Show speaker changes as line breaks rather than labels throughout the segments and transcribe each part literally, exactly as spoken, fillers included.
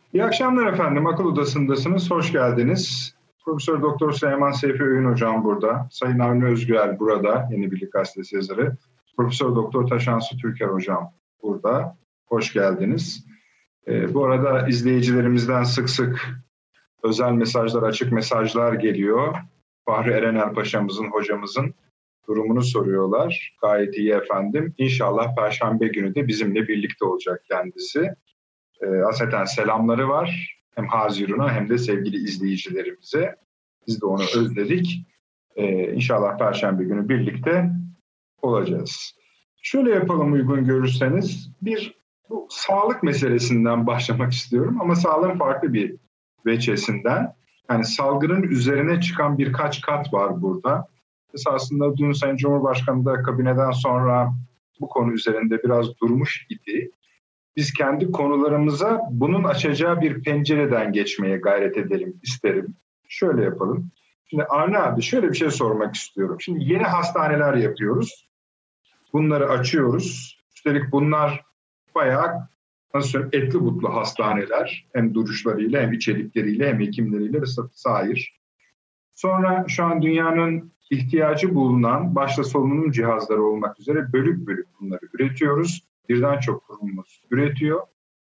İyi akşamlar efendim. Akıl Odası'ndasınız. Hoş geldiniz. Profesör Doktor Süleyman Seyfi Öğün hocam burada. Sayın Avni Özgürel burada. Yeni Birlik Gazetesi yazarı. Profesör Doktor Taşansu Türker hocam burada. Hoş geldiniz. Ee, bu arada izleyicilerimizden sık sık özel mesajlar, açık mesajlar geliyor. Fahri Erener Paşa'mızın, hocamızın durumunu soruyorlar. Gayet iyi efendim. İnşallah Perşembe günü de bizimle birlikte olacak kendisi. E, Hasreten selamları var. Hem Hazirun'a hem de sevgili izleyicilerimize. Biz de onu özledik. E, İnşallah Perşembe günü birlikte olacağız. Şöyle yapalım uygun görürseniz. Bir bu sağlık meselesinden başlamak istiyorum ama sağlığın farklı bir veçesinden. Yani salgının üzerine çıkan birkaç kat var burada. Esasında dün Sayın Cumhurbaşkanı da kabineden sonra bu konu üzerinde biraz durmuş idi. Biz kendi konularımıza bunun açacağı bir pencereden geçmeye gayret edelim isterim. Şöyle yapalım. Şimdi Avni abi şöyle bir şey sormak istiyorum. Şimdi yeni hastaneler yapıyoruz. Bunları açıyoruz. Üstelik bunlar bayağı nasıl söyleyeyim, etli butlu hastaneler. Hem duruşlarıyla hem içerikleriyle hem hekimleriyle vesaire. Sonra şu an dünyanın ihtiyacı bulunan başta solunum cihazları olmak üzere bölük bölük bunları üretiyoruz. Birden çok kurumumuz üretiyor.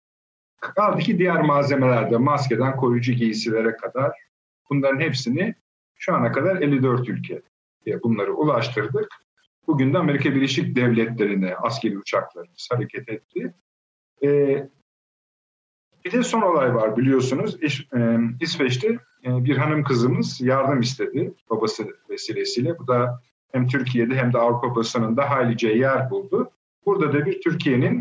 Kaldı ki diğer malzemelerde maskeden koruyucu giysilere kadar bunların hepsini şu ana kadar elli dört ülkeye bunları ulaştırdık. Bugün de Amerika Birleşik Devletleri'ne askeri uçaklarımız hareket etti. Ee, bir de son olay var biliyorsunuz. İş, e, İsveç'te e, bir hanım kızımız yardım istedi babası vesilesiyle. Bu da hem Türkiye'de hem de Avrupa basınında haylice yer buldu. Burada da bir Türkiye'nin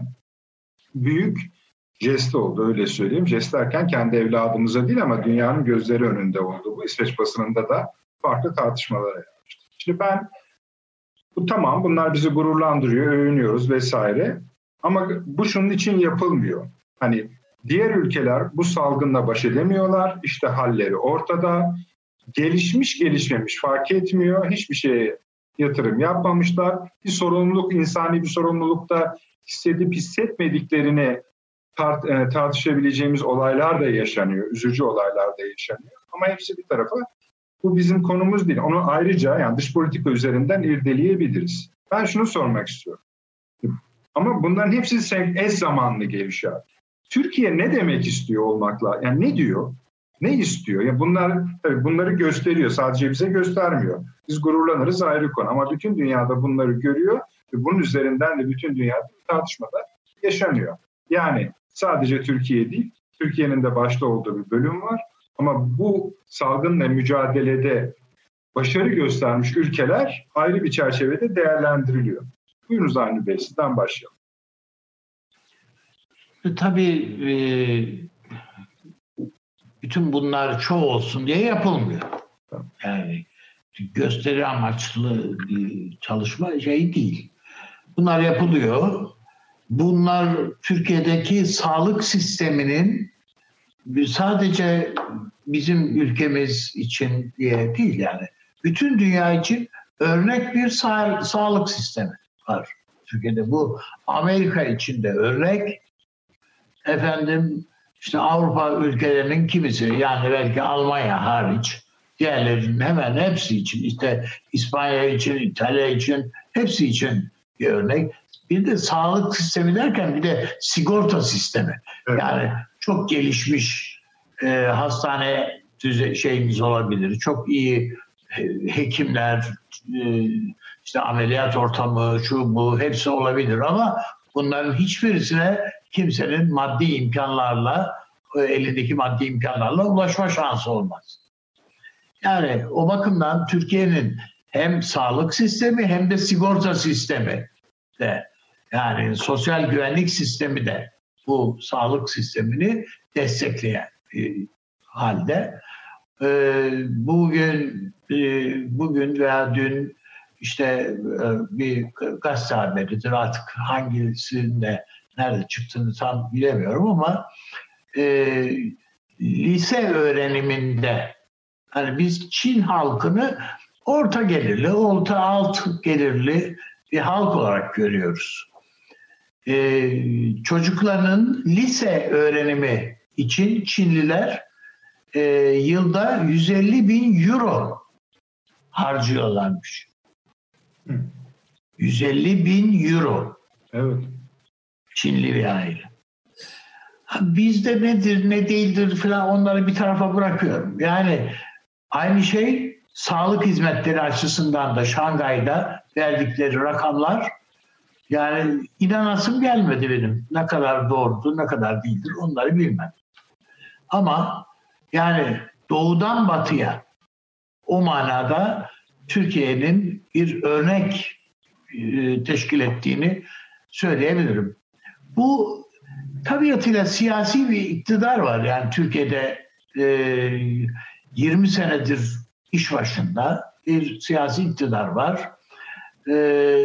büyük jesti oldu öyle söyleyeyim. Jest derken kendi evladımıza değil ama dünyanın gözleri önünde oldu. Bu İsveç basınında da farklı tartışmalara yapmıştı. Şimdi ben bu tamam bunlar bizi gururlandırıyor, övünüyoruz vesaire. Ama bu şunun için yapılmıyor. Hani diğer ülkeler bu salgınla baş edemiyorlar. İşte halleri ortada. Gelişmiş gelişmemiş fark etmiyor. Hiçbir şeye yatırım yapmamışlar. Bir sorumluluk, insani bir sorumlulukta hissedip hissetmediklerini tart, e, tartışabileceğimiz olaylar da yaşanıyor. Üzücü olaylar da yaşanıyor. Ama hepsi bir tarafa. Bu bizim konumuz değil. Onu ayrıca yani dış politika üzerinden irdeleyebiliriz. Ben şunu sormak istiyorum. Ama bunların hepsi eş zamanlı gelişiyor. Türkiye ne demek istiyor olmakla? Yani ne diyor? Ne istiyor? Yani bunlar tabii bunları gösteriyor. Sadece bize göstermiyor. Biz gururlanırız ayrı konu. Ama bütün dünyada bunları görüyor ve bunun üzerinden de bütün dünyada tartışmalar yaşanıyor. Yani sadece Türkiye değil, Türkiye'nin de başta olduğu bir bölüm var. Ama bu salgınla mücadelede başarı göstermiş ülkeler ayrı bir çerçevede değerlendiriliyor. Buyurunuz Avni Bey, sizden başlayalım.
Tabii e, bütün bunlar çoğu olsun diye yapılmıyor. Yani gösteri amaçlı bir çalışma şey değil. Bunlar yapılıyor. Bunlar Türkiye'deki sağlık sisteminin sadece bizim ülkemiz için diye değil yani. Bütün dünya için örnek bir sağ, sağlık sistemi var Türkiye'de. Bu Amerika için de örnek. Efendim işte Avrupa ülkelerinin kimisi yani belki Almanya hariç diğerlerinin hemen hepsi için işte İspanya için, İtalya için hepsi için bir örnek. Bir de sağlık sistemi derken bir de sigorta sistemi. Evet. Yani çok gelişmiş e, hastane düze şeyimiz olabilir. Çok iyi e, hekimler, e, işte ameliyat ortamı, şu bu hepsi olabilir ama bunların hiçbirisine kimsenin maddi imkanlarla, elindeki maddi imkanlarla ulaşma şansı olmaz. Yani o bakımdan Türkiye'nin hem sağlık sistemi hem de sigorta sistemi de yani sosyal güvenlik sistemi de bu sağlık sistemini destekleyen bir halde. Bugün bugün veya dün işte bir gazete haberidir artık hangisinde nerede çıktığını tam bilemiyorum ama e, lise öğreniminde hani biz Çin halkını orta gelirli, orta alt gelirli bir halk olarak görüyoruz. E, çocukların lise öğrenimi için Çinliler e, yılda yüz elli bin euro harcıyorlarmış.
Hı.
yüz elli bin euro.
Evet.
Çinli bir aile. Ha, bizde nedir ne değildir falan onları bir tarafa bırakıyorum. Yani aynı şey sağlık hizmetleri açısından da Şangay'da verdikleri rakamlar, yani inanasım gelmedi benim. Ne kadar doğrudur, ne kadar değildir onları bilmem. Ama yani doğudan batıya o manada Türkiye'nin bir örnek e, teşkil ettiğini söyleyebilirim. Bu tabiatıyla siyasi bir iktidar var. Yani Türkiye'de e, yirmi senedir iş başında bir siyasi iktidar var. E,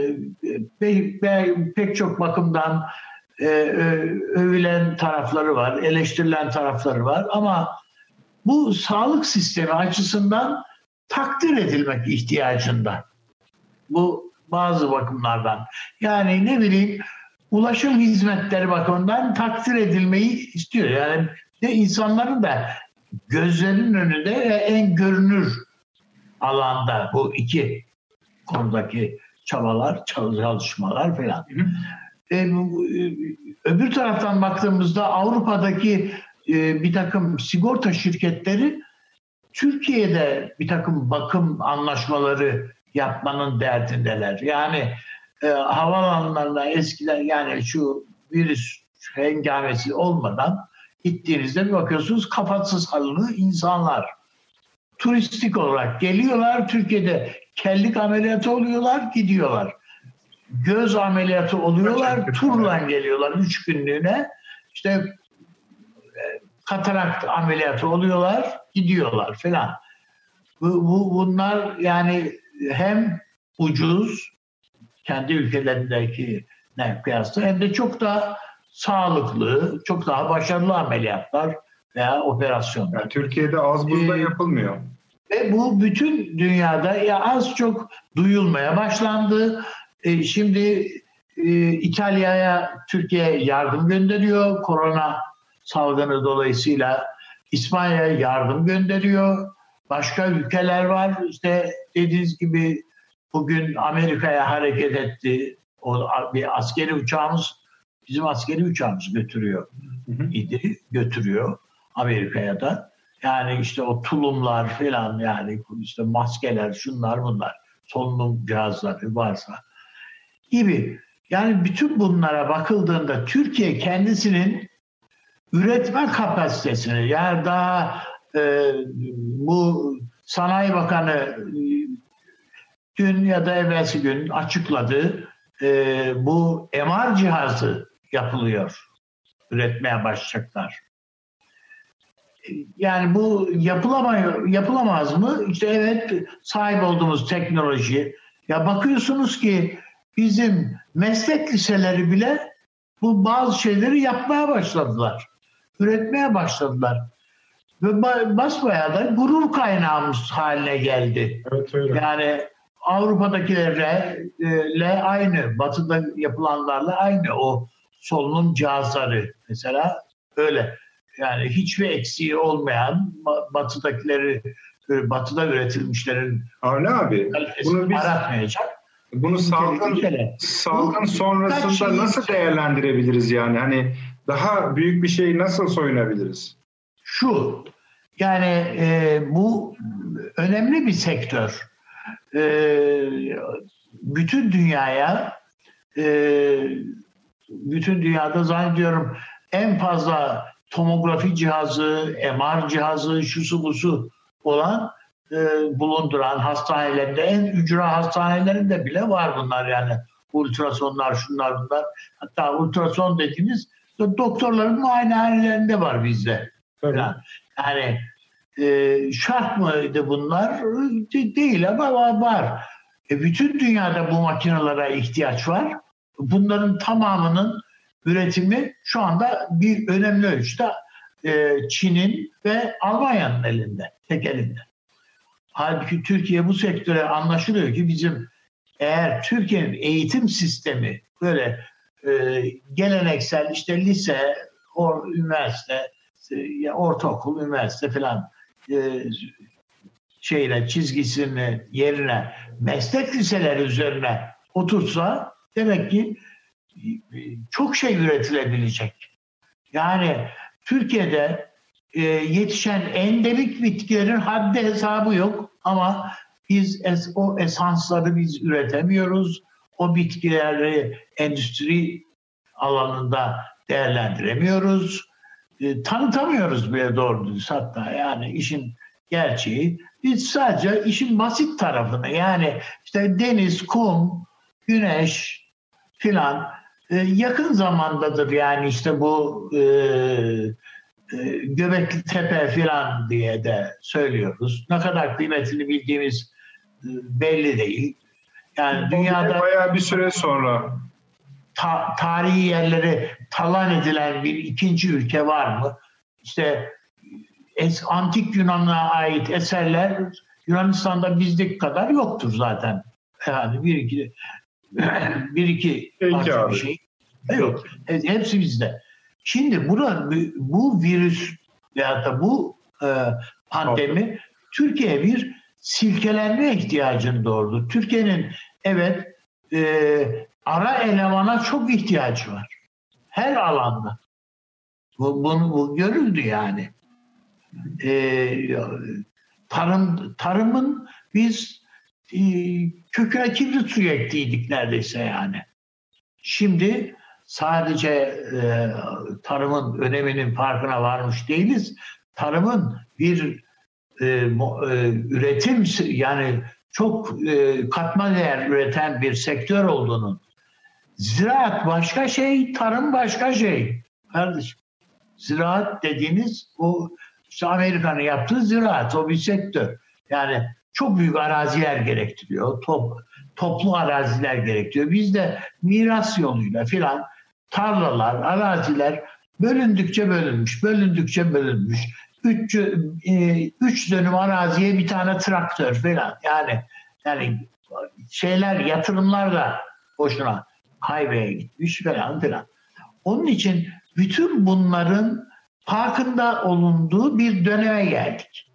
pe, pe, pek çok bakımdan e, övülen tarafları var, eleştirilen tarafları var ama bu sağlık sistemi açısından takdir edilmek ihtiyacında. Bu bazı bakımlardan. Yani ne bileyim ulaşım hizmetleri bakımından takdir edilmeyi istiyor. Yani de insanların da gözlerinin önünde en görünür alanda bu iki konudaki çabalar, çalışmalar falan. Hı hı. E, öbür taraftan baktığımızda Avrupa'daki e, bir takım sigorta şirketleri Türkiye'de bir takım bakım anlaşmaları yapmanın derdindeler. Yani e, havaalanlarına eskiden yani şu virüs hengamesi olmadan gittiğinizde bir bakıyorsunuz kafatsız halılı insanlar. Turistik olarak geliyorlar, Türkiye'de kellik ameliyatı oluyorlar, gidiyorlar. Göz ameliyatı oluyorlar, turla geliyorlar üç günlüğüne. İşte katarakt ameliyatı oluyorlar, gidiyorlar falan. Bu, bu, bunlar yani hem ucuz, kendi ülkelerindekine kıyasla hem de çok daha sağlıklı, çok daha başarılı ameliyatlar veya operasyonlar.
Yani Türkiye'de az buzda ee, yapılmıyor.
Ve bu bütün dünyada ya az çok duyulmaya başlandı. Ee, şimdi e, İtalya'ya Türkiye yardım gönderiyor. Korona salgını dolayısıyla İspanya'ya yardım gönderiyor. Başka ülkeler var. İşte dediğiniz gibi bugün Amerika'ya hareket etti. O bir askeri uçağımız, bizim askeri uçağımız götürüyor idi, götürüyor Amerika'ya da. Yani işte o tulumlar falan yani işte maskeler, şunlar bunlar, solunum cihazları varsa gibi. Yani bütün bunlara bakıldığında Türkiye kendisinin üretme kapasitesini yani daha e, bu Sanayi Bakanı e, dün ya da evvelsi gün açıkladı. E, bu M R cihazı yapılıyor. Üretmeye başlayacaklar. Yani bu yapılamıyor, yapılamaz mı? İşte evet sahip olduğumuz teknoloji. Ya bakıyorsunuz ki bizim meslek liseleri bile bu bazı şeyleri yapmaya başladılar. Üretmeye başladılar. Ve basbayağı da gurur kaynağımız haline geldi.
Evet, öyle.
Yani Avrupa'dakilerle aynı, Batı'da yapılanlarla aynı o solunum cihazları mesela öyle. Yani hiçbir eksiği olmayan Batı'dakileri, Batı'da üretilmişlerin
Avni abi, bunu biz
aratmayacak.
Bunu salgın, salgın sonrasında şey, nasıl değerlendirebiliriz yani? Hani daha büyük bir şey nasıl soyunabiliriz?
Şu, yani e, bu önemli bir sektör. E, bütün dünyaya, e, bütün dünyada zannediyorum en fazla tomografi cihazı, M R cihazı, şusu busu olan e, bulunduran hastanelerinde, en ücra hastanelerinde bile var bunlar yani. Ultrasonlar, şunlar bunlar. Hatta ultrason dediğimiz doktorların muayenehanelerinde var bizde. Evet. Yani e, şart mıydı bunlar? De, değil ama var. E, bütün dünyada bu makinelere ihtiyaç var. Bunların tamamının üretimi şu anda bir önemli ölçüde e, Çin'in ve Almanya'nın elinde, tek elinde. Halbuki Türkiye bu sektöre anlaşılıyor ki bizim eğer Türkiye'nin eğitim sistemi böyle e, geleneksel işte lise, or, üniversite, ya ortaokul, üniversite falan e, şeyle çizgisini yerine meslek liseleri üzerine otursa demek ki çok şey üretilebilecek. Yani Türkiye'de e, yetişen endemik bitkilerin haddi hesabı yok ama biz es, o esansları biz üretemiyoruz. O bitkileri endüstri alanında değerlendiremiyoruz. E, tanıtamıyoruz bile doğru düz hatta yani işin gerçeği. Biz sadece işin basit tarafını yani işte deniz, kum, güneş filan e, yakın zamandadır yani işte bu e, e, Göbekli Tepe filan diye de söylüyoruz. Ne kadar kıymetini bildiğimiz e, belli değil. Yani dünyada
bayağı bir süre sonra
ta, tarihi yerleri talan edilen bir ikinci ülke var mı? İşte es, antik Yunan'a ait eserler Yunanistan'da bizdeki kadar yoktur zaten. Yani bir iki bir iki parça bir şey. Yok. Hepsi bizde. Şimdi burada bu virüs veyahut da bu e, pandemi evet. Türkiye'ye bir silkelenme ihtiyacını doğurdu. Türkiye'nin evet e, ara elemana çok ihtiyacı var. Her alanda. Bu, bunu, bu görüldü yani. E, tarım tarımın biz e, köküne kibrit suyu ektiydik neredeyse yani. Şimdi sadece e, tarımın öneminin farkına varmış değiliz. Tarımın bir e, mo, e, üretim yani çok e, katma değer üreten bir sektör olduğunun, ziraat başka şey, tarım başka şey. Kardeşim, ziraat dediğiniz o işte Amerika'nın yaptığı ziraat, o bir sektör. Yani çok büyük araziler gerektiriyor, top, toplu araziler gerektiriyor. Bizde miras yoluyla filan tarlalar, araziler bölündükçe bölünmüş, bölündükçe bölünmüş. Üç, e, üç dönüm araziye bir tane traktör filan. Yani yani şeyler, yatırımlar da boşuna highway'e gitmiş filan filan. Onun için bütün bunların farkında olunduğu bir döneme geldik.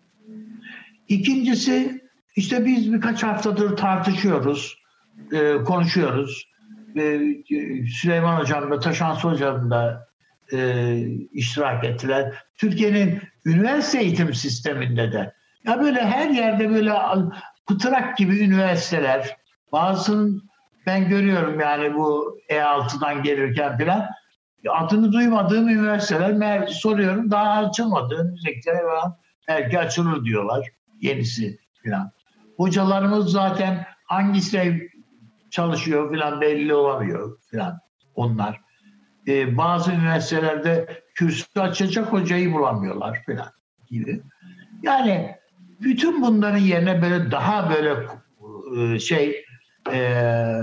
İkincisi, işte biz birkaç haftadır tartışıyoruz, e, konuşuyoruz. E, Süleyman Hocam da Taşansı Hocam da e, iştirak ettiler. Türkiye'nin üniversite eğitim sisteminde de ya böyle her yerde böyle pıtrak gibi üniversiteler, bazısının ben görüyorum yani bu E altıdan gelirken falan adını duymadığım üniversiteler meğer soruyorum daha açılmadı. Önümüzdeki sene falan belki açılır diyorlar. Yenisi falan. Hocalarımız zaten hangisi çalışıyor falan belli olamıyor falan onlar. Ee, bazı üniversitelerde kürsü açacak hocayı bulamıyorlar falan gibi. Yani bütün bunların yerine böyle daha böyle şey e,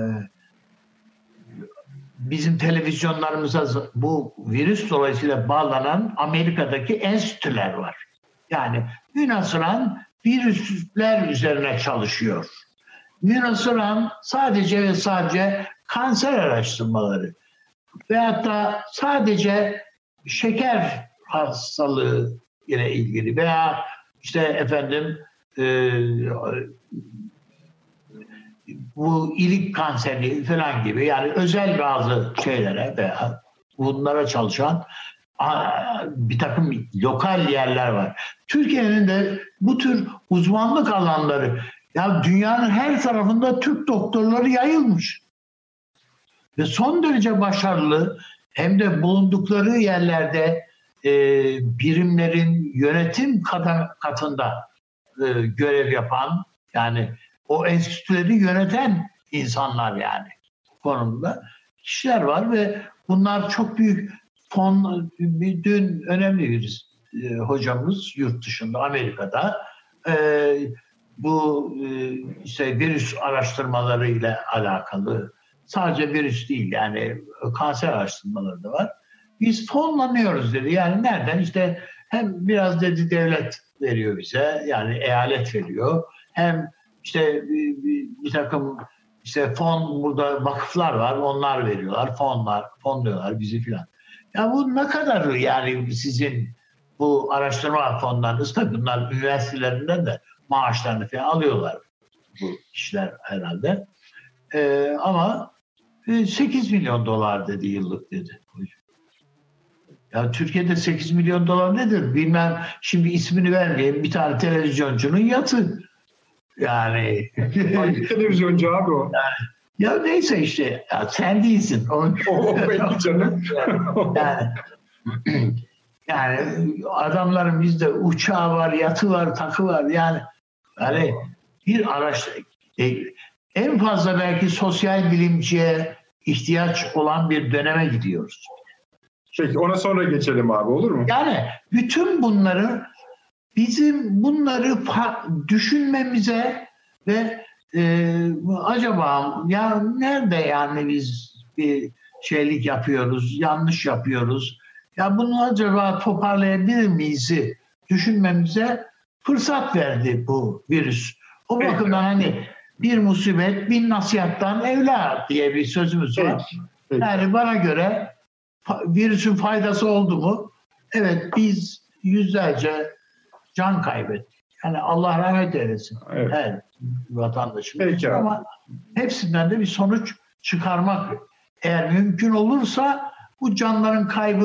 bizim televizyonlarımıza bu virüs dolayısıyla bağlanan Amerika'daki enstitüler var. Yani Yunanistan virüsler üzerine çalışıyor. Yunanistan sadece ve sadece kanser araştırmaları veyahut da sadece şeker hastalığı ile ilgili veya işte efendim e, bu ilik kanseri falan gibi yani özel bazı şeylere veya bunlara çalışan bir takım lokal yerler var. Türkiye'nin de bu tür uzmanlık alanları ya dünyanın her tarafında Türk doktorları yayılmış. Ve son derece başarılı hem de bulundukları yerlerde e, birimlerin yönetim katında e, görev yapan yani o enstitüleri yöneten insanlar yani konumda kişiler var ve bunlar çok büyük fon, dün önemli bir e, hocamız yurt dışında Amerika'da e, bu e, işte virüs araştırmaları ile alakalı sadece virüs değil yani kanser araştırmaları da var. Biz fonlanıyoruz dedi. Yani nereden? İşte hem biraz dedi devlet veriyor bize yani eyalet veriyor hem işte bir, bir, bir takım işte fon burada vakıflar var onlar veriyorlar fonlar fonluyorlar bizi filan. Ya bu ne kadar yani sizin bu araştırma fonlarınız, tabii bunlar üniversitelerinden de maaşlarını falan alıyorlar bu kişiler herhalde. Ee, ama sekiz milyon dolar dedi, yıllık dedi. Ya Türkiye'de sekiz milyon dolar nedir? Bilmem, şimdi ismini vermeyeyim, bir tane televizyoncunun yatı. Yani.
Hangi televizyoncu abi o?
Yani, ya neyse işte, ya sen değilsin. O,
o belli canım.
yani, yani adamların bizde uçağı var, yatı var, takı var. Yani yani bir araç, e, en fazla belki sosyal bilimciye ihtiyaç olan bir döneme gidiyoruz.
Peki ona sonra geçelim abi, olur mu?
Yani bütün bunları, bizim bunları düşünmemize ve e, acaba ya nerede yani biz bir şeylik yapıyoruz, yanlış yapıyoruz. Ya bunu acaba toparlayabilir miyiz düşünmemize fırsat verdi bu virüs. O
Peki.
bakımdan hani bir musibet bin nasihattan evla diye bir sözümüz var.
Peki. Peki.
Yani bana göre virüsün faydası oldu mu? Evet, biz yüzlerce can kaybettik. Yani Allah rahmet eylesin.
Evet.
Evet, vatandaşımız.
Peki abi.
Ama hepsinden de bir sonuç çıkarmak, eğer mümkün olursa bu canların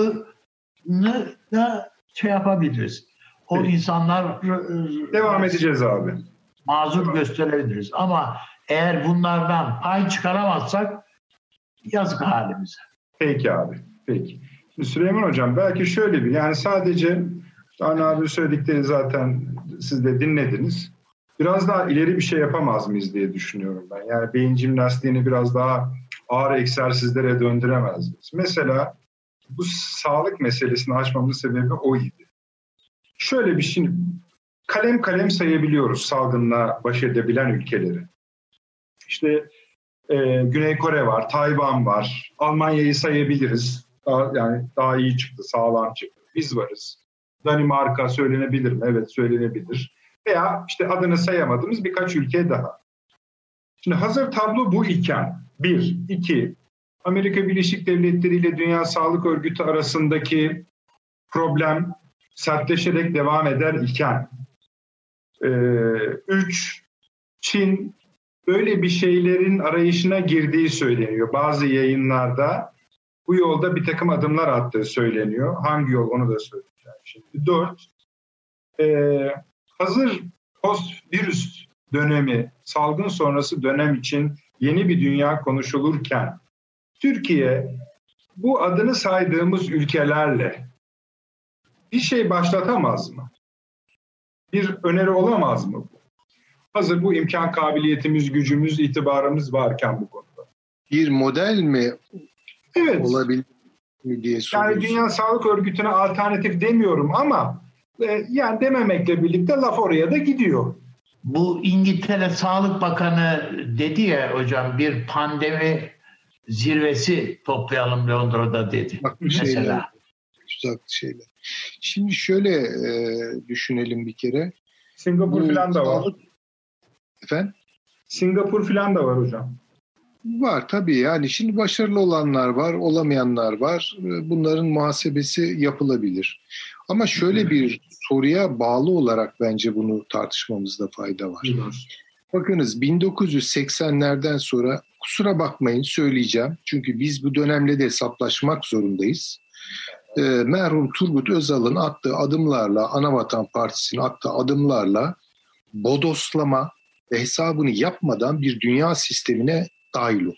kaybını da şey yapabiliriz. O
Peki.
insanlar
devam edeceğiz abi.
Mazur gösterebiliriz. Ama eğer bunlardan pay çıkaramazsak yazık halimize.
Peki abi. Peki. Şimdi Süleyman Hocam, belki şöyle bir, yani sadece Avni abi söyledikleri zaten siz de dinlediniz. Biraz daha ileri bir şey yapamaz mıyız diye düşünüyorum ben. Yani beyin jimnastiğini biraz daha ağır egzersizlere döndüremez miyiz? Mesela bu sağlık meselesini açmamın sebebi oydu. Şöyle bir şey, kalem kalem sayabiliyoruz salgınla baş edebilen ülkeleri. İşte e, Güney Kore var, Tayvan var, Almanya'yı sayabiliriz. Daha, yani daha iyi çıktı, sağlam çıktı. Biz varız. Danimarka söylenebilir mi? Evet, söylenebilir. Veya işte adını sayamadığımız birkaç ülke daha. Şimdi hazır tablo bu iken, bir, iki, Amerika Birleşik Devletleri ile Dünya Sağlık Örgütü arasındaki problem sertleşerek devam eder iken, e, üç, Çin böyle bir şeylerin arayışına girdiği söyleniyor. Bazı yayınlarda bu yolda bir takım adımlar attığı söyleniyor. Hangi yol, onu da söyleyeceğim şimdi. Dört, e, hazır post-virüs dönemi, salgın sonrası dönem için yeni bir dünya konuşulurken, Türkiye bu adını saydığımız ülkelerle bir şey başlatamaz mı? Bir öneri olamaz mı bu? Hazır bu imkan, kabiliyetimiz, gücümüz, itibarımız varken bu konuda.
Bir model mi
evet.
olabilir mi diye soruyorsun.
Yani Dünya Sağlık Örgütü'ne alternatif demiyorum ama e, yani dememekle birlikte laf oraya da gidiyor.
Bu İngiltere Sağlık Bakanı dedi ya hocam, bir pandemi zirvesi toplayalım Londra'da dedi.
Bak,
mesela.
Şeyler, güzel şeyler. Şimdi şöyle e, düşünelim bir kere.
Singapur
Bu
falan da var.
sağlık... Efendim?
Singapur falan da var hocam.
Var tabii, yani şimdi başarılı olanlar var, olamayanlar var. Bunların muhasebesi yapılabilir. Ama şöyle bir soruya bağlı olarak bence bunu tartışmamızda fayda var. Bakınız, bin dokuz yüz seksenlerden sonra, kusura bakmayın söyleyeceğim, çünkü biz bu dönemle de hesaplaşmak zorundayız. Ee, merhum Turgut Özal'ın attığı adımlarla, Anavatan Partisi'nin attığı adımlarla bodoslama ve hesabını yapmadan bir dünya sistemine dahil olduk.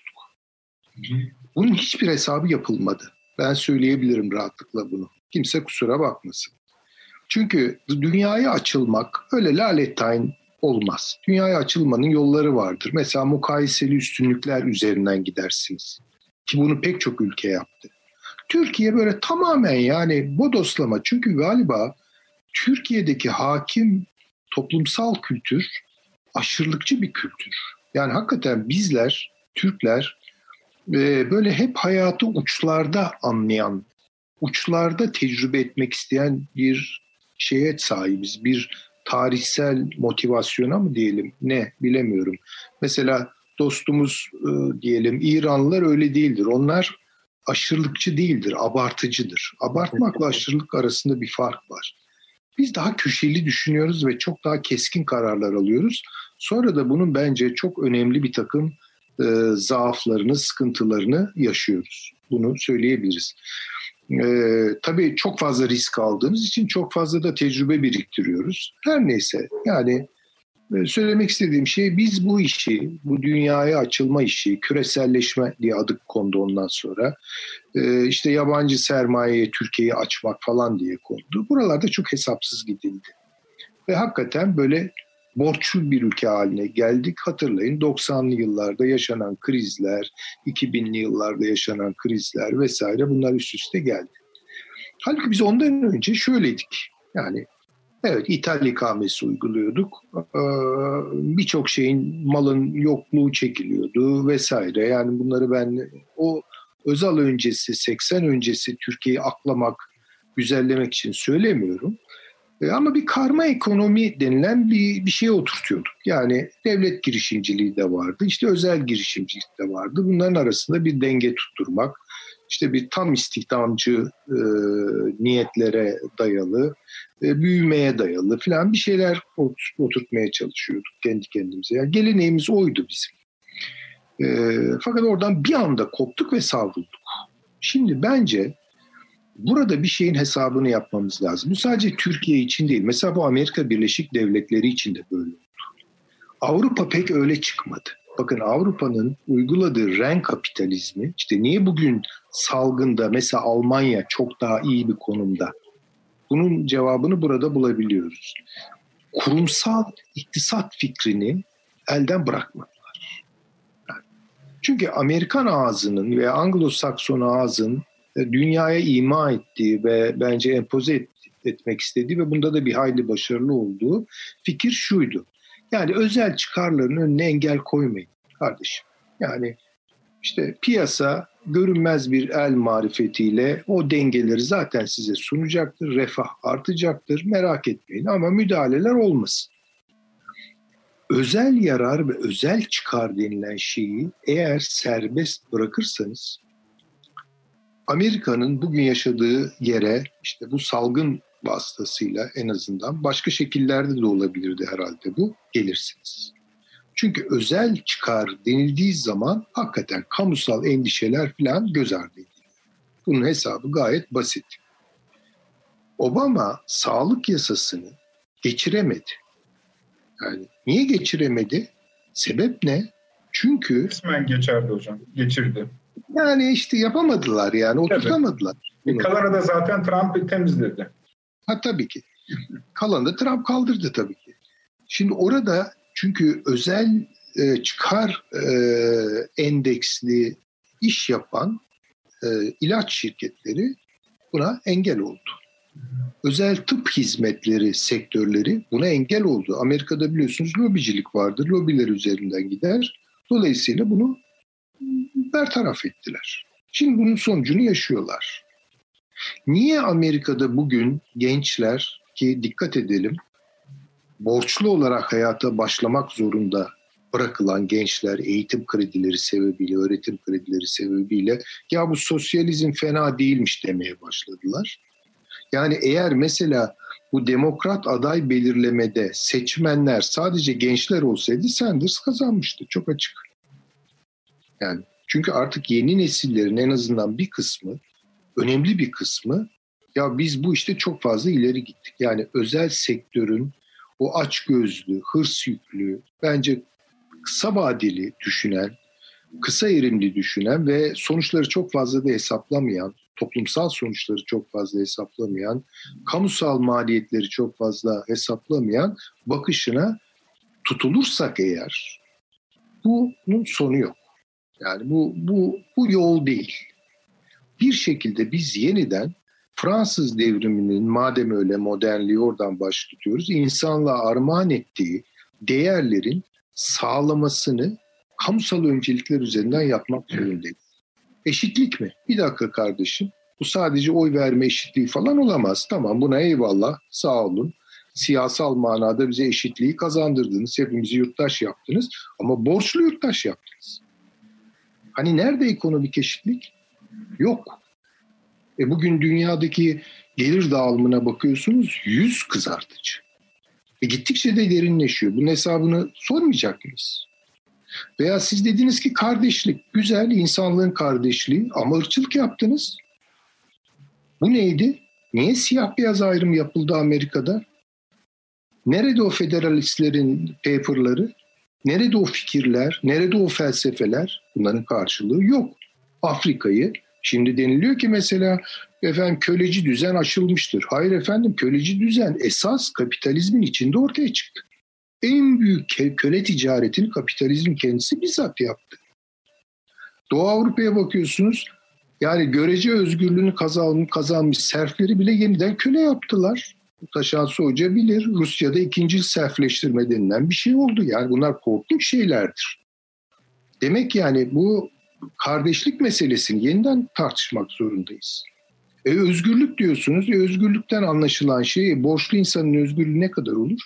Bunun hiçbir hesabı yapılmadı. Ben söyleyebilirim rahatlıkla bunu. Kimse kusura bakmasın. Çünkü dünyaya açılmak öyle lalettayn olmaz. Dünyaya açılmanın yolları vardır. Mesela mukayeseli üstünlükler üzerinden gidersiniz. Ki bunu pek çok ülke yaptı. Türkiye böyle tamamen yani bodoslama. Çünkü galiba Türkiye'deki hakim toplumsal kültür aşırılıkçı bir kültür. Yani hakikaten bizler, Türkler böyle hep hayatı uçlarda anlayan, uçlarda tecrübe etmek isteyen bir şeye sahibiz. Bir tarihsel motivasyona mı diyelim, ne bilemiyorum. Mesela dostumuz diyelim İranlılar öyle değildir. Onlar aşırılıkçı değildir, abartıcıdır. Abartmakla aşırılık arasında bir fark var. Biz daha köşeli düşünüyoruz ve çok daha keskin kararlar alıyoruz. Sonra da bunun bence çok önemli bir takım e, zaaflarını, sıkıntılarını yaşıyoruz. Bunu söyleyebiliriz. E, tabii çok fazla risk aldığımız için çok fazla da tecrübe biriktiriyoruz. Her neyse, yani e, söylemek istediğim şey, biz bu işi, bu dünyaya açılma işi, küreselleşme diye adı kondu ondan sonra. E, işte yabancı sermayeye Türkiye'yi açmak falan diye kondu. Buralarda çok hesapsız gidildi. Ve hakikaten böyle borçlu bir ülke haline geldik. Hatırlayın, doksanlı yıllarda yaşanan krizler, iki binli yıllarda yaşanan krizler vesaire, bunlar üst üste geldi. Halbuki biz ondan önce şöyleydik. Yani evet, ithal ikamesi uyguluyorduk. Ee, birçok şeyin, malın yokluğu çekiliyordu vesaire. Yani bunları ben o Özal öncesi, seksen öncesi Türkiye'yi aklamak, güzellemek için söylemiyorum. Ama bir karma ekonomi denilen bir, bir şeye oturtuyorduk. Yani devlet girişimciliği de vardı, işte özel girişimcilik de vardı. Bunların arasında bir denge tutturmak, işte bir tam istihdamcı e, niyetlere dayalı, e, büyümeye dayalı falan bir şeyler oturtmaya çalışıyorduk kendi kendimize. Yani geleneğimiz oydu bizim. E, fakat oradan bir anda koptuk ve savrulduk. Şimdi bence burada bir şeyin hesabını yapmamız lazım. Bu sadece Türkiye için değil. Mesela bu Amerika Birleşik Devletleri için de böyle oldu. Avrupa pek öyle çıkmadı. Bakın, Avrupa'nın uyguladığı ren kapitalizmi, işte niye bugün salgında mesela Almanya çok daha iyi bir konumda? Bunun cevabını burada bulabiliyoruz. Kurumsal iktisat fikrini elden bırakmadılar. Yani çünkü Amerikan ağzının ve Anglo-Sakson ağzının dünyaya ima ettiği ve bence empoze et, etmek istediği ve bunda da bir hayli başarılı olduğu fikir şuydu. Yani özel çıkarların önüne engel koymayın kardeşim. Yani işte piyasa görünmez bir el marifetiyle o dengeleri zaten size sunacaktır, refah artacaktır, merak etmeyin, ama müdahaleler olmasın. Özel yarar ve özel çıkar denilen şeyi eğer serbest bırakırsanız, Amerika'nın bugün yaşadığı yere, işte bu salgın vasıtasıyla en azından başka şekillerde de olabilirdi herhalde, bu gelirsiniz. Çünkü özel çıkar denildiği zaman hakikaten kamusal endişeler falan göz ardı ediliyor. Bunun hesabı gayet basit. Obama sağlık yasasını geçiremedi. Yani niye geçiremedi? Sebep ne? Çünkü
kısmen geçerdi hocam. Geçirdi.
Yani işte yapamadılar, yani oturtamadılar.
E, kalanı da zaten Trump temizledi.
Ha tabii ki. Kalanı da Trump kaldırdı tabii ki. Şimdi orada çünkü özel e, çıkar e, endeksli iş yapan e, ilaç şirketleri buna engel oldu. Özel tıp hizmetleri sektörleri buna engel oldu. Amerika'da biliyorsunuz lobicilik vardır. Lobiler üzerinden gider. Dolayısıyla bunu bertaraf ettiler. Şimdi bunun sonucunu yaşıyorlar. Niye Amerika'da bugün gençler, ki dikkat edelim, borçlu olarak hayata başlamak zorunda bırakılan gençler eğitim kredileri sebebiyle, öğretim kredileri sebebiyle ya bu sosyalizm fena değilmiş demeye başladılar. Yani eğer mesela bu demokrat aday belirlemede seçmenler sadece gençler olsaydı Sanders kazanmıştı. Çok açık. Yani çünkü artık yeni nesillerin en azından bir kısmı, önemli bir kısmı, ya biz bu işte çok fazla ileri gittik. Yani özel sektörün o açgözlü, hırs yüklü, bence kısa vadeli düşünen, kısa erimli düşünen ve sonuçları çok fazla da hesaplamayan, toplumsal sonuçları çok fazla hesaplamayan, kamusal maliyetleri çok fazla hesaplamayan bakışına tutulursak eğer, bunun sonu yok. Yani bu, bu, bu yol değil. Bir şekilde biz yeniden Fransız devriminin, madem öyle modernliği oradan başlatıyoruz, insanlığa armağan ettiği değerlerin sağlamasını kamusal öncelikler üzerinden yapmak zorundayız. Eşitlik mi? Bir dakika kardeşim. Bu sadece oy verme eşitliği falan olamaz. Tamam, buna eyvallah, sağ olun. Siyasal manada bize eşitliği kazandırdınız. Hepimizi yurttaş yaptınız. Ama borçlu yurttaş yaptınız. Hani nerede ekonomik eşitlik? Yok. E bugün dünyadaki gelir dağılımına bakıyorsunuz, yüz kızartıcı. E gittikçe de derinleşiyor. Bunun hesabını sormayacak mıyız? Veya siz dediniz ki kardeşlik, güzel, insanlığın kardeşliği ama ırkçılık yaptınız. Bu neydi? Niye siyah beyaz ayrım yapıldı Amerika'da? Nerede o federalistlerin paperları? Nerede o fikirler? Nerede o felsefeler? Bunların karşılığı yok. Afrika'yı şimdi deniliyor ki mesela efendim köleci düzen aşılmıştır. Hayır efendim, köleci düzen esas kapitalizmin içinde ortaya çıktı. En büyük köle ticaretini kapitalizm kendisi bizzat yaptı. Doğu Avrupa'ya bakıyorsunuz, yani görece özgürlüğünü kazanmış, kazanmış serfleri bile yeniden köle yaptılar. Taşansı Hoca bilir, Rusya'da ikinci serfleştirme denilen bir şey oldu. Yani bunlar korkunç şeylerdir. Demek yani bu kardeşlik meselesini yeniden tartışmak zorundayız. E özgürlük diyorsunuz, e özgürlükten anlaşılan şey, borçlu insanın özgürlüğü ne kadar olur?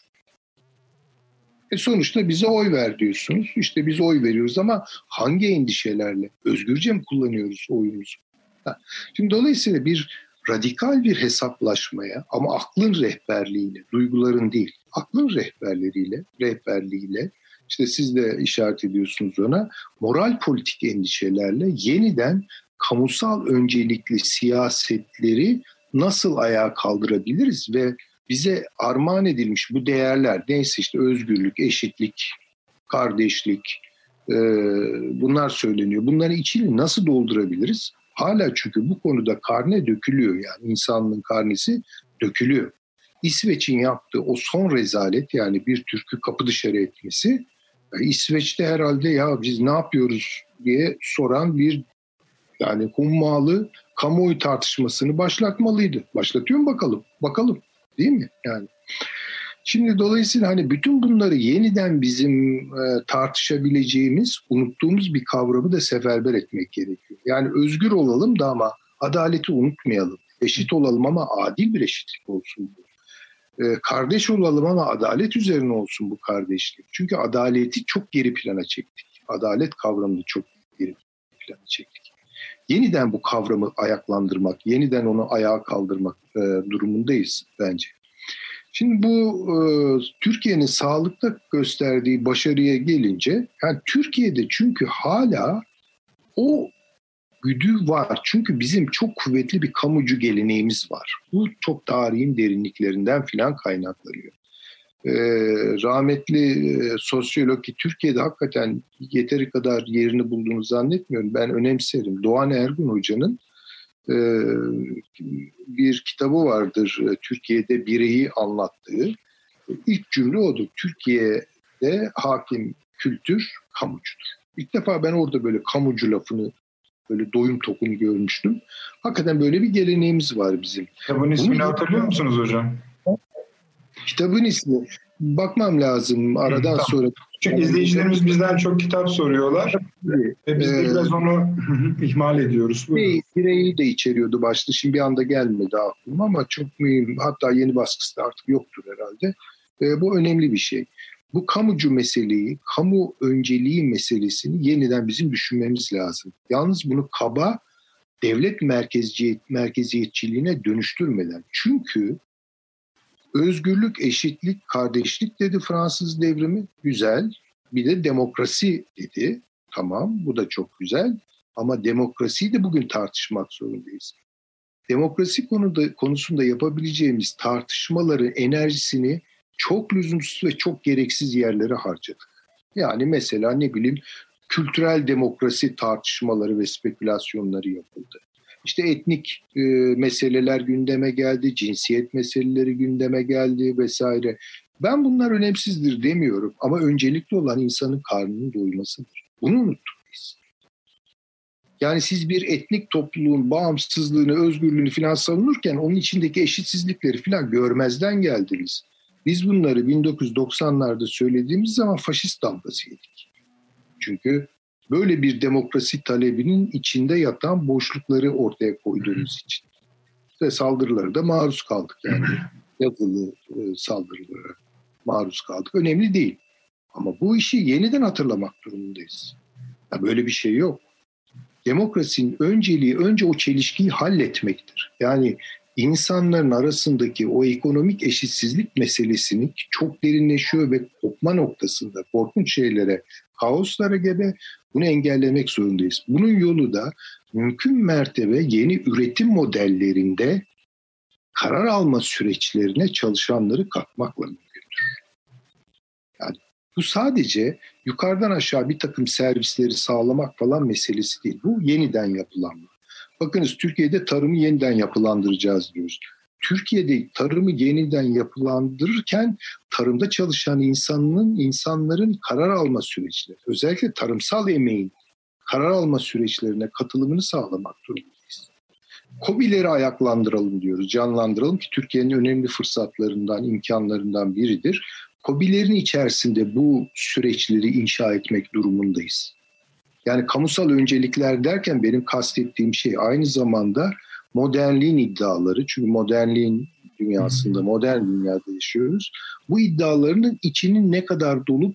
E sonuçta bize oy ver diyorsunuz. İşte biz oy veriyoruz ama hangi endişelerle? Özgürce mi kullanıyoruz oyumuzu? Ha. Şimdi dolayısıyla bir radikal bir hesaplaşmaya ama aklın rehberliğiyle, duyguların değil, aklın rehberleriyle, rehberliğiyle, işte siz de işaret ediyorsunuz ona, moral politik endişelerle yeniden kamusal öncelikli siyasetleri nasıl ayağa kaldırabiliriz ve bize armağan edilmiş bu değerler, neyse işte özgürlük, eşitlik, kardeşlik, e, bunlar söyleniyor. Bunların içini nasıl doldurabiliriz? Hala çünkü bu konuda karne dökülüyor, yani insanlığın karnesi dökülüyor. İsveç'in yaptığı o son rezalet, yani bir Türk'ü kapı dışarı etmesi, İsveç'te herhalde ya biz ne yapıyoruz diye soran bir yani hummalı kamuoyu tartışmasını başlatmalıydı. Başlatıyor mu bakalım? Bakalım. Değil mi? Yani şimdi dolayısıyla hani bütün bunları yeniden bizim e, tartışabileceğimiz, unuttuğumuz bir kavramı da seferber etmek gerekiyor. Yani özgür olalım da ama adaleti unutmayalım. Eşit olalım ama adil bir eşitlik olsun bu. E, kardeş olalım ama adalet üzerine olsun bu kardeşlik. Çünkü adaleti çok geri plana çektik. Adalet kavramını çok geri plana çektik. Yeniden bu kavramı ayaklandırmak, yeniden onu ayağa kaldırmak e, durumundayız bence. Şimdi bu e, Türkiye'nin sağlıkta gösterdiği başarıya gelince, yani Türkiye'de çünkü hala o güdü var. Çünkü bizim çok kuvvetli bir kamucu geleneğimiz var. Bu çok tarihin derinliklerinden filan kaynaklanıyor. E, rahmetli e, sosyolog ki Türkiye'de hakikaten yeteri kadar yerini bulduğunu zannetmiyorum. Ben önemserim. Doğan Ergun Hoca'nın e, bir kitabı vardır. Türkiye'de bireyi anlattığı. İlk cümle odur. Türkiye'de hakim kültür kamucudur. İlk defa ben orada böyle kamucu lafını böyle doyum tokunu görmüştüm. Hakikaten böyle bir geleneğimiz var bizim.
Kitabın ismini Bunu hatırlıyor musunuz hocam?
Kitabın ismi bakmam lazım aradan tamam. sonra.
Çünkü izleyicilerimiz bizden çok kitap soruyorlar. Ve biz de biraz onu ihmal ediyoruz.
Bireyi, bireyi de içeriyordu başta. Şimdi bir anda gelmedi aklıma ama çok mühim. Hatta yeni baskısı da artık yoktur herhalde. E, bu önemli bir şey. Bu kamucu meseleyi, kamu önceliği meselesini yeniden bizim düşünmemiz lazım. Yalnız bunu kaba devlet merkeziyet, merkeziyetçiliğine dönüştürmeden. Çünkü özgürlük, eşitlik, kardeşlik dedi Fransız devrimi. Güzel. Bir de demokrasi dedi. Tamam, bu da çok güzel. Ama demokrasiyi de bugün tartışmak zorundayız. Demokrasi konuda, konusunda yapabileceğimiz tartışmaların enerjisini çok lüzumsuz ve çok gereksiz yerlere harcadık. Yani mesela ne bileyim kültürel demokrasi tartışmaları ve spekülasyonları yapıldı. İşte etnik e, meseleler gündeme geldi, cinsiyet meseleleri gündeme geldi vesaire. Ben bunlar önemsizdir demiyorum ama öncelikli olan insanın karnının doymasıdır. Bunu unuttuk biz. Yani siz bir etnik topluluğun bağımsızlığını, özgürlüğünü falan savunurken onun içindeki eşitsizlikleri falan görmezden geldiniz. Biz bunları bin dokuz yüz doksanlarda söylediğimiz zaman faşist dalgası yedik. Çünkü böyle bir demokrasi talebinin içinde yatan boşlukları ortaya koyduğumuz için. Ve saldırılara da maruz kaldık. Yani yazılı e, saldırılara maruz kaldık. Önemli değil. Ama bu işi yeniden hatırlamak durumundayız. Ya böyle bir şey yok. Demokrasinin önceliği önce o çelişkiyi halletmektir. Yani insanların arasındaki o ekonomik eşitsizlik meselesini çok derinleşiyor ve kopma noktasında korkunç şeylere, kaoslara gebe, bunu engellemek zorundayız. Bunun yolu da mümkün mertebe yeni üretim modellerinde karar alma süreçlerine çalışanları katmakla mümkündür. Yani bu sadece yukarıdan aşağı bir takım servisleri sağlamak falan meselesi değil. Bu yeniden yapılanma. Bakınız, Türkiye'de tarımı yeniden yapılandıracağız diyoruz. Türkiye'de tarımı yeniden yapılandırırken tarımda çalışan insanın, insanların karar alma süreçleri, özellikle tarımsal emeğin karar alma süreçlerine katılımını sağlamak durumundayız. KOBİ'leri ayaklandıralım diyoruz, canlandıralım ki Türkiye'nin önemli fırsatlarından, imkanlarından biridir. KOBİ'lerin içerisinde bu süreçleri inşa etmek durumundayız. Yani kamusal öncelikler derken benim kastettiğim şey aynı zamanda modernliğin iddiaları. Çünkü modernliğin dünyasında, modern dünyada yaşıyoruz. Bu iddialarının içinin ne kadar dolup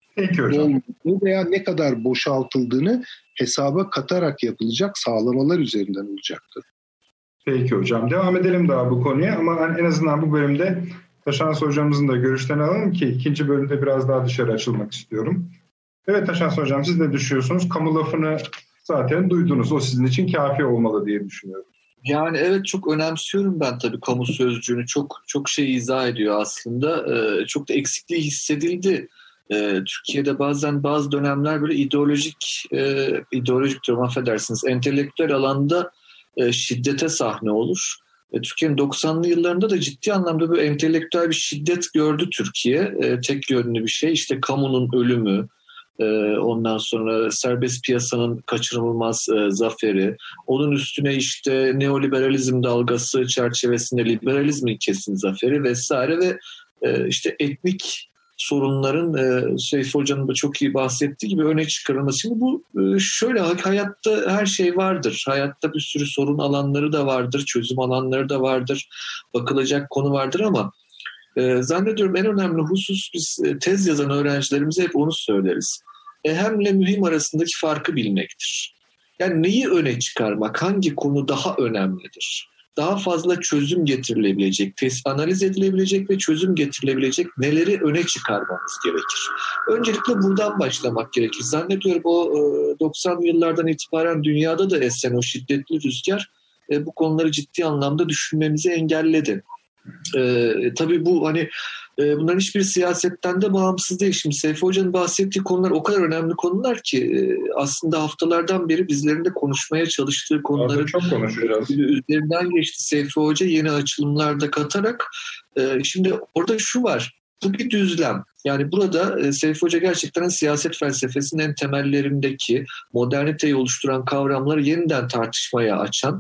dolduğunu veya ne kadar boşaltıldığını hesaba katarak yapılacak sağlamalar üzerinden olacaktır.
Peki hocam. Devam edelim daha bu konuya ama en azından bu bölümde Taşansı hocamızın da görüşlerini alalım ki ikinci bölümde biraz daha dışarı açılmak istiyorum. Evet Taşansı hocam, siz ne düşünüyorsunuz? Kamu lafını zaten duydunuz. O sizin için kafi olmalı diye düşünüyorum.
Yani evet, çok önemsiyorum ben tabii kamu sözcüğünü. Çok çok şey izah ediyor aslında. Ee, çok da eksikliği hissedildi. Ee, Türkiye'de bazen bazı dönemler böyle ideolojik, e, ideolojik diyorum affedersiniz, entelektüel alanda e, şiddete sahne olur. E, Türkiye'nin doksanlı yıllarında da ciddi anlamda böyle entelektüel bir şiddet gördü Türkiye. E, tek yönlü bir şey. İşte kamunun ölümü, ondan sonra serbest piyasanın kaçınılmaz e, zaferi, onun üstüne işte neoliberalizm dalgası çerçevesinde liberalizmin kesin zaferi vesaire ve e, işte etnik sorunların e, Seyfi Hoca'nın da çok iyi bahsettiği gibi öne çıkarılması. Şimdi bu e, şöyle, hayatta her şey vardır. Hayatta bir sürü sorun alanları da vardır, çözüm alanları da vardır, bakılacak konu vardır ama Ee, zannediyorum en önemli husus, biz e, tez yazan öğrencilerimize hep onu söyleriz. Ehemle mühim arasındaki farkı bilmektir. Yani neyi öne çıkarmak, hangi konu daha önemlidir? Daha fazla çözüm getirilebilecek, test analiz edilebilecek ve çözüm getirilebilecek neleri öne çıkarmamız gerekir? Öncelikle buradan başlamak gerekir. Zannediyorum o e, doksanlı yıllardan itibaren dünyada da esen o şiddetli rüzgar e, bu konuları ciddi anlamda düşünmemizi engelledi. Ee, tabii bu hani e, bunların hiçbir siyasetten de bağımsız değil. Şimdi Seyfi Hoca'nın bahsettiği konular o kadar önemli konular ki e, aslında haftalardan beri bizlerin de konuşmaya çalıştığı konuları
çok konuşacağız.
Üzerinden geçti Seyfi Hoca yeni açılımlar da katarak. E, şimdi orada şu var. Bu bir düzlem. Yani burada e, Seyfi Hoca gerçekten siyaset felsefesinin en temellerindeki moderniteyi oluşturan kavramları yeniden tartışmaya açan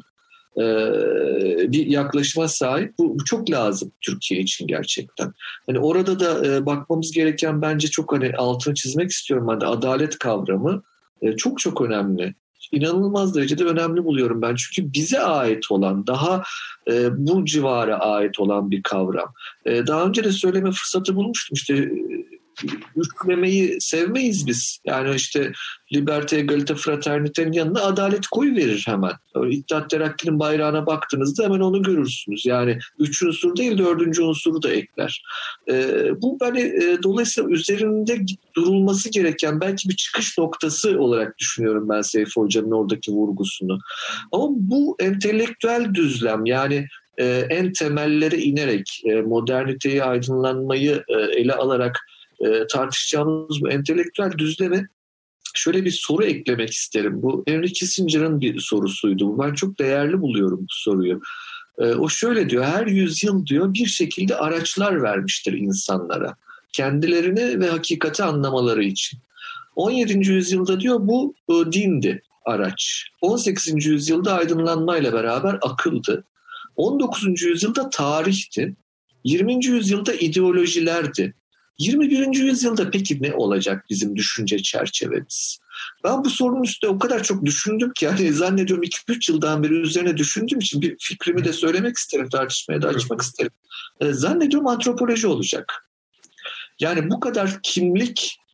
bir yaklaşıma sahip. Bu, bu çok lazım Türkiye için gerçekten. Hani orada da e, bakmamız gereken, bence çok hani altını çizmek istiyorum ben de, adalet kavramı e, çok çok önemli. İnanılmaz derecede önemli buluyorum ben. Çünkü bize ait olan, daha e, bu civara ait olan bir kavram. E, daha önce de söyleme fırsatı bulmuştum. İşte üçlemeyi sevmeyiz biz. Yani işte liberté, egalite, fraternitenin yanına adalet koyuverir hemen. İttihat Terakki'nin bayrağına baktığınızda hemen onu görürsünüz. Yani üç unsur değil, dördüncü unsuru da ekler. Ee, bu hani e, dolayısıyla üzerinde durulması gereken belki bir çıkış noktası olarak düşünüyorum ben Seyfi Hoca'nın oradaki vurgusunu. Ama bu entelektüel düzlem, yani e, en temellere inerek e, moderniteyi, aydınlanmayı e, ele alarak E, tartışacağımız bu entelektüel düzleme şöyle bir soru eklemek isterim. Bu Henry Kissinger'ın bir sorusuydu. Ben çok değerli buluyorum bu soruyu. E, o şöyle diyor: her yüzyıl diyor bir şekilde araçlar vermiştir insanlara, kendilerini ve hakikati anlamaları için. on yedinci yüzyılda diyor bu e, dindi, araç. on sekizinci yüzyılda aydınlanmayla beraber akıldı. on dokuzuncu yüzyılda tarihti. yirminci yüzyılda ideolojilerdi. yirmi birinci yüzyılda peki ne olacak bizim düşünce çerçevemiz? Ben bu sorunun üstüne o kadar çok düşündüm ki, yani zannediyorum iki üç yıldan beri üzerine düşündüğüm için bir fikrimi de söylemek isterim, tartışmaya da açmak isterim. E, zannediyorum antropoloji olacak. Yani bu kadar kimlik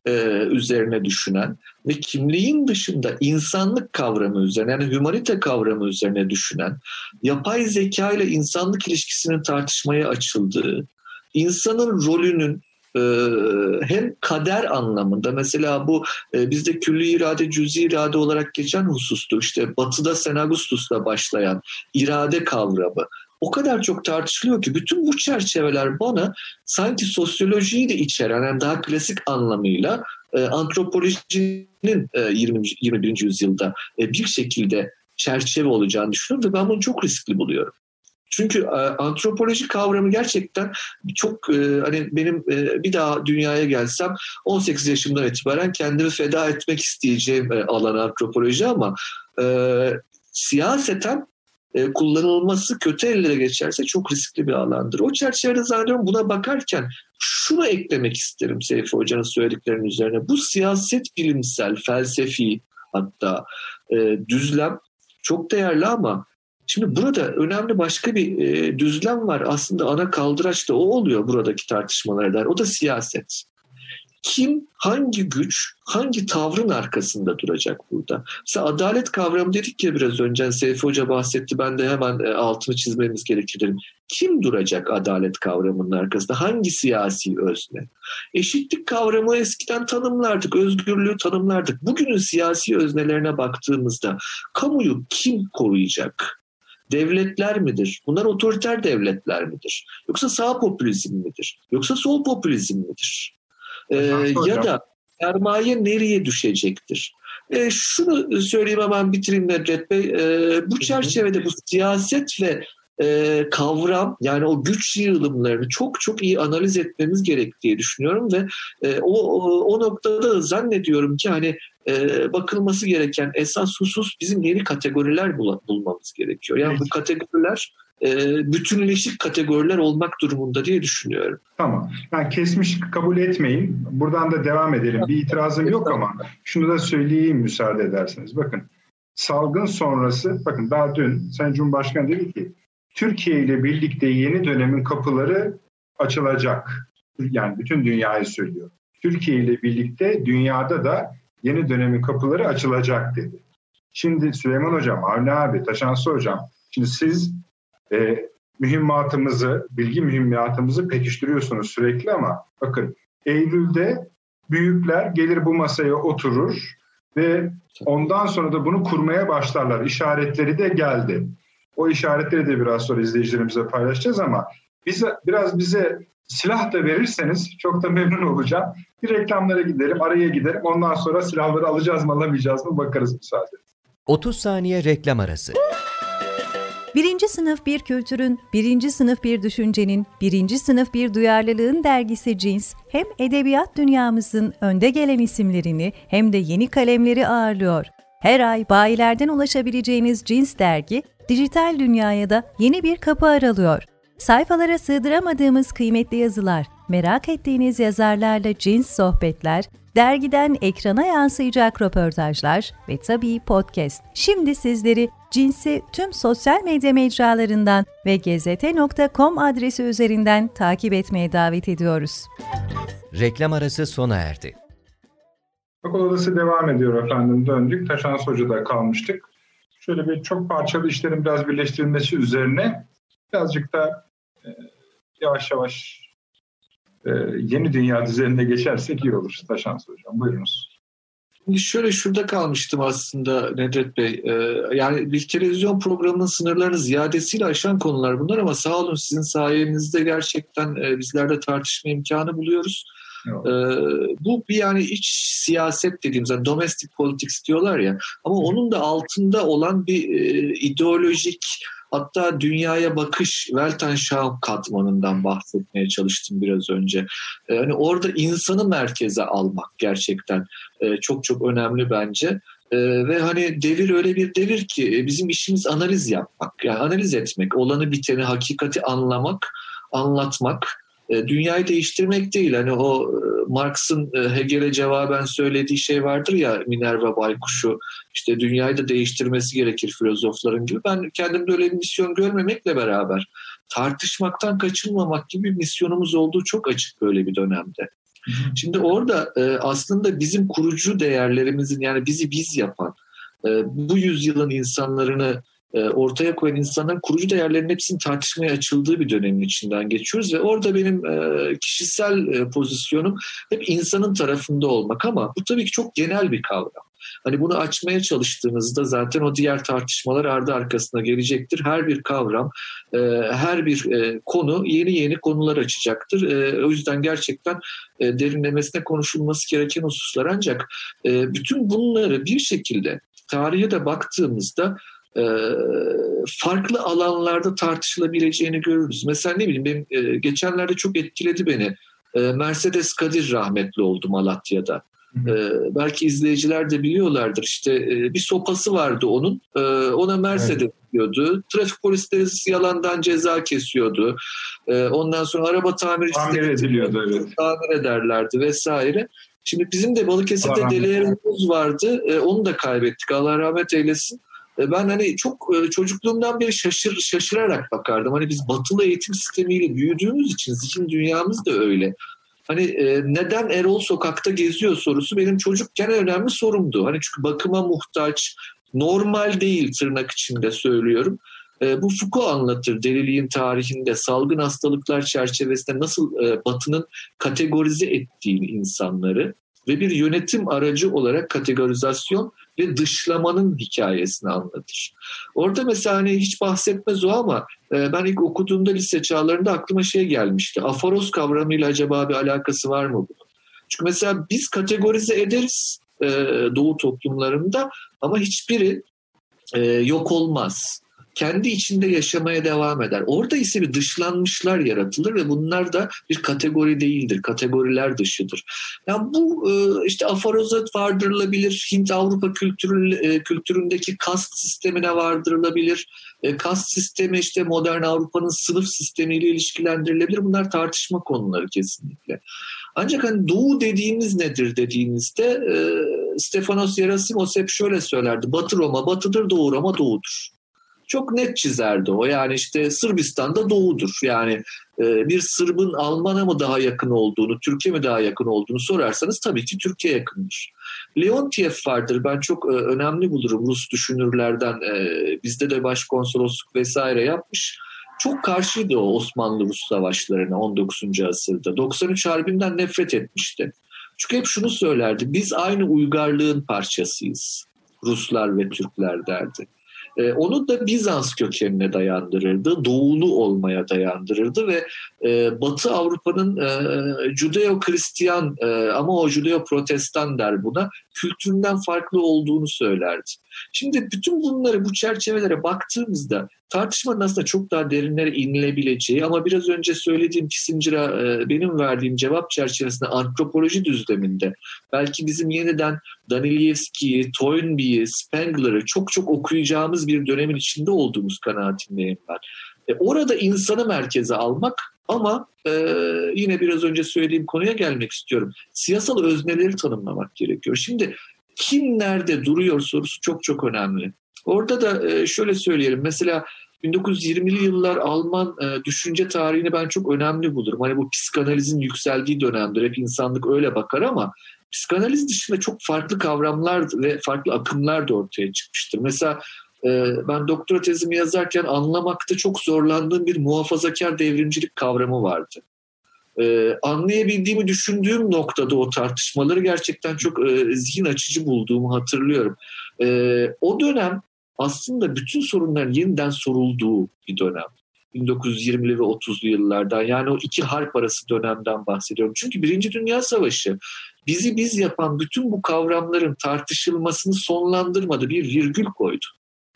e, üzerine düşünen ve kimliğin dışında insanlık kavramı üzerine, yani hümanite kavramı üzerine düşünen, yapay zeka ile insanlık ilişkisinin tartışmaya açıldığı, insanın rolünün e, hem kader anlamında, mesela bu e, bizde külli irade, cüz'i irade olarak geçen husustur. İşte Batı'da Sen Augustus'la başlayan irade kavramı o kadar çok tartışılıyor ki bütün bu çerçeveler bana sanki sosyolojiyi de içeren, yani daha klasik anlamıyla e, antropolojinin e, yirminci yirmi birinci yüzyılda e, bir şekilde çerçeve olacağını düşünüyorum ve ben bunu çok riskli buluyorum. Çünkü e, antropoloji kavramı gerçekten çok e, hani benim e, bir daha dünyaya gelsem on sekiz yaşımdan itibaren kendimi feda etmek isteyeceğim e, alan antropoloji, ama e, siyaseten e, kullanılması kötü ellere geçerse çok riskli bir alandır. O çerçevede zannediyorum buna bakarken şunu eklemek isterim Seyfi Hoca'nın söylediklerinin üzerine. Bu siyaset bilimsel, felsefi hatta e, düzlem çok değerli, ama şimdi burada önemli başka bir e, düzlem var. Aslında ana kaldıraç da o oluyor buradaki tartışmalarda. O da siyaset. Kim, hangi güç, hangi tavrın arkasında duracak burada? Mesela adalet kavramı dedik ya biraz önce, Seyfi Hoca bahsetti, ben de hemen e, altını çizmemiz gerekir dedim. Kim duracak adalet kavramının arkasında? Hangi siyasi özne? Eşitlik kavramı eskiden tanımlardık, özgürlüğü tanımlardık. Bugünün siyasi öznelerine baktığımızda kamuyu kim koruyacak? Devletler midir? Bunlar otoriter devletler midir? Yoksa sağ popülizm midir? Yoksa sol popülizm midir? Ee, ya da sermaye nereye düşecektir? Ee, şunu söyleyeyim, hemen bitireyim Nedret Bey. Ee, bu çerçevede bu siyaset ve e, kavram, yani o güç yığılımlarını çok çok iyi analiz etmemiz gerektiği düşünüyorum ve e, o, o, o noktada zannediyorum ki hani e, bakılması gereken esas husus bizim yeni kategoriler bul- bulmamız gerekiyor. Yani bu kategoriler e, bütünleşik kategoriler olmak durumunda diye düşünüyorum.
Tamam. Yani kesmiş kabul etmeyin. Buradan da devam edelim. Bir itirazım yok ama şunu da söyleyeyim müsaade ederseniz. Bakın, salgın sonrası, bakın daha dün Sayın Cumhurbaşkanı dedi ki Türkiye ile birlikte yeni dönemin kapıları açılacak. Yani bütün dünyayı söylüyor. Türkiye ile birlikte dünyada da yeni dönemin kapıları açılacak dedi. Şimdi Süleyman Hocam, Avni abi, Taşansı Hocam, şimdi siz e, mühimmatımızı, bilgi mühimmatımızı pekiştiriyorsunuz sürekli ama bakın Eylül'de büyükler gelir bu masaya oturur ve ondan sonra da bunu kurmaya başlarlar. İşaretleri de geldi. O işaretleri de biraz sonra izleyicilerimize paylaşacağız ama bize, biraz bize silah da verirseniz çok da memnun olacağım. Bir reklamlara gidelim, araya gidelim. Ondan sonra silahları alacağız mı alamayacağız mı bakarız müsaade.
otuz saniye reklam arası.
Birinci sınıf bir kültürün, birinci sınıf bir düşüncenin, birinci sınıf bir duyarlılığın dergisi Cins, hem edebiyat dünyamızın önde gelen isimlerini hem de yeni kalemleri ağırlıyor. Her ay bayilerden ulaşabileceğiniz Cins dergi, dijital dünyaya da yeni bir kapı aralıyor. Sayfalara sığdıramadığımız kıymetli yazılar, merak ettiğiniz yazarlarla cins sohbetler, dergiden ekrana yansıyacak röportajlar ve tabii podcast. Şimdi sizleri Cins'i tüm sosyal medya mecralarından ve gezete nokta com adresi üzerinden takip etmeye davet ediyoruz.
Reklam arası sona erdi.
Akıl Odası devam ediyor efendim. Döndük. Taşansı Hoca'da kalmıştık. Şöyle bir çok parçalı işlerin biraz birleştirilmesi üzerine birazcık da e, yavaş yavaş e, yeni dünya düzenine geçersek iyi olur Taşansı Hocam. Buyurunuz.
Şimdi şöyle şurada kalmıştım aslında Nedret Bey. Ee, yani bir televizyon programının sınırlarını ziyadesiyle aşan konular bunlar ama sağ olun sizin sayenizde gerçekten e, bizler de tartışma imkanı buluyoruz. Ee, bu bir yani iç siyaset dediğimiz, yani domestic politics diyorlar ya, ama onun da altında olan bir e, ideolojik, hatta dünyaya bakış, Weltanschauung katmanından bahsetmeye çalıştım biraz önce. Ee, yani orada insanı merkeze almak gerçekten e, çok çok önemli bence. Ee, ve hani devir öyle bir devir ki bizim işimiz analiz yapmak, yani analiz etmek, olanı biteni, hakikati anlamak, anlatmak. Dünyayı değiştirmek değil. Hani o Marx'ın Hegel'e cevaben söylediği şey vardır ya, Minerva baykuşu, işte dünyayı da değiştirmesi gerekir filozofların gibi. Ben kendimde öyle bir misyon görmemekle beraber tartışmaktan kaçınmamak gibi bir misyonumuz olduğu çok açık böyle bir dönemde. Şimdi orada e, aslında bizim kurucu değerlerimizin, yani bizi biz yapan, e, bu yüzyılın insanlarını e, ortaya koyan insanların kurucu değerlerinin hepsinin tartışmaya açıldığı bir dönemin içinden geçiyoruz ve orada benim e, kişisel e, pozisyonum hep insanın tarafında olmak, ama bu tabii ki çok genel bir kavram. Hani bunu açmaya çalıştığınızda zaten o diğer tartışmalar ardı arkasına gelecektir. Her bir kavram, e, her bir e, konu yeni yeni konular açacaktır. E, o yüzden gerçekten e, derinlemesine konuşulması gereken hususlar. Ancak e, bütün bunları bir şekilde tarihe de baktığımızda e, farklı alanlarda tartışılabileceğini görürüz. Mesela ne bileyim, benim e, geçenlerde çok etkiledi beni. E, Mercedes Kadir rahmetli oldu Malatya'da. Ee, belki izleyiciler de biliyorlardır, işte e, bir sopası vardı onun, ee, ona Mercedes evet. diyordu. Trafik polisleri yalandan ceza kesiyordu. Ee, ondan sonra araba tamircisi
tamir ediliyordu, evet.
tamir ederlerdi vesaire. Şimdi bizim de Balıkesir'de Deliyerimuz vardı, ee, onu da kaybettik, Allah rahmet eylesin. Ee, ben hani çok e, çocukluğumdan beri şaşır, şaşırarak bakardım. Hani biz batılı eğitim sistemiyle büyüdüğümüz için zihin dünyamız da öyle. Hani e, neden Erol sokakta geziyor sorusu benim çocukken önemli sorumdu. Hani çünkü bakıma muhtaç, normal değil, tırnak içinde söylüyorum. E, bu Foucault anlatır deliliğin tarihinde salgın hastalıklar çerçevesinde nasıl e, Batı'nın kategorize ettiğini insanları ve bir yönetim aracı olarak kategorizasyon ve dışlamanın hikayesini anlatır. Orada mesela hani hiç bahsetmez o, ama e, ben ilk okuduğumda lise çağlarında aklıma şey gelmişti. Aforoz kavramıyla acaba bir alakası var mı bunun? Çünkü mesela biz kategorize ederiz e, Doğu toplumlarında, ama hiçbiri e, yok olmaz. Kendi içinde yaşamaya devam eder. Orada ise bir dışlanmışlar yaratılır ve bunlar da bir kategori değildir. Kategoriler dışıdır. Yani bu işte aforoza vardırılabilir. Hint-Avrupa kültürü, kültüründeki kast sistemine vardırılabilir. Kast sistemi işte modern Avrupa'nın sınıf sistemiyle ilişkilendirilebilir. Bunlar tartışma konuları kesinlikle. Ancak hani Doğu dediğimiz nedir dediğinizde Stefanos Yerasimos hep şöyle söylerdi. Batı Roma batıdır, Doğu Roma doğudur. Çok net çizerdi o. Yani işte Sırbistan'da doğudur. Yani e, bir Sırbın Alman'a mı daha yakın olduğunu, Türkiye mi daha yakın olduğunu sorarsanız tabii ki Türkiye yakındır. Leontiev vardır. Ben çok e, önemli bulurum Rus düşünürlerden. E, bizde de başkonsolosluk vesaire yapmış. Çok karşıydı o Osmanlı-Rus savaşlarına on dokuzuncu asırda. doksan üç Harbi'nden nefret etmişti. Çünkü hep şunu söylerdi. Biz aynı uygarlığın parçasıyız. Ruslar ve Türkler derdi. Ee, onu da Bizans kökenine dayandırırdı, doğulu olmaya dayandırırdı ve e, Batı Avrupa'nın e, Judeo-Hristiyan e, ama o Judeo-Protestan der buna, kültüründen farklı olduğunu söylerdi. Şimdi bütün bunları, bu çerçevelere baktığımızda tartışmanın aslında çok daha derinlere inilebileceği, ama biraz önce söylediğim Kissinger'a e, benim verdiğim cevap çerçevesinde antropoloji düzleminde belki bizim yeniden Danilevski'yi, Toynbee'yi, Spengler'ı çok çok okuyacağımız bir dönemin içinde olduğumuz kanaatindeyim ben. E, orada insanı merkeze almak, ama e, yine biraz önce söylediğim konuya gelmek istiyorum. Siyasal özneleri tanımlamak gerekiyor. Şimdi kim nerede duruyor sorusu çok çok önemli. Orada da e, şöyle söyleyelim. Mesela bin dokuz yüz yirmili yıllar Alman e, düşünce tarihini ben çok önemli bulurum. Hani bu psikanalizin yükseldiği dönemdir. Hep insanlık öyle bakar, ama psikanaliz dışında çok farklı kavramlar ve farklı akımlar da ortaya çıkmıştır. Mesela e, ben doktora tezimi yazarken anlamakta çok zorlandığım bir muhafazakar devrimcilik kavramı vardı. Ee, anlayabildiğimi düşündüğüm noktada o tartışmaları gerçekten çok e, zihin açıcı bulduğumu hatırlıyorum. E, o dönem aslında bütün sorunların yeniden sorulduğu bir dönem. bin dokuz yüz yirmili ve otuzlu yıllardan, yani o iki harp arası dönemden bahsediyorum. Çünkü Birinci Dünya Savaşı bizi biz yapan bütün bu kavramların tartışılmasını sonlandırmadı, bir virgül koydu.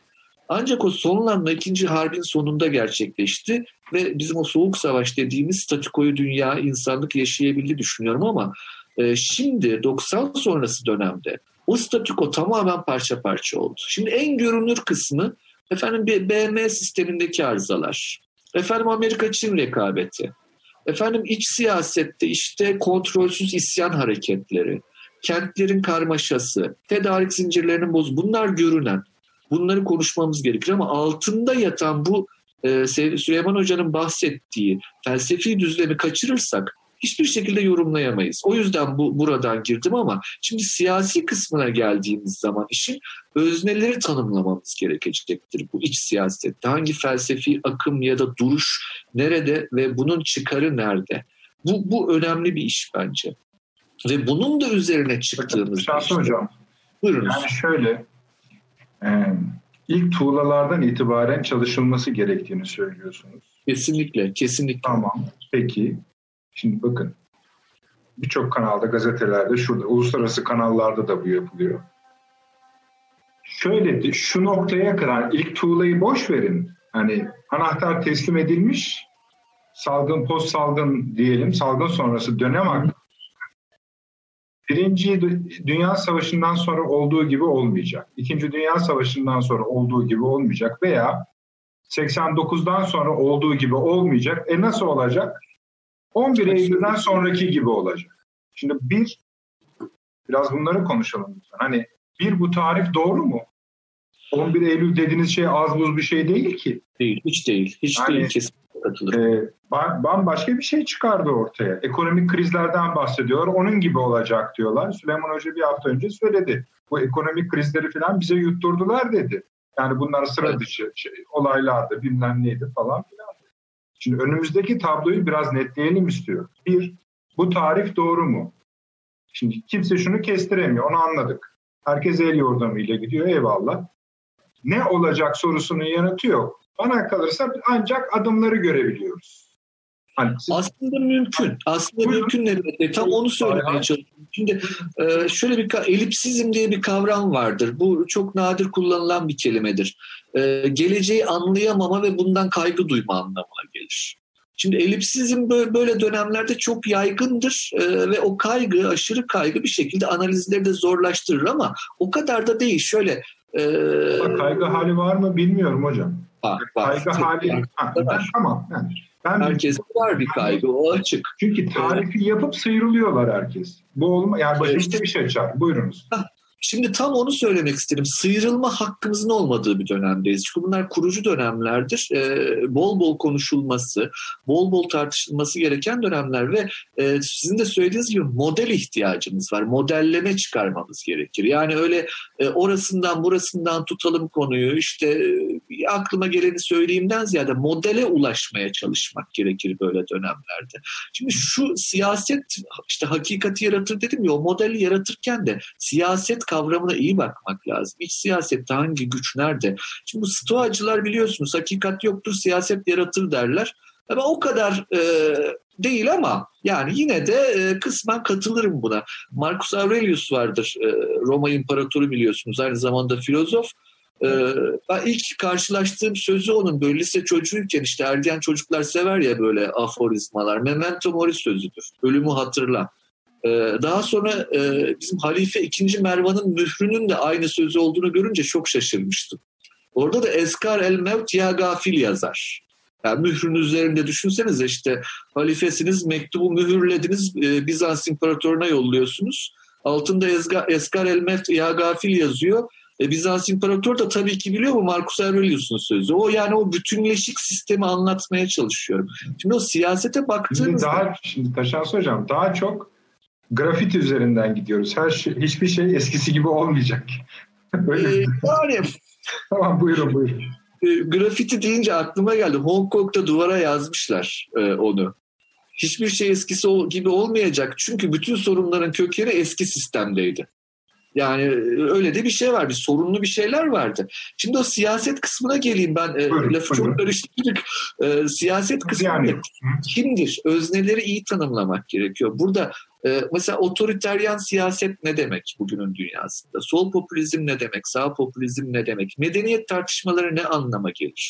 Ancak o sonlanma ikinci harbin sonunda gerçekleşti ve bizim o soğuk savaş dediğimiz statükoyu dünya, insanlık yaşayabildi düşünüyorum, ama e, şimdi doksan sonrası dönemde o statüko tamamen parça parça oldu. Şimdi en görünür kısmı efendim B M sistemindeki arızalar, efendim Amerika-Çin rekabeti, efendim iç siyasette işte kontrolsüz isyan hareketleri, kentlerin karmaşası, tedarik zincirlerinin bozu, bunlar görünen. Bunları konuşmamız gerekir, ama altında yatan bu e, Süleyman Hoca'nın bahsettiği felsefi düzlemi kaçırırsak hiçbir şekilde yorumlayamayız. O yüzden bu buradan girdim ama şimdi siyasi kısmına geldiğimiz zaman işin özneleri tanımlamamız gerekecektir bu iç siyasette. Hangi felsefi akım ya da duruş nerede ve bunun çıkarı nerede? Bu, bu önemli bir iş bence. Ve bunun da üzerine çıktığımız...
Şahsı hocam.
Buyurunuz.
Yani şöyle, e, ilk tuğlalardan itibaren çalışılması gerektiğini söylüyorsunuz.
Kesinlikle, kesinlikle.
Tamam, peki. Şimdi bakın, birçok kanalda, gazetelerde, şurada, uluslararası kanallarda da bu yapılıyor. Şöyle de, şu noktaya kadar ilk tuğlayı boş verin. Hani anahtar teslim edilmiş, salgın, post salgın diyelim, salgın sonrası dönem hakkında. Birinci Dünya Savaşı'ndan sonra olduğu gibi olmayacak. İkinci Dünya Savaşı'ndan sonra olduğu gibi olmayacak veya seksen dokuzdan sonra olduğu gibi olmayacak. E nasıl olacak? on bir Eylül'den sonraki gibi olacak. Şimdi bir, biraz bunları konuşalım lütfen. Hani bir, bu tarif doğru mu? on bir Eylül dediğiniz şey az buz bir şey değil ki.
Değil, hiç değil. Hiç yani, değil kesinlikle katılıyorum.
E, bambaşka bir şey çıkardı ortaya. Ekonomik krizlerden bahsediyorlar. Onun gibi olacak diyorlar. Süleyman Hoca bir hafta önce söyledi. Bu ekonomik krizleri falan bize yutturdular dedi. Yani bunlar sıra evet. dışı şey, olaylardı, bilmem neydi falan filan. Şimdi önümüzdeki tabloyu biraz netleyelim istiyor. Bir, bu tarif doğru mu? Şimdi kimse şunu kestiremiyor, onu anladık. Herkes el yordamıyla gidiyor, eyvallah. Ne olacak sorusunun yanıtı yok. Bana kalırsa ancak adımları görebiliyoruz. Hani siz...
Aslında mümkün. Aslında Buyurun. mümkün elbette. Tam onu söylemeye çalışıyorum. Şimdi şöyle bir elipsizm diye bir kavram vardır. Bu çok nadir kullanılan bir kelimedir. Geleceği anlayamama ve bundan kaygı duyma anlamına gelir. Şimdi elipsizm böyle dönemlerde çok yaygındır ve o kaygı, aşırı kaygı bir şekilde analizleri de zorlaştırır ama o kadar da değil. Şöyle
kaygı hali var mı bilmiyorum hocam.
Ha, kaygı
hali ha, tamam. Yani ben
herkes var bir kaygı, o açık.
Çünkü tarifi yapıp sıyrılıyorlar herkes. Bu olma yani başımıza bir şey açar. Buyurunuz.
Şimdi tam onu söylemek istedim. Sıyrılma hakkımızın olmadığı bir dönemdeyiz. Çünkü bunlar kurucu dönemlerdir. Ee, bol bol konuşulması, bol bol tartışılması gereken dönemler ve e, sizin de söylediğiniz gibi model ihtiyacımız var. Modelleme çıkarmamız gerekir. Yani öyle e, orasından burasından tutalım konuyu, işte e, aklıma geleni söyleyeyimden ziyade modele ulaşmaya çalışmak gerekir böyle dönemlerde. Şimdi şu siyaset işte hakikati yaratır dedim ya, o modeli yaratırken de siyaset kavramına iyi bakmak lazım. İç siyasette hangi güç nerede? Şimdi bu stoacılar biliyorsunuz hakikat yoktur, siyaset yaratır derler. Ama o kadar e, değil ama yani yine de e, kısmen katılırım buna. Marcus Aurelius vardır. E, Roma İmparatoru biliyorsunuz. Aynı zamanda filozof. E, ben ilk karşılaştığım sözü onun böyle lise çocuğuyken işte ergen çocuklar sever ya böyle aforizmalar. Memento mori sözüdür. Ölümü hatırla. Daha sonra bizim Halife ikinci. Mervan'ın mührünün de aynı sözü olduğunu görünce çok şaşırmıştım. Orada da Eskar el mevt ya gafil yazar. Yani mührün üzerinde düşünsenize işte halifesiniz, mektubu mühürlediniz, Bizans imparatoruna yolluyorsunuz. Altında Eskar el mevt ya gafil yazıyor. Bizans imparatoru da tabii ki biliyor mu Marcus Aurelius'un sözü. O yani o bütünleşik sistemi anlatmaya çalışıyorum. Şimdi o siyasete baktığınızda...
Şimdi daha, şimdi Taşansı Hocam daha çok grafiti üzerinden gidiyoruz. Her şey, hiçbir şey eskisi gibi olmayacak. Öyle ee,
yani,
tamam buyurun buyurun.
E, grafiti deyince aklıma geldi. Hong Kong'da duvara yazmışlar e, onu. Hiçbir şey eskisi gibi olmayacak. Çünkü bütün sorunların kökeni eski sistemdeydi. Yani öyle de bir şey var. Bir sorunlu bir şeyler vardı. Şimdi o siyaset kısmına geleyim ben. Buyurun, lafı buyurun. Çok karıştırdık. E, siyaset kısmında yani. Kimdir? Özneleri iyi tanımlamak gerekiyor. Burada e, mesela otoriteryen siyaset ne demek bugünün dünyasında? Sol popülizm ne demek? Sağ popülizm ne demek? Medeniyet tartışmaları ne anlama gelir?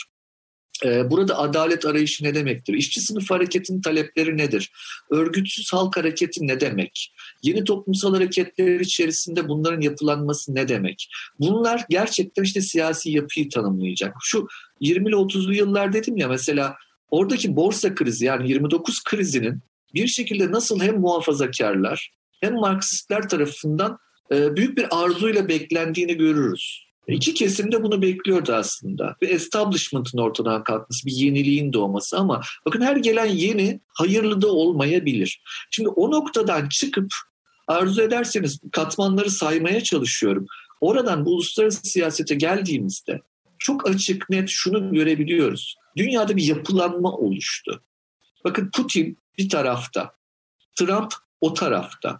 Burada adalet arayışı ne demektir? İşçi sınıf hareketinin talepleri nedir? Örgütsüz halk hareketi ne demek? Yeni toplumsal hareketler içerisinde bunların yapılanması ne demek? Bunlar gerçekten işte siyasi yapıyı tanımlayacak. Şu yirmili otuzlu yıllar dedim ya mesela oradaki borsa krizi yani yirmi dokuz krizinin bir şekilde nasıl hem muhafazakarlar hem Marksistler tarafından büyük bir arzuyla beklendiğini görürüz. İki kesim de bunu bekliyordu aslında. Bir establishment'ın ortadan kalkması, bir yeniliğin doğması ama bakın her gelen yeni hayırlı da olmayabilir. Şimdi o noktadan çıkıp arzu ederseniz katmanları saymaya çalışıyorum. Oradan bu uluslararası siyasete geldiğimizde çok açık net şunu görebiliyoruz. Dünyada bir yapılanma oluştu. Bakın Putin bir tarafta, Trump o tarafta,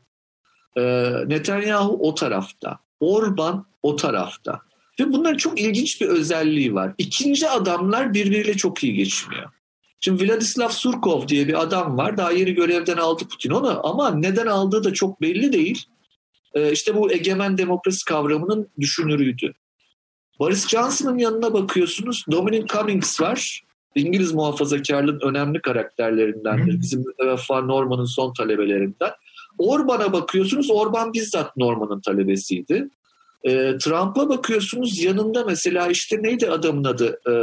Netanyahu o tarafta, Orban o tarafta. Ve bunların çok ilginç bir özelliği var. İkinci adamlar birbiriyle çok iyi geçmiyor. Şimdi Vladislav Surkov diye bir adam var. Daha yeni görevden aldı Putin onu ama neden aldığı da çok belli değil. Ee, işte bu egemen demokrasi kavramının düşünürüydü. Boris Johnson'ın yanına bakıyorsunuz. Dominic Cummings var. İngiliz muhafazakarlığın önemli karakterlerindendir. Bizim Vefa Norman'ın son talebelerinden. Orban'a bakıyorsunuz. Orban bizzat Norman'ın talebesiydi. E, Trump'a bakıyorsunuz. Yanında mesela işte neydi adamın adı? E,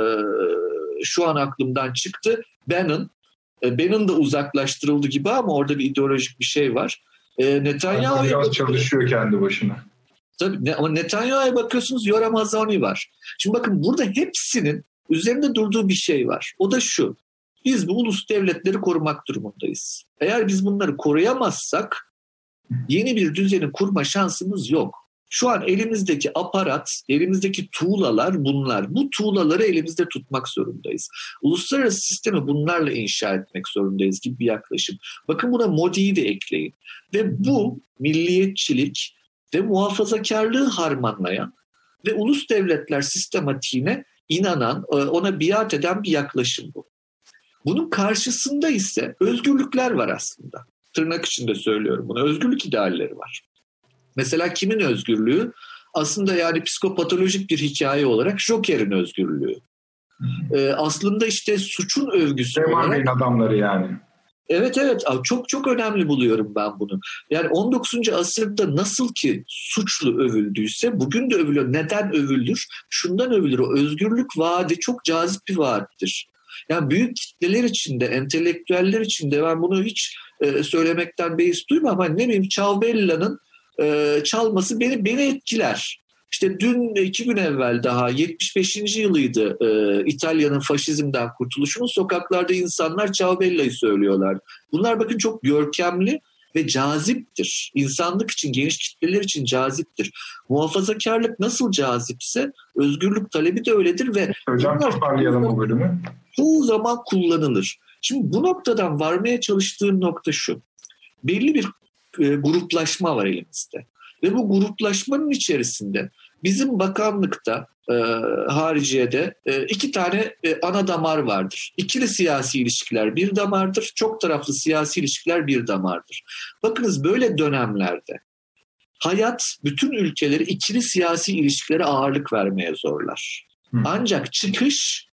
şu an aklımdan çıktı. Bannon. E, Bannon da uzaklaştırıldı gibi ama orada bir ideolojik bir şey var. E, Netanyahu'ya
biraz
bakıyorsunuz.
Çalışıyor kendi başına.
Tabii, ne, ama Netanyahu'ya bakıyorsunuz. Yoram Hazani var. Şimdi bakın burada hepsinin üzerinde durduğu bir şey var. O da şu. Biz bu ulus devletleri korumak durumundayız. Eğer biz bunları koruyamazsak yeni bir düzeni kurma şansımız yok. Şu an elimizdeki aparat, elimizdeki tuğlalar bunlar. Bu tuğlaları elimizde tutmak zorundayız. Uluslararası sistemi bunlarla inşa etmek zorundayız gibi bir yaklaşım. Bakın buna Modi'yi de ekleyin. Ve bu milliyetçilik ve muhafazakarlığı harmanlayan ve ulus devletler sistematiğine inanan, ona biat eden bir yaklaşım bu. Bunun karşısında ise özgürlükler var aslında. Tırnak içinde söylüyorum bunu. Özgürlük idealleri var. Mesela kimin özgürlüğü? Aslında yani psikopatolojik bir hikaye olarak Joker'in özgürlüğü. Ee, aslında işte suçun övgüsü
Süleyman
olarak...
Bey'in adamları yani.
Evet evet çok çok önemli buluyorum ben bunu. Yani on dokuzuncu asırda nasıl ki suçlu övüldüyse bugün de övülüyor. Neden övülür? Şundan övülür. O özgürlük vaadi çok cazip bir vaattir. Yani büyük kitleler içinde, entelektüeller içinde ben bunu hiç e, söylemekten beis duymam ama ne bileyim Ciaovella'nın e, çalması beni beni etkiler. İşte dün iki gün evvel daha yetmiş beşinci yılıydı e, İtalya'nın faşizmden kurtuluşunun sokaklarda insanlar Ciaovella'yı söylüyorlar. Bunlar bakın çok görkemli ve caziptir. İnsanlık için, geniş kitleler için caziptir. Muhafazakarlık nasıl cazipse özgürlük talebi de öyledir ve
hocam toparlayalım bu bölümü.
Çoğu zaman kullanılır. Şimdi bu noktadan varmaya çalıştığım nokta şu. Belli bir e, gruplaşma var elimizde. Ve bu gruplaşmanın içerisinde bizim bakanlıkta, e, hariciyede e, iki tane e, ana damar vardır. İkili siyasi ilişkiler bir damardır. Çok taraflı siyasi ilişkiler bir damardır. Bakınız böyle dönemlerde hayat bütün ülkeleri ikili siyasi ilişkilere ağırlık vermeye zorlar. Hı. Ancak çıkış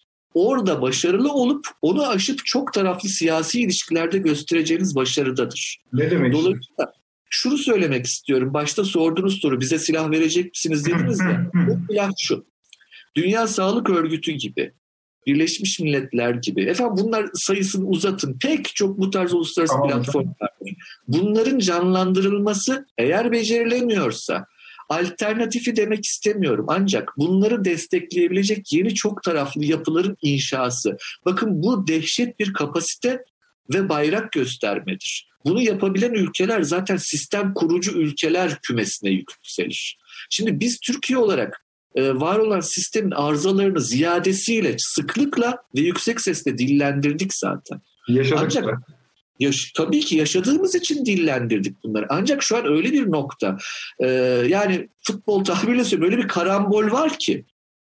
orada başarılı olup onu aşıp çok taraflı siyasi ilişkilerde göstereceğiniz başarıdadır.
Ne demek?
Dolayısıyla şunu söylemek istiyorum. Başta sorduğunuz soru bize silah verecek misiniz dediniz ya. Bu silah şu. Dünya Sağlık Örgütü gibi, Birleşmiş Milletler gibi. Efendim bunlar sayısını uzatın. Pek çok bu tarz uluslararası tamam, platformlar var. Bunların canlandırılması eğer becerilemiyorsa alternatifi demek istemiyorum. Ancak bunları destekleyebilecek yeni çok taraflı yapıların inşası. Bakın bu dehşet bir kapasite ve bayrak göstermedir. Bunu yapabilen ülkeler zaten sistem kurucu ülkeler kümesine yükselir. Şimdi biz Türkiye olarak e, var olan sistemin arızalarını ziyadesiyle, sıklıkla ve yüksek sesle dillendirdik zaten.
Yaşadık
Ancak,
mı?
Yaş- tabii ki yaşadığımız için dillendirdik bunları. Ancak şu an öyle bir nokta, e, yani futbol tabiriyle söylüyorum, öyle bir karambol var ki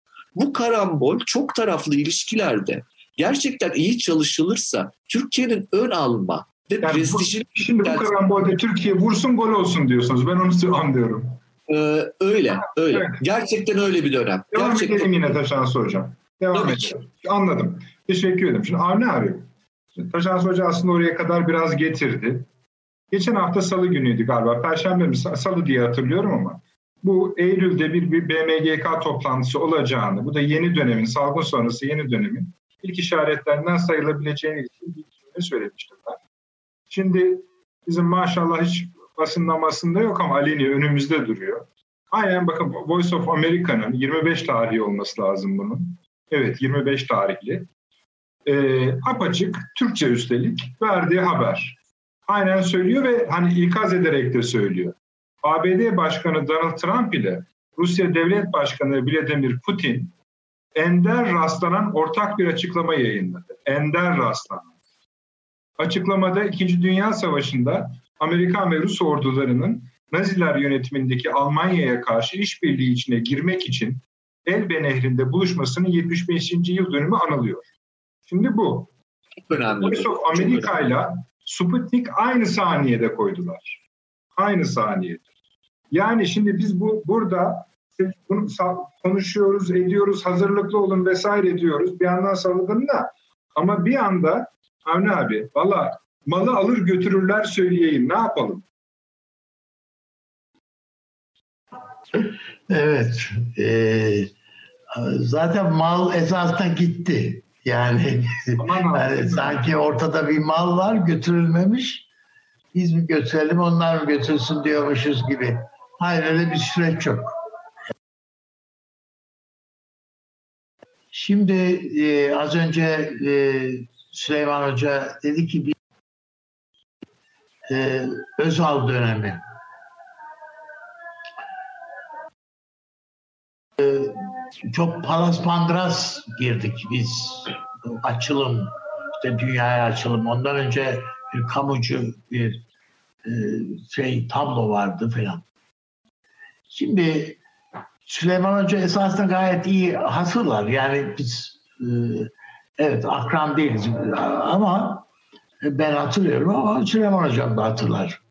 bu karambol çok taraflı ilişkilerde gerçekten iyi çalışılırsa Türkiye'nin ön alma ve
yani
prestijini...
Bu, şimdi bu karambolde Türkiye vursun gol olsun diyorsunuz. Ben onu anlıyorum.
Ee, öyle, öyle.
Evet.
Gerçekten öyle bir dönem.
Devam
Gerçekten...
edelim yine Taşansı Hocam. Devam
Tabii
edelim. Ki. Anladım. Teşekkür ederim. Şimdi Avni abi, Taşansı Hoca aslında oraya kadar biraz getirdi. Geçen hafta Salı günüydü galiba. Perşembe mi? Salı diye hatırlıyorum ama bu Eylül'de bir, bir B M G K toplantısı olacağını, bu da yeni dönemin, salgın sonrası yeni dönemin ilk işaretlerinden sayılabileceğini ilgili söylemiştim ben. Şimdi bizim maşallah hiç basınlamasında yok ama aleni önümüzde duruyor. Aynen bakın Voice of America'nın yirmi beş tarihi olması lazım bunun. Evet yirmi beş tarihli. E, apaçık Türkçe üstelik verdiği haber. Aynen söylüyor ve hani ikaz ederek de söylüyor. A B D Başkanı Donald Trump ile Rusya Devlet Başkanı Vladimir Putin ender rastlanan ortak bir açıklama yayınladı. Ender rastlanan. Açıklamada İkinci Dünya Savaşı'nda Amerikan ve Rus ordularının Naziler yönetimindeki Almanya'ya karşı işbirliği içine girmek için Elbe Nehri'nde buluşmasının yetmiş beşinci yıl dönümü anılıyor. Şimdi bu.
Önemli.
Voice of America ile Sputnik aynı saniyede koydular. Aynı saniyede. Yani şimdi biz bu burada bunu konuşuyoruz, ediyoruz, hazırlıklı olun vesaire diyoruz. Bir yandan salladım da ama bir anda Avni abi valla malı alır götürürler söyleyeyim. Ne yapalım?
Evet. E, zaten mal esasında gitti. Yani, yani sanki ortada bir mal var götürülmemiş. Biz mi götürelim onlar mı götürsün diyormuşuz gibi. Hayır öyle bir süreç yok. Şimdi e, az önce e, Süleyman Hoca dedi ki bir e, Özal dönemi. E, çok palaspandras girdik biz. Açılım, işte dünyaya açılım. Ondan önce bir kamucu bir e, şey tablo vardı falan. Şimdi Süleyman Hoca esasında gayet iyi hatırlar. Yani biz e, evet akran değiliz ama ben hatırlıyorum ama Süleyman Hocam da hatırlar.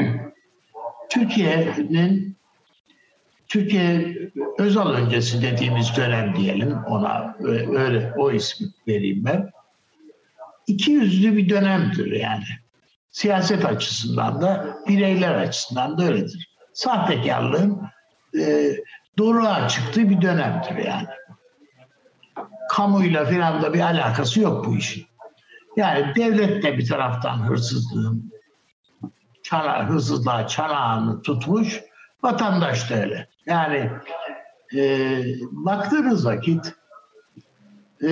Türkiye'nin Türkiye Özal öncesi dediğimiz dönem diyelim ona öyle o ismi vereyim ben. İki yüzlü bir dönemdir yani. Siyaset açısından da bireyler açısından da öyledir. Sahtekarlığın e, doğruğa çıktığı bir dönemdir yani. Kamuyla filan da bir alakası yok bu işin. Yani devlet de bir taraftan hırsızlığın çana, hırsızlığa çanağını tutmuş, vatandaş da öyle. Yani e, baktığınız vakit e,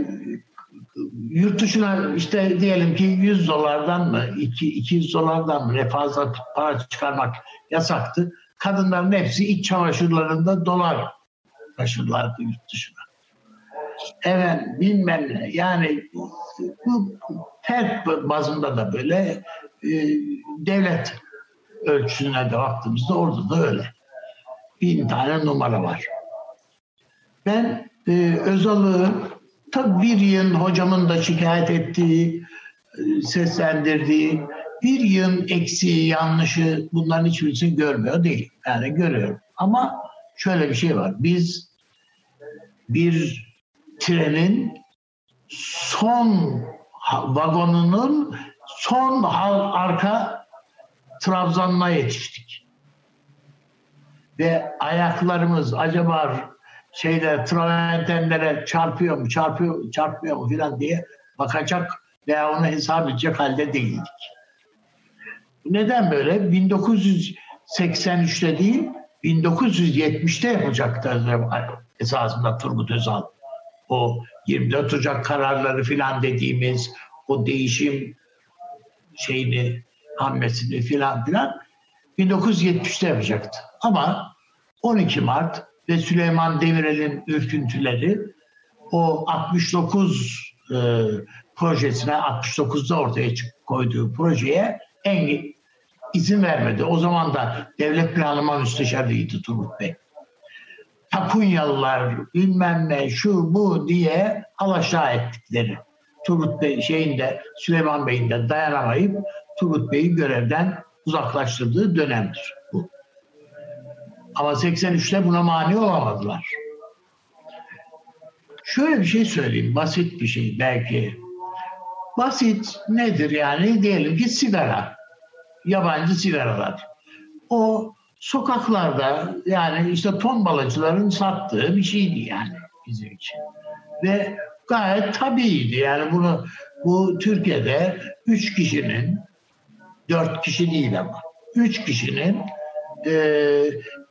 yurt dışına işte diyelim ki yüz dolardan mı iki yüz dolardan mı ne fazla para çıkarmak yasaktı. Kadınların hepsi iç çamaşırlarında dolar taşırlardı yurt dışına. Evet bilmem ne yani bu fert bazında da böyle e, devlet ölçüsüne de baktığımızda orada da öyle. Bin tane numara var. Ben e, Özal'ı tabii bir yığın hocamın da şikayet ettiği, seslendirdiği, bir yığın eksiği, yanlışı bunların hiçbirisini görmüyor değil. Yani görüyorum. Ama şöyle bir şey var. Biz bir trenin son vagonunun son arka trabzanına yetiştik. Ve ayaklarımız acaba şeyler travertenlere çarpıyor mu, çarpıyor, çarpmıyor mu filan diye bakacak veya onu hesap edecek halde değildik. Neden böyle? bin dokuz yüz seksen üçte değil, bin dokuz yüz yetmişte yapacaktı esasında Turgut Özal. O yirmi dört Ocak kararları filan dediğimiz o değişim şeyini, hamlesini filan filan bin dokuz yüz yetmişte yapacaktı. Ama on iki Mart ve Süleyman Demirel'in ürküntüleri o altmış dokuz e, projesine, altmış dokuzda ortaya koyduğu projeye engel izin vermedi. O zaman da Devlet Planlama Müsteşarıydı Turgut Bey. Takunyalılar bilmem ne şu bu diye alaşağı ettikleri. Turgut Bey şeyinde Süleyman Bey'in de dayanamayıp Turgut Bey'i görevden uzaklaştırdığı dönemdir bu. Ama seksen üçte buna mani olamadılar. Şöyle bir şey söyleyeyim, basit bir şey belki. Basit nedir yani? Diyelim ki sigara, yabancı sigaralar. O sokaklarda yani işte tombalacıların sattığı bir şeydi yani bizim için. Ve gayet tabiiydi yani bunu bu Türkiye'de üç kişinin, dört kişi değil ama üç kişinin e,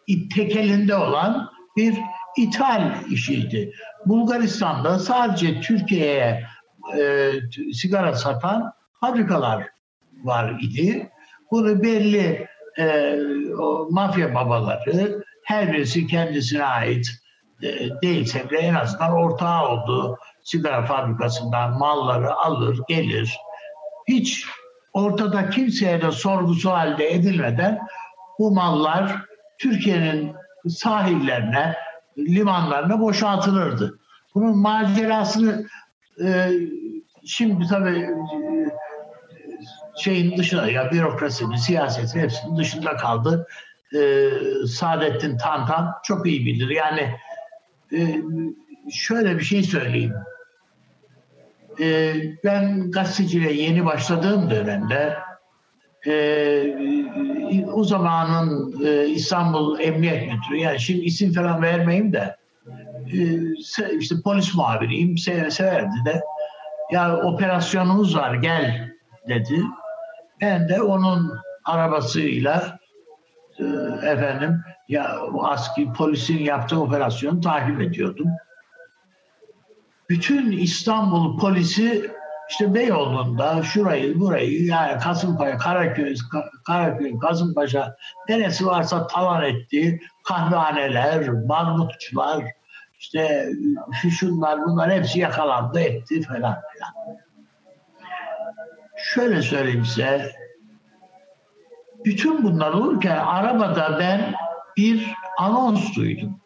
tek elinde olan bir ithal işiydi. Bulgaristan'da sadece Türkiye'ye e, sigara satan fabrikalar var idi. Bunu belli e, o mafya babaları, her birisi kendisine ait e, değilse bile en azından ortağı olduğu sigara fabrikasından malları alır, gelir. Hiç ortada kimseye de sorgusu halde edilmeden bu mallar Türkiye'nin sahillerine, limanlarına boşaltılırdı. Bunun macerasını e, şimdi tabii e, şeyin dışında, ya bürokrasinin, siyasetin hepsinin dışında kaldı. E, Saadettin Tantan çok iyi bilir. Yani e, şöyle bir şey söyleyeyim. E, ben gazeteciliğe yeni başladığım dönemde e, o zamanın e, İstanbul Emniyet Müdürü, yani şimdi isim falan vermeyeyim de e, işte polis muhabiriyim, sev severdi de, ya operasyonumuz var gel dedi. Ben de onun arabasıyla e, efendim ya aski polisin yaptığı operasyonu takip ediyordum. Bütün İstanbul polisi işte Beyoğlu'nda şurayı burayı, yani Kasımpaşa, Karaköy, Karaköy, Kasımpaşa neresi varsa talan etti. Kahvehaneler, barmutçular, işte şunlar bunlar hepsi yakalandı etti falan filan. Şöyle söyleyeyim size, bütün bunlar olurken arabada ben bir anons duydum.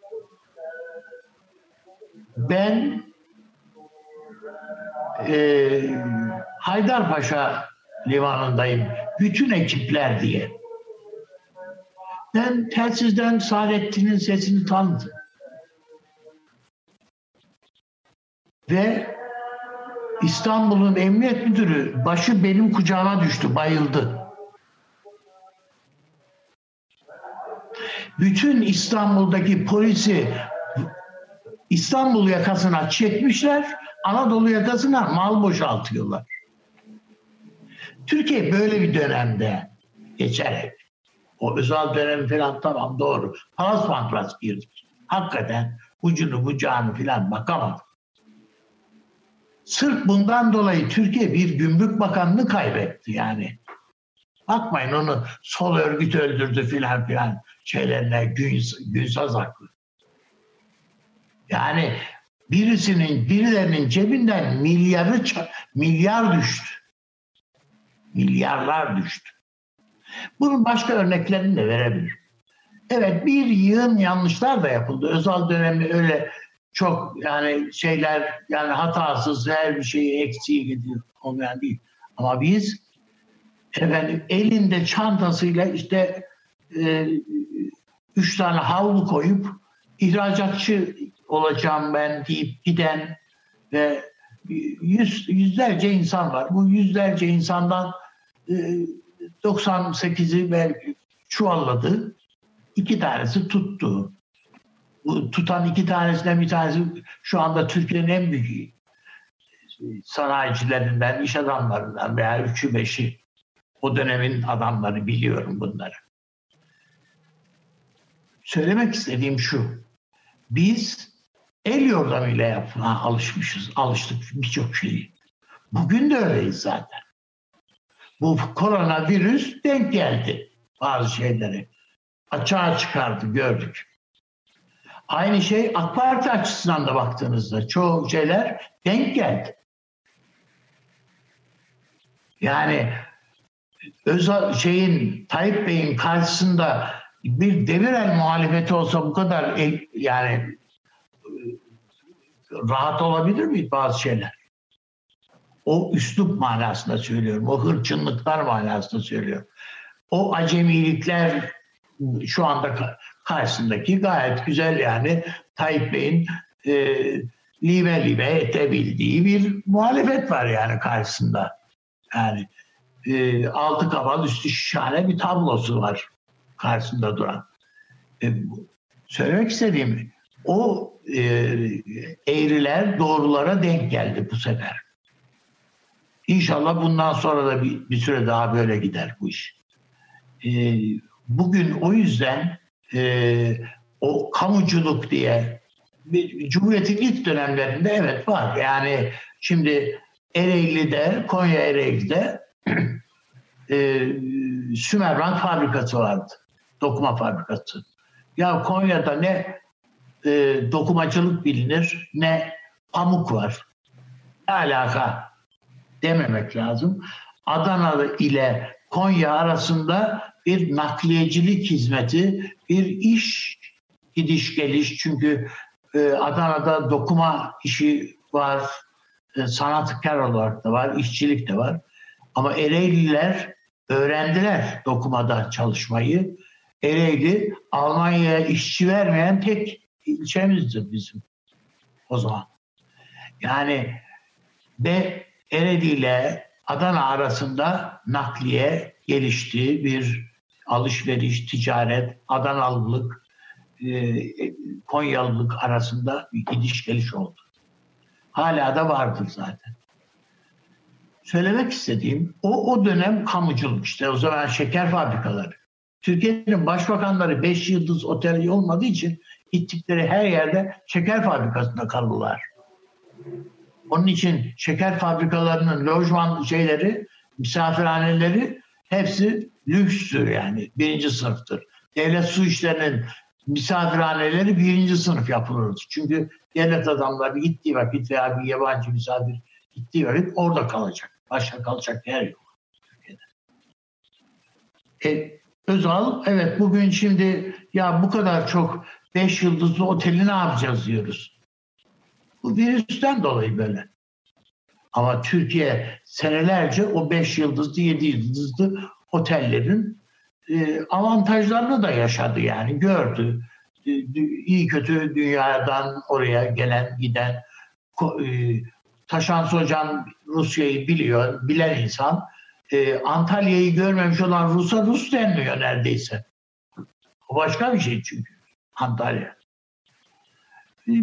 Ben e, Haydarpaşa limanındayım, bütün ekipler diye. Ben telsizden Saadettin'in sesini tanıdım. Ve İstanbul'un emniyet müdürü başı benim kucağıma düştü, bayıldı. Bütün İstanbul'daki polisi İstanbul yakasına çekmişler, Anadolu yakasına mal boşaltıyorlar. Türkiye böyle bir dönemde geçerek, o özel dönem falan tamam doğru, palas panklas girdik. Hakikaten ucunu bucağını falan bakamadık. Sırf bundan dolayı Türkiye bir gümrük bakanını kaybetti yani. Bakmayın onu sol örgüt öldürdü filan filan şeylerine, gün, günsaz haklı. Yani birisinin, birilerinin cebinden milyarı, milyar düştü. Milyarlar düştü. Bunun başka örneklerini de verebilirim. Evet, bir yığın yanlışlar da yapıldı. Özal dönemi öyle çok yani şeyler, yani hatasız her bir şeyi eksiği gidiyor olmayan değil. Ama biz efendim elinde çantasıyla işte e, üç tane havlu koyup ihracatçı olacağım ben deyip giden ve yüz, yüzlerce insan var. Bu yüzlerce insandan e, doksan sekizi belki çuvalladı. İki tanesi tuttu. Bu tutan iki tanesinden bir tanesi şu anda Türkiye'nin en büyük sanayicilerinden, iş adamlarından veya üçü beşi. O dönemin adamları, biliyorum bunları. Söylemek istediğim şu. Biz el yordamıyla yapmaya alışmışız, alıştık birçok şeyi. Bugün de öyleyiz zaten. Bu koronavirüs denk geldi bazı şeyleri. Açığa çıkardı, gördük. Aynı şey AK Parti açısından da baktığınızda çoğu şeyler denk geldi. Yani Özal şeyin, Tayyip Bey'in karşısında bir Demirel muhalefeti olsa bu kadar el, yani rahat olabilir mi bazı şeyler? O üslup manasında söylüyorum. O hırçınlıklar manasında söylüyorum. O acemilikler şu anda karşısındaki gayet güzel, yani Tayyip Bey'in e, libe libe edebildiği bir muhalefet var yani karşısında. Yani e, altı kaval üstü şişhane bir tablosu var karşısında duran. E, söylemek istediğim, o e, eğriler doğrulara denk geldi bu sefer. İnşallah bundan sonra da bir, bir süre daha böyle gider bu iş. E, bugün o yüzden e, o kamuculuk diye bir, Cumhuriyet'in ilk dönemlerinde evet var. Yani şimdi Ereğli'de, Konya Ereğli'de e, Sümerbank fabrikası vardı. Dokuma fabrikası. Ya Konya'da ne e, dokumacılık bilinir ne pamuk var. Ne alaka dememek lazım. Adana ile Konya arasında bir nakliyecilik hizmeti, bir iş gidiş geliş. Çünkü e, Adana'da dokuma işi var, e, sanatkar olarak da var, işçilik de var. Ama Ereğliler öğrendiler dokumada çalışmayı. Ereğli Almanya'ya işçi vermeyen tek ilçemizdir bizim o zaman. Yani ve Ereğli ile Adana arasında nakliye gelişti, bir alışveriş, ticaret, Adanalılık, e, Konyalılık arasında bir gidiş geliş oldu. Hala da vardır zaten. Söylemek istediğim o, o dönem kamuculuk işte o zaman şeker fabrikaları. Türkiye'nin başbakanları beş yıldız oteli olmadığı için gittikleri her yerde şeker fabrikasında kalırlar. Onun için şeker fabrikalarının lojman şeyleri, misafirhaneleri hepsi lükstür yani. Birinci sınıftır. Devlet su işlerinin misafirhaneleri birinci sınıf yapılır. Çünkü devlet adamları gittiği vakit veya bir yabancı misafir gittiği vakit orada kalacak. Başka kalacak yer yok Türkiye'de. E, Özal, evet bugün şimdi ya bu kadar çok beş yıldızlı oteli ne yapacağız diyoruz. Bu virüsten dolayı böyle. Ama Türkiye senelerce o beş yıldızlı, yedi yıldızlı otellerin e, avantajlarını da yaşadı yani gördü. E, iyi kötü dünyadan oraya gelen giden e, Taşansı Hocam Rusya'yı biliyor, bilen insan. E, Antalya'yı görmemiş olan Rus'a Rus denmiyor neredeyse. O başka bir şey çünkü Antalya. E,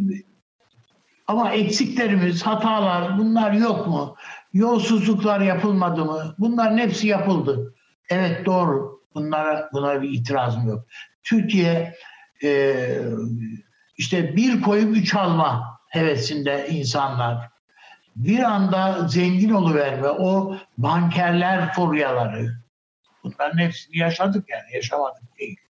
Ama eksiklerimiz, hatalar bunlar yok mu? Yolsuzluklar yapılmadı mı? Bunların hepsi yapıldı. Evet doğru. Bunlara, buna bir itirazım yok. Türkiye e, işte bir koyup üç alma hevesinde insanlar. Bir anda zengin oluverme, o bankerler furyaları. Bunların hepsini yaşadık yani. Yaşamadık değil.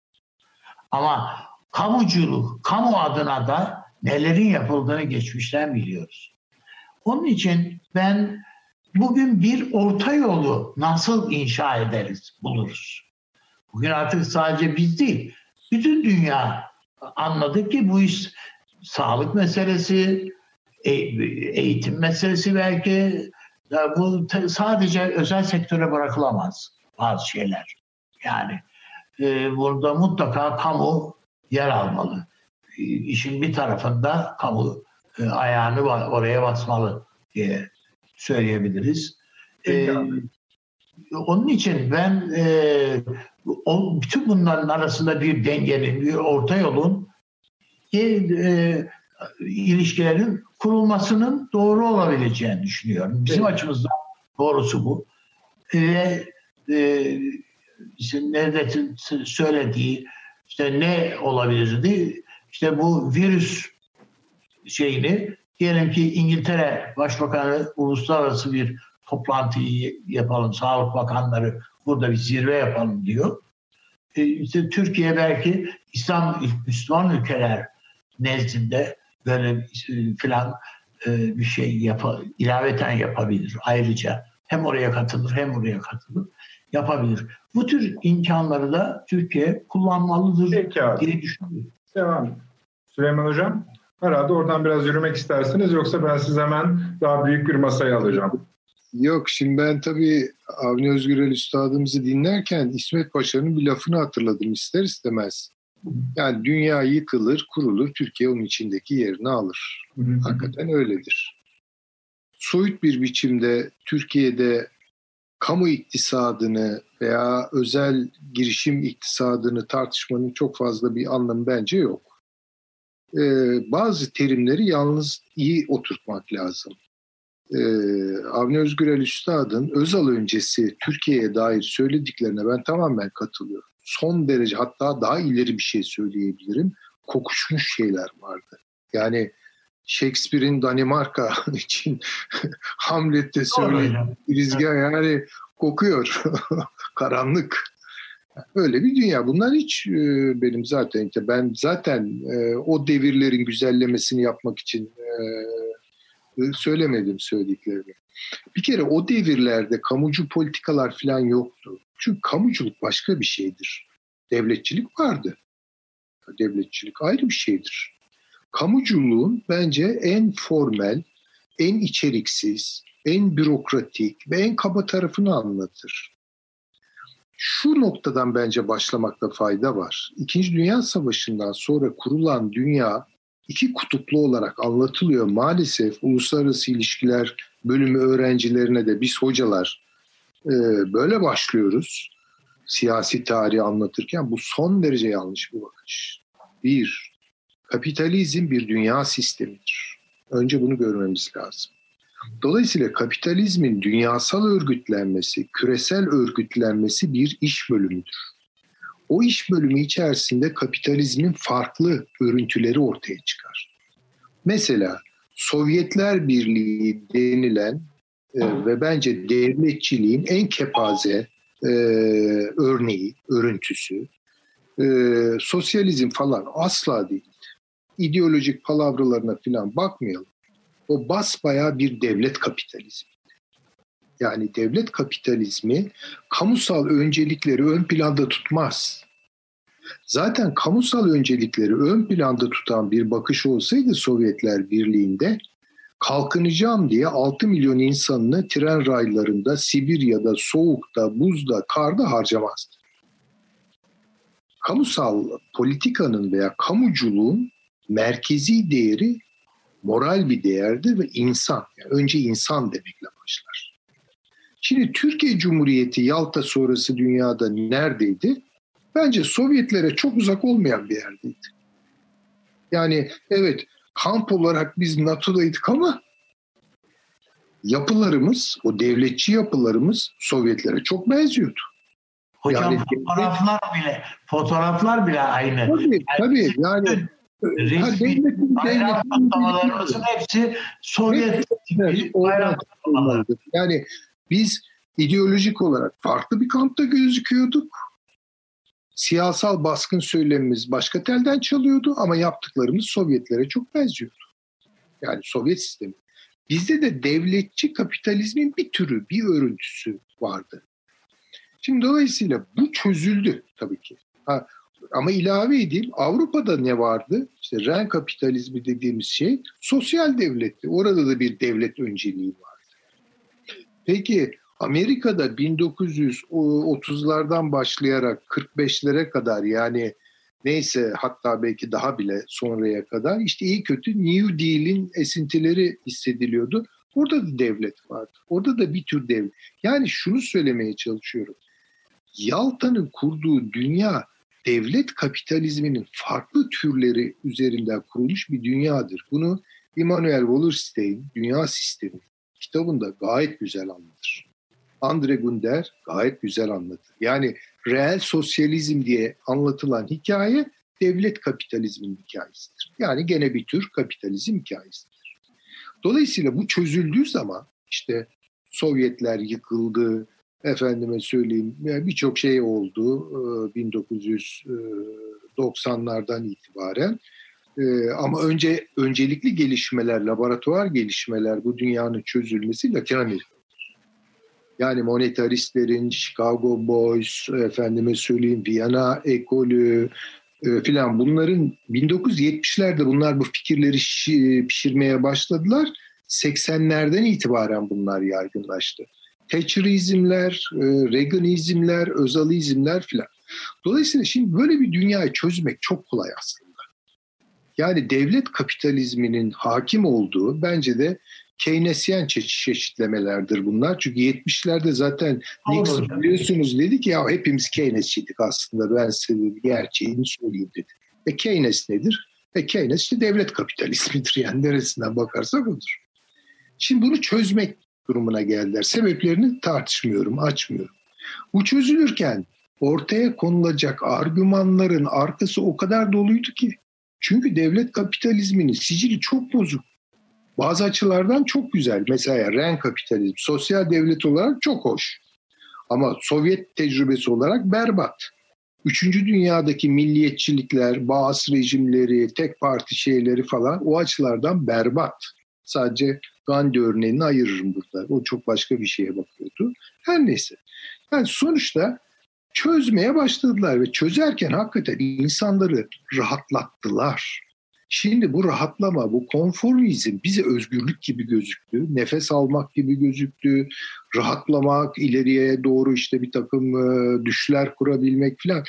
Ama kamuculuk, kamu adına da nelerin yapıldığını geçmişten biliyoruz. Onun için ben bugün bir orta yolu nasıl inşa ederiz, buluruz. Bugün artık sadece biz değil, bütün dünya anladık ki bu iş sağlık meselesi, eğitim meselesi belki. Bu sadece özel sektöre bırakılamaz bazı şeyler. Yani burada mutlaka kamu yer almalı. İşin bir tarafında kamu e, ayağını oraya basmalı diye söyleyebiliriz. E, onun için ben e, o, bütün bunların arasında bir dengenin, bir orta yolun e, e, ilişkilerin kurulmasının doğru olabileceğini düşünüyorum. Bizim evet. açımızdan doğrusu bu. Ve e, işte Nevzat'ın söylediği işte ne olabilirdi? İşte bu virüs şeyini diyelim ki İngiltere Başbakanı uluslararası bir toplantıyı yapalım, sağlık bakanları burada bir zirve yapalım diyor. E işte Türkiye belki İslam, Müslüman ülkeler nezdinde böyle filan e, bir şey yap, ilaveten yapabilir. Ayrıca hem oraya katılır hem oraya katılır yapabilir. Bu tür imkanları da Türkiye kullanmalıdır diye düşünüyorum.
Devam. Süleyman Hocam, herhalde oradan biraz yürümek istersiniz yoksa ben sizi hemen daha büyük bir masaya alacağım.
Yok, şimdi ben tabii Avni Özgürel Üstadımızı dinlerken İsmet Paşa'nın bir lafını hatırladım ister istemez. Yani dünya yıkılır, kurulur, Türkiye onun içindeki yerini alır. Hı hı. Hakikaten öyledir. Soyut bir biçimde Türkiye'de kamu iktisadını veya özel girişim iktisadını tartışmanın çok fazla bir anlamı bence yok. Ee, bazı terimleri yalnız iyi oturtmak lazım. Ee, Avni Özgürel Üstad'ın Özal öncesi Türkiye'ye dair söylediklerine ben tamamen katılıyorum. son derece, hatta daha ileri bir şey söyleyebilirim. Kokuşmuş şeyler vardı. Yani Shakespeare'in Danimarka için Hamlet'te söylediği rüzgar yani kokuyor. Karanlık. Öyle bir dünya. Bunlar hiç e, benim zaten işte ben zaten e, o devirlerin güzellemesini yapmak için e, söylemedim söylediklerimi. Bir kere o devirlerde kamucu politikalar falan yoktu. Çünkü kamuculuk başka bir şeydir. Devletçilik vardı. Devletçilik ayrı bir şeydir. Kamuculuğun bence en formel, en içeriksiz, en bürokratik ve en kaba tarafını anlatır. Şu noktadan bence başlamakta fayda var. İkinci Dünya Savaşı'ndan sonra kurulan dünya iki kutuplu olarak anlatılıyor. Maalesef uluslararası ilişkiler bölümü öğrencilerine de biz hocalar e, böyle başlıyoruz. Siyasi tarihi anlatırken bu son derece yanlış bir bakış. Bir, kapitalizm bir dünya sistemidir. Önce bunu görmemiz lazım. Dolayısıyla kapitalizmin dünyasal örgütlenmesi, küresel örgütlenmesi bir iş bölümüdür. O iş bölümü içerisinde kapitalizmin farklı örüntüleri ortaya çıkar. Mesela Sovyetler Birliği denilen e, ve bence devletçiliğin en kepaze e, örneği, örüntüsü, e, sosyalizm falan asla değil. İdeolojik palavralarına falan bakmayalım. O basbayağı bir devlet kapitalizmi. Yani devlet kapitalizmi kamusal öncelikleri ön planda tutmaz. Zaten kamusal öncelikleri ön planda tutan bir bakış olsaydı Sovyetler Birliği'nde kalkınacağım diye altı milyon insanını tren raylarında, Sibirya'da, soğukta, buzda, karda harcamazdı. Kamusal politikanın veya kamuculuğun merkezi değeri moral bir değerdir ve insan. Yani önce insan demekle başlar. Şimdi Türkiye Cumhuriyeti Yalta sonrası dünyada neredeydi? Bence Sovyetlere çok uzak olmayan bir yerdeydi. Yani evet kamp olarak biz NATO'daydık ama yapılarımız, o devletçi yapılarımız Sovyetlere çok benziyordu.
Hocam
yani,
fotoğraflar bile fotoğraflar bile aynı.
Tabii yani, tabii yani
resmi bayrak kutlamalarımızın hepsi Sovyet tipi bayrak kutlamaları.
Yani biz ideolojik olarak farklı bir kampta gözüküyorduk. Siyasal baskın söylemimiz başka telden çalıyordu ama yaptıklarımız Sovyetlere çok benziyordu. Yani Sovyet sistemi. Bizde de devletçi kapitalizmin bir türü, bir örüntüsü vardı. Şimdi dolayısıyla bu çözüldü tabii ki. Ha, ama ilave edeyim, Avrupa'da ne vardı? İşte ren kapitalizmi dediğimiz şey sosyal devletti. Orada da bir devlet önceliği vardı. Peki Amerika'da bin dokuz yüz otuzlardan başlayarak kırk beşlere kadar yani neyse hatta belki daha bile sonraya kadar işte iyi kötü New Deal'in esintileri hissediliyordu. Orada da devlet vardı. Orada da bir tür devlet. Yani şunu söylemeye çalışıyorum. Yalta'nın kurduğu dünya devlet kapitalizminin farklı türleri üzerinden kurulmuş bir dünyadır. Bunu Immanuel Wallerstein Dünya Sistemi kitabında gayet güzel anlatır. Andre Gunder gayet güzel anlatır. Yani reel sosyalizm diye anlatılan hikaye devlet kapitalizminin hikayesidir. Yani gene bir tür kapitalizm hikayesidir. Dolayısıyla bu çözüldüğü zaman işte Sovyetler yıkıldı, efendime söyleyeyim birçok şey oldu bin dokuz yüz doksanlardan itibaren. Ama önce öncelikli gelişmeler, laboratuvar gelişmeler bu dünyanın çözülmesi Latin Amerika'dır. Yani monetaristlerin, Chicago Boys, efendime söyleyeyim Viyana ekolü e, filan bunların bin dokuz yüz yetmişlerde bunlar bu fikirleri şi, pişirmeye başladılar. seksenlerden itibaren bunlar yaygınlaştı. Thatcherizmler, e, Reaganizmler, Özalizmler filan. Dolayısıyla şimdi böyle bir dünyayı çözmek çok kolay aslında. Yani devlet kapitalizminin hakim olduğu bence de Keynesyen çeşitlemelerdir bunlar. Çünkü yetmişlerde zaten Nixon biliyorsunuz dedi ki ya hepimiz Keynesçiydik aslında ben size gerçeğini söyleyeyim dedi. E Keynes nedir? E Keynes işte devlet kapitalizmidir yani neresinden bakarsak odur. Şimdi bunu çözmek durumuna geldiler. Sebeplerini tartışmıyorum, açmıyorum. Bu çözülürken ortaya konulacak argümanların arkası o kadar doluydu ki. Çünkü devlet kapitalizminin sicili çok bozuk. Bazı açılardan çok güzel. Mesela renk kapitalizm, sosyal devlet olarak çok hoş. Ama Sovyet tecrübesi olarak berbat. Üçüncü dünyadaki milliyetçilikler, Bağız rejimleri, tek parti şeyleri falan o açılardan berbat. Sadece Gandhi örneğini ayırırım burada. O çok başka bir şeye bakıyordu. Her neyse. Yani sonuçta çözmeye başladılar ve çözerken hakikaten insanları rahatlattılar. Şimdi bu rahatlama, bu konformizm bize özgürlük gibi gözüktü, nefes almak gibi gözüktü, rahatlamak, ileriye doğru işte bir takım düşler kurabilmek falan.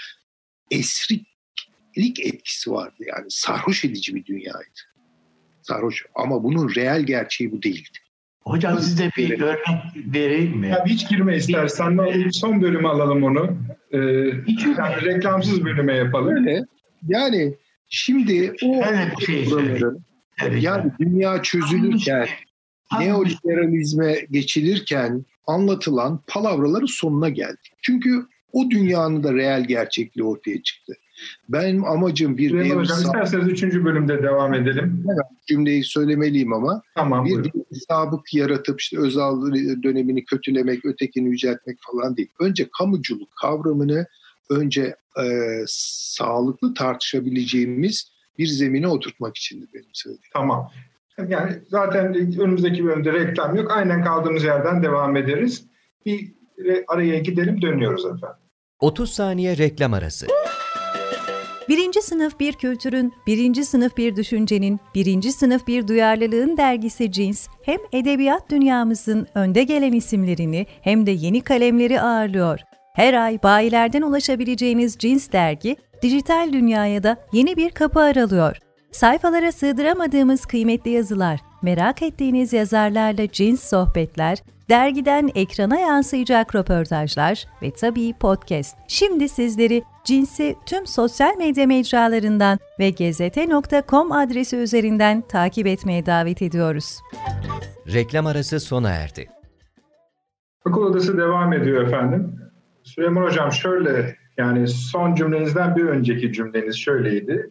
Esriklik etkisi vardı yani, sarhoş edici bir dünyaydı. Sarhoş, ama bunun reel gerçeği bu değildi.
Hocam size bir örnek vereyim mi?
Ya hiç girme istersen. Bir... Son bölümü alalım onu. Ee, yani reklamsız bölüme yapalım.
Öyle. Yani şimdi o
evet, şey
evet. Yani dünya çözülürken, neoliberalizme geçilirken anlatılan palavraların sonuna geldik. Çünkü o dünyanın da reel gerçekliği ortaya çıktı. Benim amacım bir
Süleyman Hocam
sab-
isterseniz üçüncü bölümde devam edelim.
Evet, cümleyi söylemeliyim ama
tamam,
bir devir sabık yaratıp işte Özal dönemini kötülemek, ötekini yüceltmek falan değil. Önce kamuculuk kavramını önce e, sağlıklı tartışabileceğimiz bir zemine oturtmak içindi benim söylediğim.
Tamam. Yani zaten önümüzdeki bölümde reklam yok. Aynen kaldığımız yerden devam ederiz. Bir araya gidelim, dönüyoruz efendim.
otuz saniye reklam arası.
Birinci sınıf bir kültürün, birinci sınıf bir düşüncenin, birinci sınıf bir duyarlılığın dergisi Cins, hem edebiyat dünyamızın önde gelen isimlerini hem de yeni kalemleri ağırlıyor. Her ay bayilerden ulaşabileceğiniz Cins dergi, dijital dünyaya da yeni bir kapı aralıyor. Sayfalara sığdıramadığımız kıymetli yazılar, merak ettiğiniz yazarlarla cins sohbetler, dergiden ekrana yansıyacak röportajlar ve tabii podcast. Şimdi sizleri Cins'i tüm sosyal medya mecralarından ve gezete nokta com adresi üzerinden takip etmeye davet ediyoruz.
Reklam arası sona erdi.
Akıl Odası devam ediyor efendim. Süleyman Hocam şöyle, yani son cümlenizden bir önceki cümleniz şöyleydi.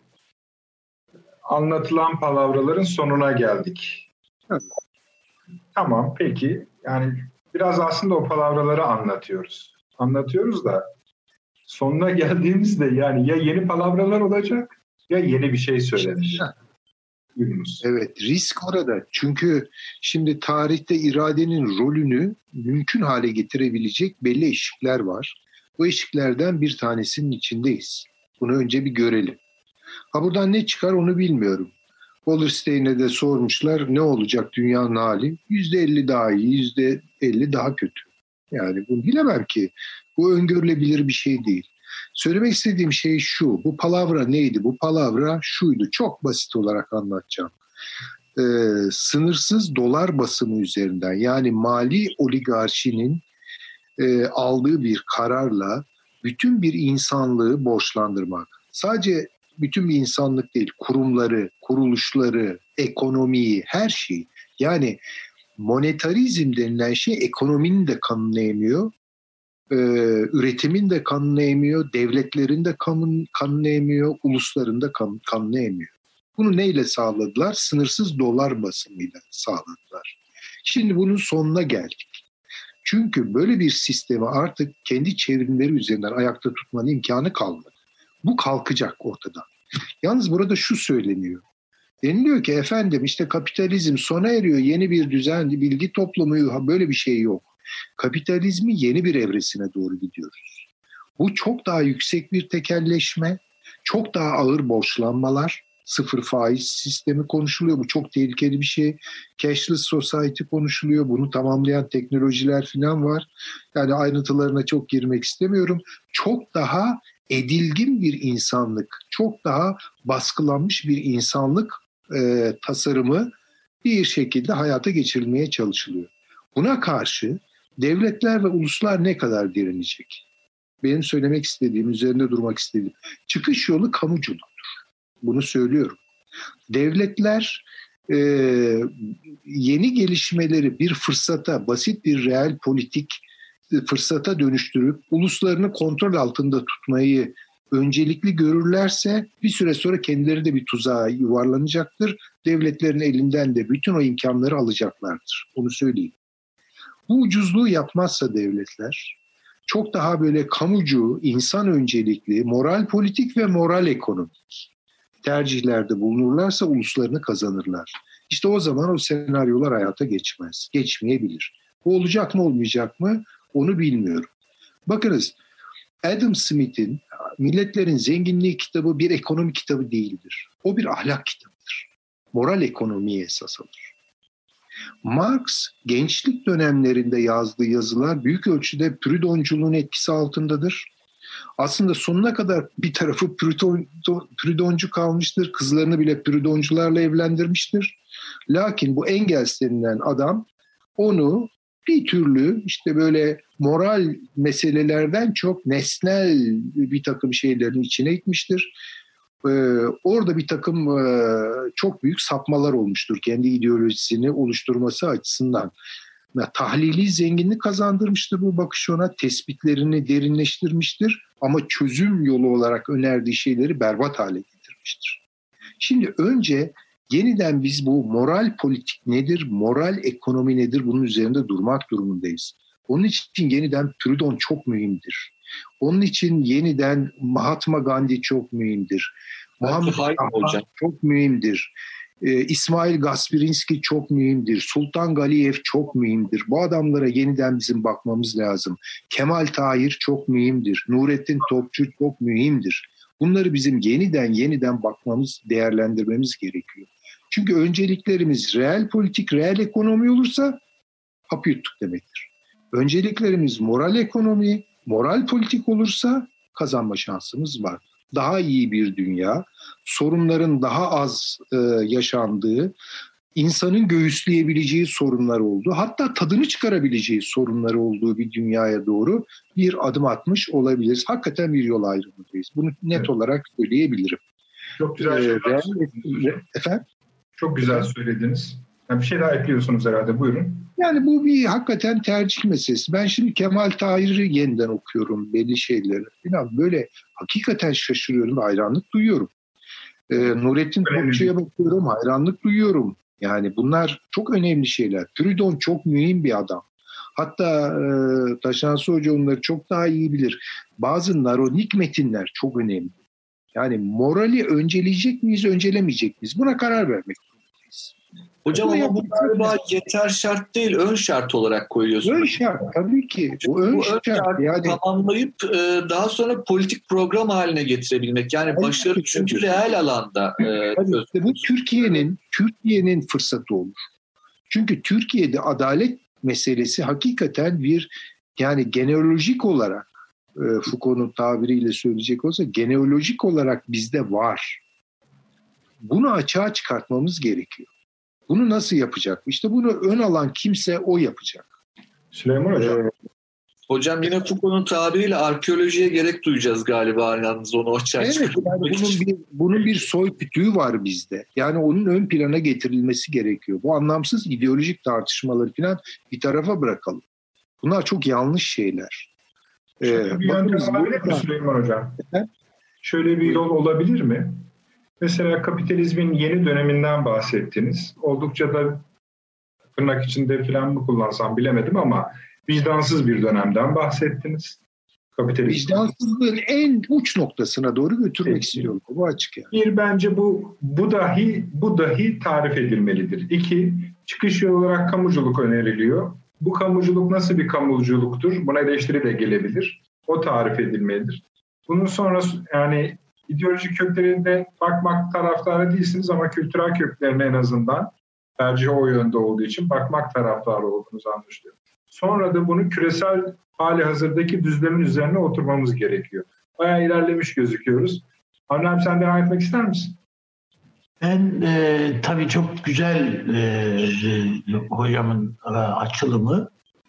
Anlatılan palavraların sonuna geldik.
Evet.
Tamam, peki. Yani biraz aslında o palavraları anlatıyoruz. Anlatıyoruz da sonuna geldiğimizde yani ya yeni palavralar olacak ya yeni bir şey söylenecek.
Evet, risk orada. Çünkü şimdi tarihte iradenin rolünü mümkün hale getirebilecek belli eşikler var. Bu eşiklerden bir tanesinin içindeyiz. Bunu önce bir görelim. Ha buradan ne çıkar onu bilmiyorum. Wallerstein'e de sormuşlar ne olacak dünyanın hali? yüzde elli daha iyi, yüzde elli daha kötü. Yani bunu bilemem ki. Bu öngörülebilir bir şey değil. Söylemek istediğim şey şu. Bu palavra neydi? Bu palavra şuydu. Çok basit olarak anlatacağım. Ee, sınırsız dolar basımı üzerinden, yani mali oligarşinin e, aldığı bir kararla bütün bir insanlığı borçlandırmak. Sadece bütün bir insanlık değil, kurumları, kuruluşları, ekonomiyi, her şeyi. Yani monetarizm denilen şey ekonominin de kanını emiyor, e, üretimin de kanını emiyor, devletlerin de kanını, kanını emiyor, ulusların da kan, kanını emiyor. Bunu neyle sağladılar? Sınırsız dolar basımıyla sağladılar. Şimdi bunun sonuna geldik. Çünkü böyle bir sistemi artık kendi çevrimleri üzerinden ayakta tutmanın imkanı kalmadı. Bu kalkacak ortadan. Yalnız burada şu söyleniyor. Deniliyor ki efendim işte kapitalizm sona eriyor, yeni bir düzen, bilgi toplumu, böyle bir şey yok. Kapitalizmi yeni bir evresine doğru gidiyoruz. Bu çok daha yüksek bir tekelleşme, çok daha ağır borçlanmalar, sıfır faiz sistemi konuşuluyor. Bu çok tehlikeli bir şey. Cashless society konuşuluyor. Bunu tamamlayan teknolojiler falan var. Yani ayrıntılarına çok girmek istemiyorum. Çok daha edilgin bir insanlık, çok daha baskılanmış bir insanlık e, tasarımı bir şekilde hayata geçirilmeye çalışılıyor. Buna karşı devletler ve uluslar ne kadar direnecek? Benim söylemek istediğim, üzerinde durmak istediğim çıkış yolu kamuculuktur. Bunu söylüyorum. Devletler e, yeni gelişmeleri bir fırsata, basit bir reel politik fırsata dönüştürüp uluslarını kontrol altında tutmayı öncelikli görürlerse bir süre sonra kendileri de bir tuzağa yuvarlanacaktır. Devletlerin elinden de bütün o imkanları alacaklardır. Onu söyleyeyim. Bu ucuzluğu yapmazsa devletler çok daha böyle kamucu, insan öncelikli, moral politik ve moral ekonomik tercihlerde bulunurlarsa uluslarını kazanırlar. İşte o zaman o senaryolar hayata geçmez, geçmeyebilir. Bu olacak mı olmayacak mı onu bilmiyorum. Bakınız, Adam Smith'in Milletlerin Zenginliği kitabı bir ekonomi kitabı değildir. O bir ahlak kitabıdır. Moral ekonomiye esas alır. Marx gençlik dönemlerinde yazdığı yazılar büyük ölçüde Prüdonculuğun etkisi altındadır. Aslında sonuna kadar bir tarafı Prüdon, Prüdoncu kalmıştır. Kızlarını bile Prüdoncularla evlendirmiştir. Lakin bu Engels denilen adam onu bir türlü işte böyle moral meselelerden çok nesnel bir takım şeylerin içine itmiştir. Ee, orada bir takım e, çok büyük sapmalar olmuştur kendi ideolojisini oluşturması açısından. Tahlili zenginlik kazandırmıştır bu bakış ona, tespitlerini derinleştirmiştir ama çözüm yolu olarak önerdiği şeyleri berbat hale getirmiştir. Şimdi önce yeniden biz bu moral politik nedir, moral ekonomi nedir bunun üzerinde durmak durumundayız. Onun için yeniden Proudhon çok mühimdir. Onun için yeniden Mahatma Gandhi çok mühimdir. Muhammed Ahmad çok mühimdir. Ee, İsmail Gasperinski çok mühimdir. Sultan Galiyev çok mühimdir. Bu adamlara yeniden bizim bakmamız lazım. Kemal Tahir çok mühimdir. Nurettin Topçu çok mühimdir. Bunları bizim yeniden yeniden bakmamız, değerlendirmemiz gerekiyor. Çünkü önceliklerimiz reel politik, reel ekonomi olursa hapı yuttuk demektir. Önceliklerimiz moral ekonomi, moral politik olursa kazanma şansımız var. Daha iyi bir dünya, sorunların daha az e, yaşandığı, insanın göğüsleyebileceği sorunlar olduğu, hatta tadını çıkarabileceği sorunlar olduğu bir dünyaya doğru bir adım atmış olabiliriz. Hakikaten bir yol ayrımındayız. Bunu net evet. olarak söyleyebilirim.
Çok güzel şeyler
ee,
söylediniz.
Efendim?
Çok güzel söylediniz. Yani bir şey daha ekliyorsunuz herhalde. Buyurun.
Yani bu bir hakikaten tercih meselesi. Ben şimdi Kemal Tahir'i yeniden okuyorum belli şeyleri. Falan böyle hakikaten şaşırıyorum, hayranlık duyuyorum. Ee, Nurettin Topçu'ya bakıyorum, hayranlık duyuyorum. Yani bunlar çok önemli şeyler. Proudhon çok mühim bir adam. Hatta e, Taşansı Hoca onları çok daha iyi bilir. Bazı naronik metinler çok önemli. Yani morali önceleyecek miyiz, öncelemeyecek miyiz? Buna karar vermek zorundayız.
Hocam ama bu galiba yeter şart değil, ön şart olarak koyuyorsunuz.
Ön şart tabii ki. Bu ön, bu şart. ön şart
yani tamamlayıp daha sonra politik program haline getirebilmek. Yani tabii başarı ki, çünkü tabii. reel alanda.
Tabii, işte bu Türkiye'nin Türkiye'nin fırsatı olur. Çünkü Türkiye'de adalet meselesi hakikaten bir yani genealojik olarak Foucault'un tabiriyle söyleyecek olsa genealojik olarak bizde var. Bunu açığa çıkartmamız gerekiyor. Bunu nasıl yapacak? İşte bunu ön alan kimse o yapacak.
Süleyman Hocam. Ee,
Hocam yine Foucault'un tabiriyle arkeolojiye gerek duyacağız galiba yalnız onu açığa
evet,
çıkartmak
yani bunun bir, bunun bir soy kütüğü var bizde. Yani onun ön plana getirilmesi gerekiyor. Bu anlamsız ideolojik tartışmaları falan bir tarafa bırakalım. Bunlar çok yanlış şeyler.
Şöyle bir yöntem olabilir mi Süleyman Hocam? Efendim? Şöyle bir yol olabilir mi? Mesela kapitalizmin yeni döneminden bahsettiniz. Oldukça da tırnak içinde falan mı kullansam bilemedim ama vicdansız bir dönemden bahsettiniz. Kapitalizm.
Vicdansızlığın en uç noktasına doğru götürmek evet. istiyorum. Bu açık yani.
Bir bence bu bu dahi bu dahi tarif edilmelidir. İki, çıkış yolu olarak kamuculuk öneriliyor. Bu kamuculuk nasıl bir kamuculuktur? Buna eleştiri de gelebilir. O tarif edilmelidir. Bunun sonra yani ideolojik köklerinde bakmak taraftarı değilsiniz ama kültürel köklerine en azından tercih o yönde olduğu için bakmak taraftarı olduğunuzu anlaşılıyorum. Sonra da bunu küresel hali hazırdaki düzlemin üzerine oturmamız gerekiyor. Bayağı ilerlemiş gözüküyoruz. Avni sen devam etmek ister misin?
Ben e, tabii çok güzel e, e, hocamın e, açılımı.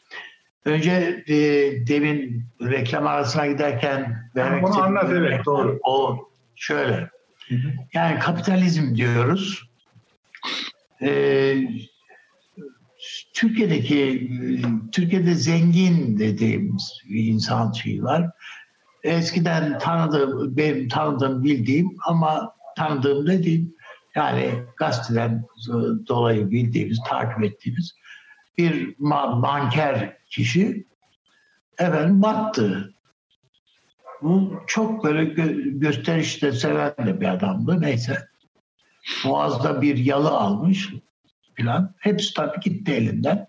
Önce e, demin reklam arasına giderken vermek
onu anlat evet doğru.
O şöyle. Hı hı. Yani kapitalizm diyoruz. E, Türkiye'deki Türkiye'de zengin dediğimiz bir insan şeyi var. Eskiden tanıdığım, benim tanıdığım, bildiğim ama tanıdığım dediğim yani gazeteden dolayı bildiğimiz, takip ettiğimiz bir banker kişi efendim battı. Bu çok böyle gö- gösterişte seven de bir adamdı. Neyse. Boğaz'da bir yalı almış filan. Hepsi tabii gitti elinden.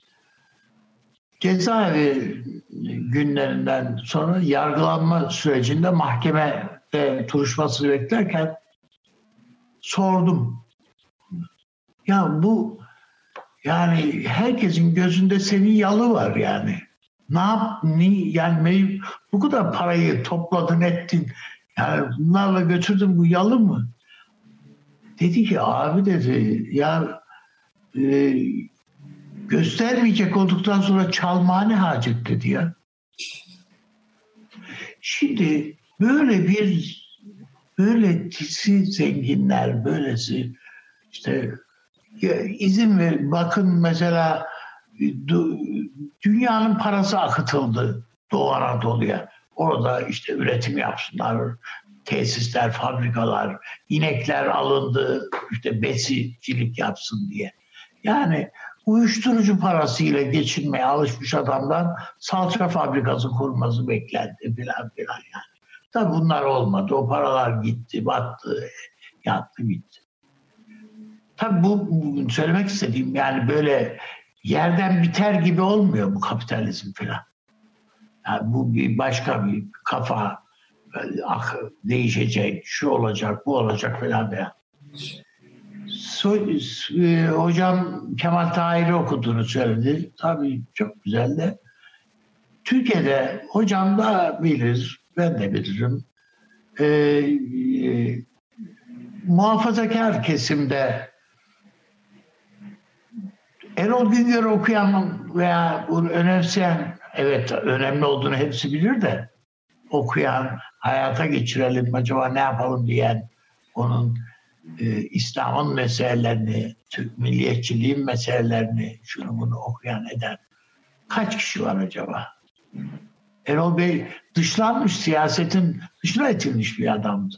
Cezaevi günlerinden sonra yargılanma sürecinde mahkemede duruşmasını beklerken sordum. Ya bu yani herkesin gözünde senin yalı var yani. Ne yap, ne, yani bu kadar parayı topladın ettin. Yani bunlarla götürdün bu yalı mı? Dedi ki abi dedi ya e, göstermeyecek olduktan sonra çalmaya ne hacet dedi ya. Şimdi böyle bir böyle tisi zenginler böylesi işte ya, izin ver bakın mesela dünyanın parası akıtıldı Doğu Anadolu'ya. Orada işte üretim yapsınlar, tesisler, fabrikalar, inekler alındı, işte besicilik yapsın diye. Yani uyuşturucu parasıyla geçinmeye alışmış adamdan salça fabrikası kurması beklendi filan filan yani. Tabii bunlar olmadı. O paralar gitti, battı, yattı, gitti. Tabii bu, bu söylemek istediğim yani böyle yerden biter gibi olmuyor bu kapitalizm filan. Yani bu bir başka bir kafa ah, değişecek, şu olacak, bu olacak filan filan. So, e, hocam Kemal Tahir'i okuduğunu söyledi. Tabii çok güzel de. Türkiye'de hocam da bilir, ben de bilirim. E, e, muhafazakar kesimde Erol Güngör'ü okuyan veya bunu önemseyen, evet önemli olduğunu hepsi bilir de okuyan, hayata geçirelim, acaba ne yapalım diyen, onun e, İslam'ın meselelerini, Türk milliyetçiliğin meselelerini, şunu bunu okuyan eden kaç kişi var acaba? Erol Bey dışlanmış, siyasetin dışına itilmiş bir adamdı.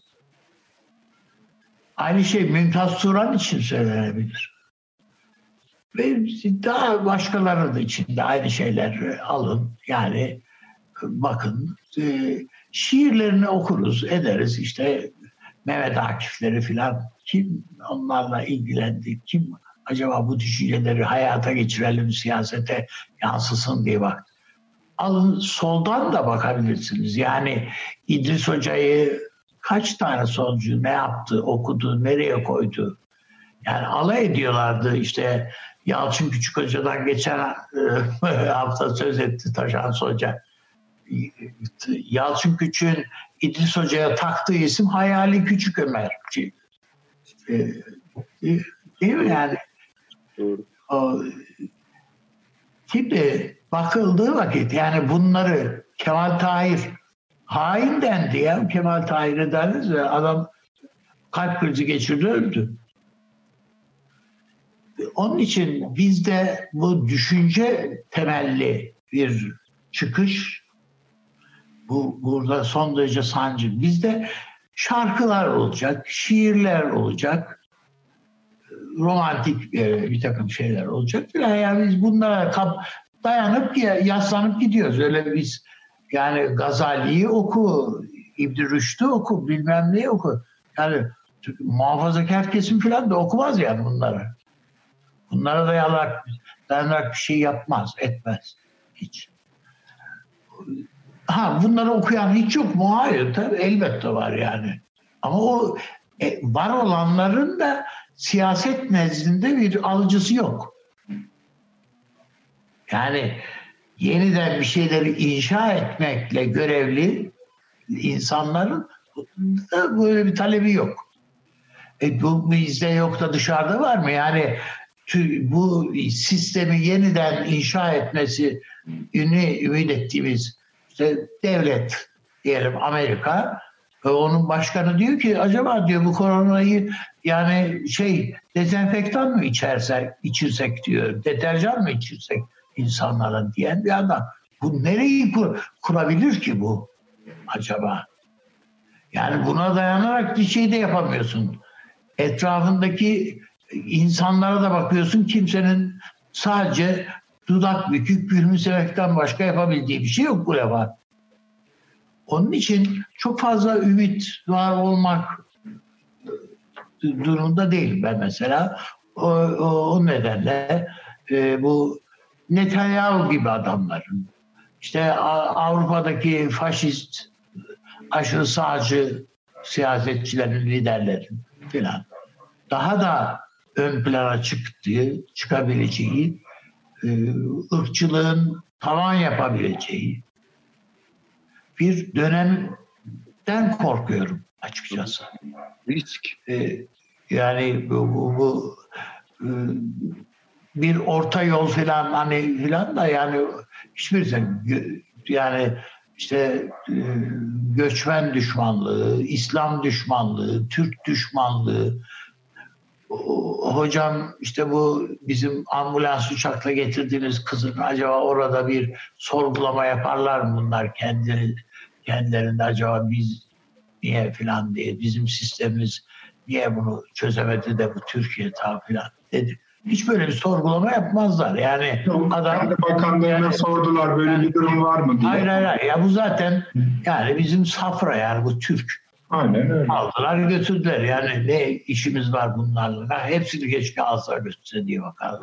Aynı şey Mümtaz Turan için söylenebilir. Ve daha başkaları da için de aynı şeyler alın. Yani bakın e, şiirlerini okuruz, ederiz. İşte Mehmet Akif'leri filan kim onlarla ilgilendi? Kim acaba bu düşünceleri hayata geçirelim, siyasete yansısın diye bak. Alın soldan da bakabilirsiniz. Yani İdris Hoca'yı kaç tane solcu ne yaptı, okudu, nereye koydu? Yani alay ediyorlardı işte Yalçın Küçük Hoca'dan geçen e, hafta söz etti Taşansı Hoca. Yalçın Küçük'ün İdris Hoca'ya taktığı isim Hayali Küçük Ömer. E, e, değil mi yani?
Doğru.
O, şimdi bakıldığı vakit yani bunları Kemal Tahir hain dendi ya. Kemal Tahir'e derdiniz ve adam kalp krizi geçirdi öldü. Onun için bizde bu düşünce temelli bir çıkış bu burada son derece sancı. Bizde şarkılar olacak, şiirler olacak, romantik e, bir takım şeyler olacak. Yani biz bunlara kap, dayanıp yaslanıp gidiyoruz. Öyle biz yani Gazali'yi oku, İbn Rüşd'ü oku, bilmem neyi oku. Yani muhafazakar kesim falan da okumaz yani bunları. Bunlara dayanarak, dayanarak bir şey yapmaz, etmez. Hiç. Ha bunları okuyan hiç yok mu? Hayır tabii elbette var yani. Ama o e, var olanların da siyaset nezdinde bir alıcısı yok. Yani yeniden bir şeyleri inşa etmekle görevli insanların böyle bir talebi yok. E, bu bizde yok da dışarıda var mı? Yani bu sistemi yeniden inşa etmesi ümit ettiğimiz işte devlet diyelim Amerika Onun başkanı diyor ki acaba diyor bu koronayı yani şey dezenfektan mı içersek, içirsek diyor, deterjan mı içirsek insanlara diyen bir adam. Bu nereyi kur, kurabilir ki bu acaba? Yani buna dayanarak bir şey de yapamıyorsun. Etrafındaki insanlara da bakıyorsun, kimsenin sadece dudak bükük gülümsemekten başka yapabildiği bir şey yok bu defa. Onun için çok fazla ümit var olmak durumunda değilim ben mesela. O, o, o nedenle e, bu Netanyahu gibi adamların, işte Avrupa'daki faşist, aşırı sağcı siyasetçilerin, liderlerin filan daha da ön plana çıktığı, çıkabileceği, e, ırkçılığın tavan yapabileceği bir dönemden korkuyorum açıkçası.
Risk.
Ee, yani bu, bu, bu e, bir orta yol falan hani filan da yani hiçbir yani işte e, göçmen düşmanlığı, İslam düşmanlığı, Türk düşmanlığı. O, hocam işte bu bizim ambulans uçakla getirdiğiniz kızın acaba orada bir sorgulama yaparlar mı bunlar kendi kendilerinde acaba biz niye filan diye bizim sistemimiz niye bunu çözemedi de bu Türkiye tam filan dedi. Hiç böyle bir sorgulama yapmazlar. Yani
adam bakanlarına yani, sordular böyle yani, bir durum var mı diye.
Hayır hayır ya bu zaten yani bizim safra yani bu Türk.
Aynen öyle.
Aldılar götürdüler. Yani ne işimiz var bunlarla. Hepsini keşke alsa götürse diye bakarlar.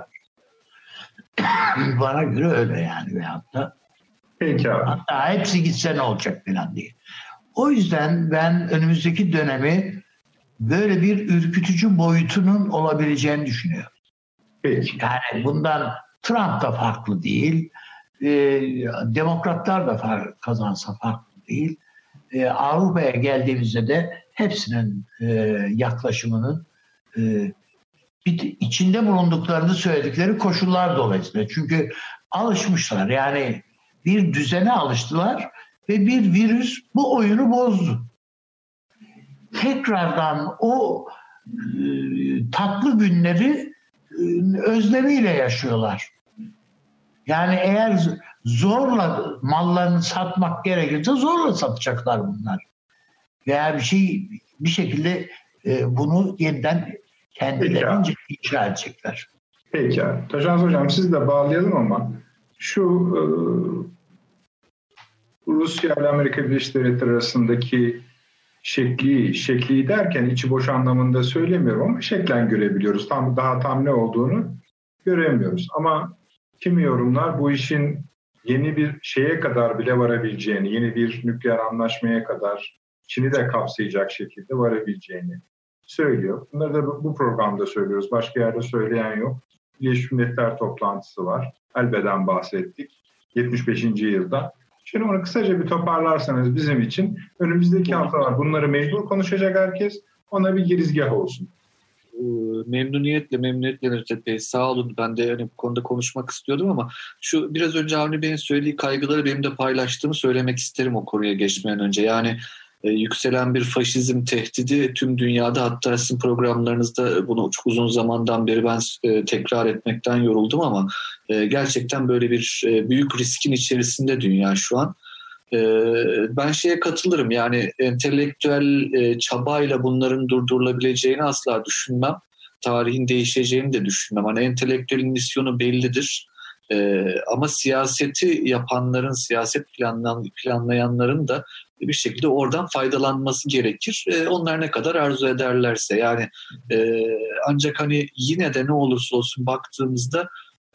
Bana göre öyle yani veyahut da.
Peki abi.
Hatta hepsi gitse ne olacak falan diye. O yüzden ben önümüzdeki dönemi böyle bir ürkütücü boyutunun olabileceğini düşünüyorum.
Peki.
Yani bundan Trump da farklı değil. E, demokratlar da fark, kazansa farklı değil. E, Avrupa'ya geldiğimizde de hepsinin e, yaklaşımının e, bir, içinde bulunduklarını söyledikleri koşullar dolayısıyla. Çünkü alışmışlar yani bir düzene alıştılar ve bir virüs bu oyunu bozdu. Tekrardan o e, tatlı günleri e, özlemiyle yaşıyorlar. Yani eğer zorla mallarını satmak gerekirse zorla satacaklar bunlar. Veya bir şey bir şekilde e, bunu yeniden kendilerince inşa edecekler.
Peki abi. Taşans Hocam siz de bağlayalım ama şu e, Rusya ile Amerika Birleşik Devletleri arasındaki şekli, şekli derken içi boş anlamında söylemiyorum ama şeklen görebiliyoruz. Tam daha tam ne olduğunu göremiyoruz. Ama kimi yorumlar bu işin yeni bir şeye kadar bile varabileceğini, yeni bir nükleer anlaşmaya kadar Çin'i de kapsayacak şekilde varabileceğini söylüyor. Bunları da bu programda söylüyoruz. Başka yerde söyleyen yok. Birleşmiş Milletler toplantısı var. Elbeden bahsettik. yetmiş beşinci yılda. Şimdi onu kısaca bir toparlarsanız bizim için önümüzdeki haftalar bunları mecbur konuşacak herkes. Ona bir girizgah olsun.
Memnuniyetle, memnuniyetle Necdet Bey. Sağ olun. Ben de hani bu konuda konuşmak istiyordum ama şu biraz önce Avni Bey'in söylediği kaygıları benim de paylaştığımı söylemek isterim o konuya geçmeden önce. Yani e, yükselen bir faşizm tehdidi tüm dünyada, hatta sizin programlarınızda bunu çok uzun zamandan beri ben e, tekrar etmekten yoruldum ama e, gerçekten böyle bir e, büyük riskin içerisinde dünya şu an. Ben şeye katılırım, yani entelektüel çabayla bunların durdurulabileceğini asla düşünmem. Tarihin değişeceğini de düşünmem. Hani entelektüelin misyonu bellidir. Ama siyaseti yapanların, siyaset planlayanların da bir şekilde oradan faydalanması gerekir. Onlar ne kadar arzu ederlerse. Yani ancak hani yine de ne olursa olsun baktığımızda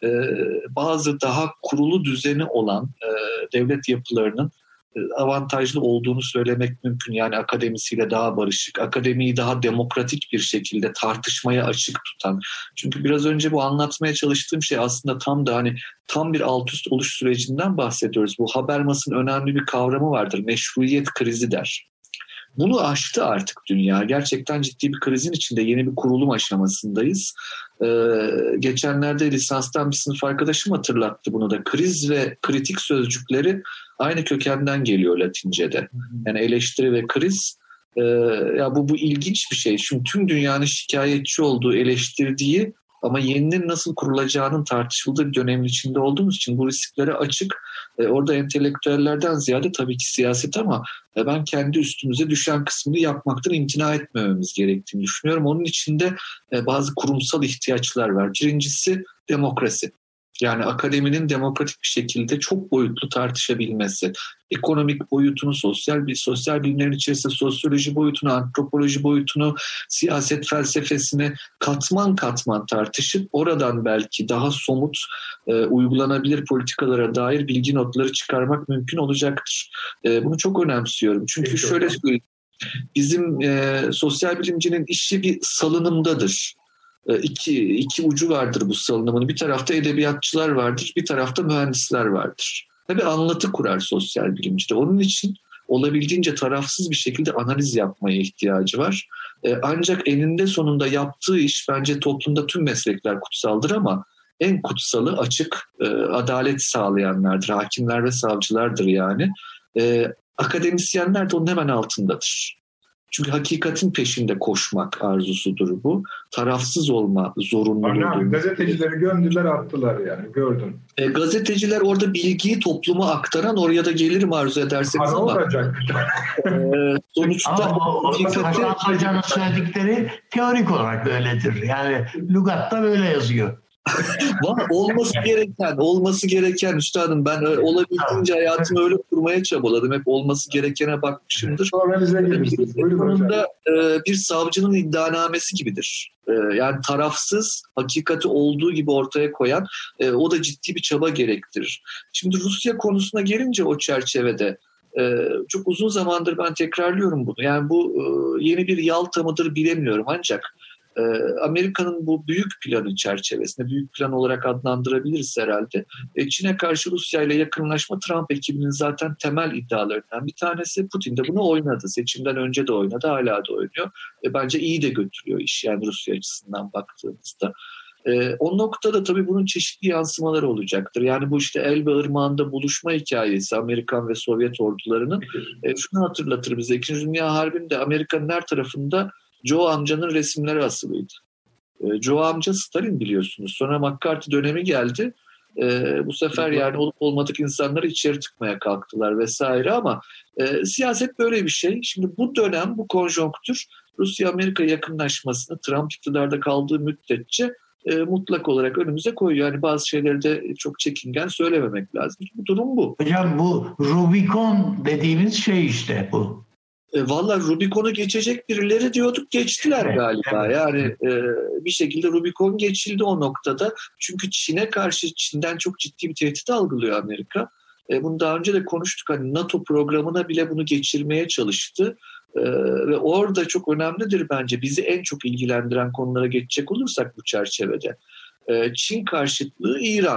bazı daha kurulu düzeni olan devlet yapılarının avantajlı olduğunu söylemek mümkün. Yani akademisiyle daha barışık, akademiyi daha demokratik bir şekilde tartışmaya açık tutan. Çünkü biraz önce bu anlatmaya çalıştığım şey aslında tam da hani tam bir alt üst oluş sürecinden bahsediyoruz. Bu Habermas'ın önemli bir kavramı vardır. Meşruiyet krizi der. Bunu aştı artık dünya. Gerçekten ciddi bir krizin içinde, yeni bir kurulum aşamasındayız. Ee, geçenlerde lisanstan bir sınıf arkadaşım hatırlattı bunu da. Kriz ve kritik sözcükleri aynı kökenden geliyor Latince'de. Yani eleştiri ve kriz Ee, ya bu bu ilginç bir şey. Şimdi tüm dünyanın şikayetçi olduğu, eleştirdiği ama yeninin nasıl kurulacağının tartışıldığı bir dönemin içinde olduğumuz için bu risklere açık. Ee, orada entelektüellerden ziyade tabii ki siyaset ama e, ben kendi üstümüze düşen kısmını yapmaktan imtina etmememiz gerektiğini düşünüyorum. Onun içinde e, bazı kurumsal ihtiyaçlar var. Birincisi demokrasi. Yani akademinin demokratik bir şekilde çok boyutlu tartışabilmesi, ekonomik boyutunu, sosyal bir sosyal bilimlerin içerisinde sosyoloji boyutunu, antropoloji boyutunu, siyaset felsefesini katman katman tartışıp oradan belki daha somut, e, uygulanabilir politikalara dair bilgi notları çıkarmak mümkün olacaktır. E, bunu çok önemsiyorum. Çünkü Peki, şöyle söyleyeyim, bizim e, sosyal bilimcinin işi bir salınımdadır. İki, iki ucu vardır bu salınımın. Bir tarafta edebiyatçılar vardır, bir tarafta mühendisler vardır. Tabii anlatı kurar sosyal bilimcide. Onun için olabildiğince tarafsız bir şekilde analiz yapmaya ihtiyacı var. Ancak eninde sonunda yaptığı iş bence toplumda tüm meslekler kutsaldır ama en kutsalı açık adalet sağlayanlardır. Hakimler ve savcılardır yani. Akademisyenler de onun hemen altındadır. Çünkü hakikatin peşinde koşmak arzusudur bu. Tarafsız olma zorunluluğu.
Anladım. Gazetecileri gömdüler, attılar yani, gördün.
E, gazeteciler orada bilgiyi topluma aktaran, oraya da gelirim arzu ederseniz
Ara
ama.
olacak.
e, sonuçta
ama
hakikati...
Hoca'nın söyledikleri teorik olarak öyledir. Yani lügatta böyle yazıyor.
Var, olması gereken, olması gereken üstadım, ben olabildiğince hayatımı öyle kurmaya çabaladım. Hep olması gerekene bakmışımdır. Sonunda e, bir savcının iddianamesi gibidir. E, yani tarafsız, hakikati olduğu gibi ortaya koyan, e, o da ciddi bir çaba gerektirir. Şimdi Rusya konusuna gelince o çerçevede e, çok uzun zamandır ben tekrarlıyorum bunu. Yani bu e, yeni bir Yalta mıdır bilemiyorum ancak Amerika'nın bu büyük planı çerçevesinde, büyük plan olarak adlandırabiliriz herhalde. Çin'e karşı Rusya ile yakınlaşma Trump ekibinin zaten temel iddialarından bir tanesi. Putin de bunu oynadı. Seçimden önce de oynadı, hala da oynuyor. Bence iyi de götürüyor iş yani Rusya açısından baktığımızda. O noktada tabii bunun çeşitli yansımaları olacaktır. Yani bu işte Elbe Irmağı'nda buluşma hikayesi Amerikan ve Sovyet ordularının şunu hatırlatır bize. İkinci Dünya Harbi'nde Amerika'nın her tarafında Joe amcanın resimleri asılıydı. E, Joe amca Stalin biliyorsunuz. Sonra McCarthy dönemi geldi. E, bu sefer yani olup olmadık insanları içeri tıkmaya kalktılar vesaire ama e, siyaset böyle bir şey. Şimdi bu dönem, bu konjonktür Rusya-Amerika yakınlaşmasını Trump iktidarda kaldığı müddetçe e, mutlak olarak önümüze koyuyor. Yani bazı şeyleri de çok çekingen söylememek lazım. Bu durum bu.
Hocam bu Rubicon dediğimiz şey işte bu.
E, Valla Rubicon'u geçecek birileri diyorduk, geçtiler evet, galiba. Evet. Yani e, bir şekilde Rubicon geçildi o noktada. Çünkü Çin'e karşı Çin'den çok ciddi bir tehdit algılıyor Amerika. E, bunu daha önce de konuştuk. Hani NATO programına bile bunu geçirmeye çalıştı. E, ve orada çok önemlidir bence. Bizi en çok ilgilendiren konulara geçecek olursak bu çerçevede. E, Çin karşıtlığı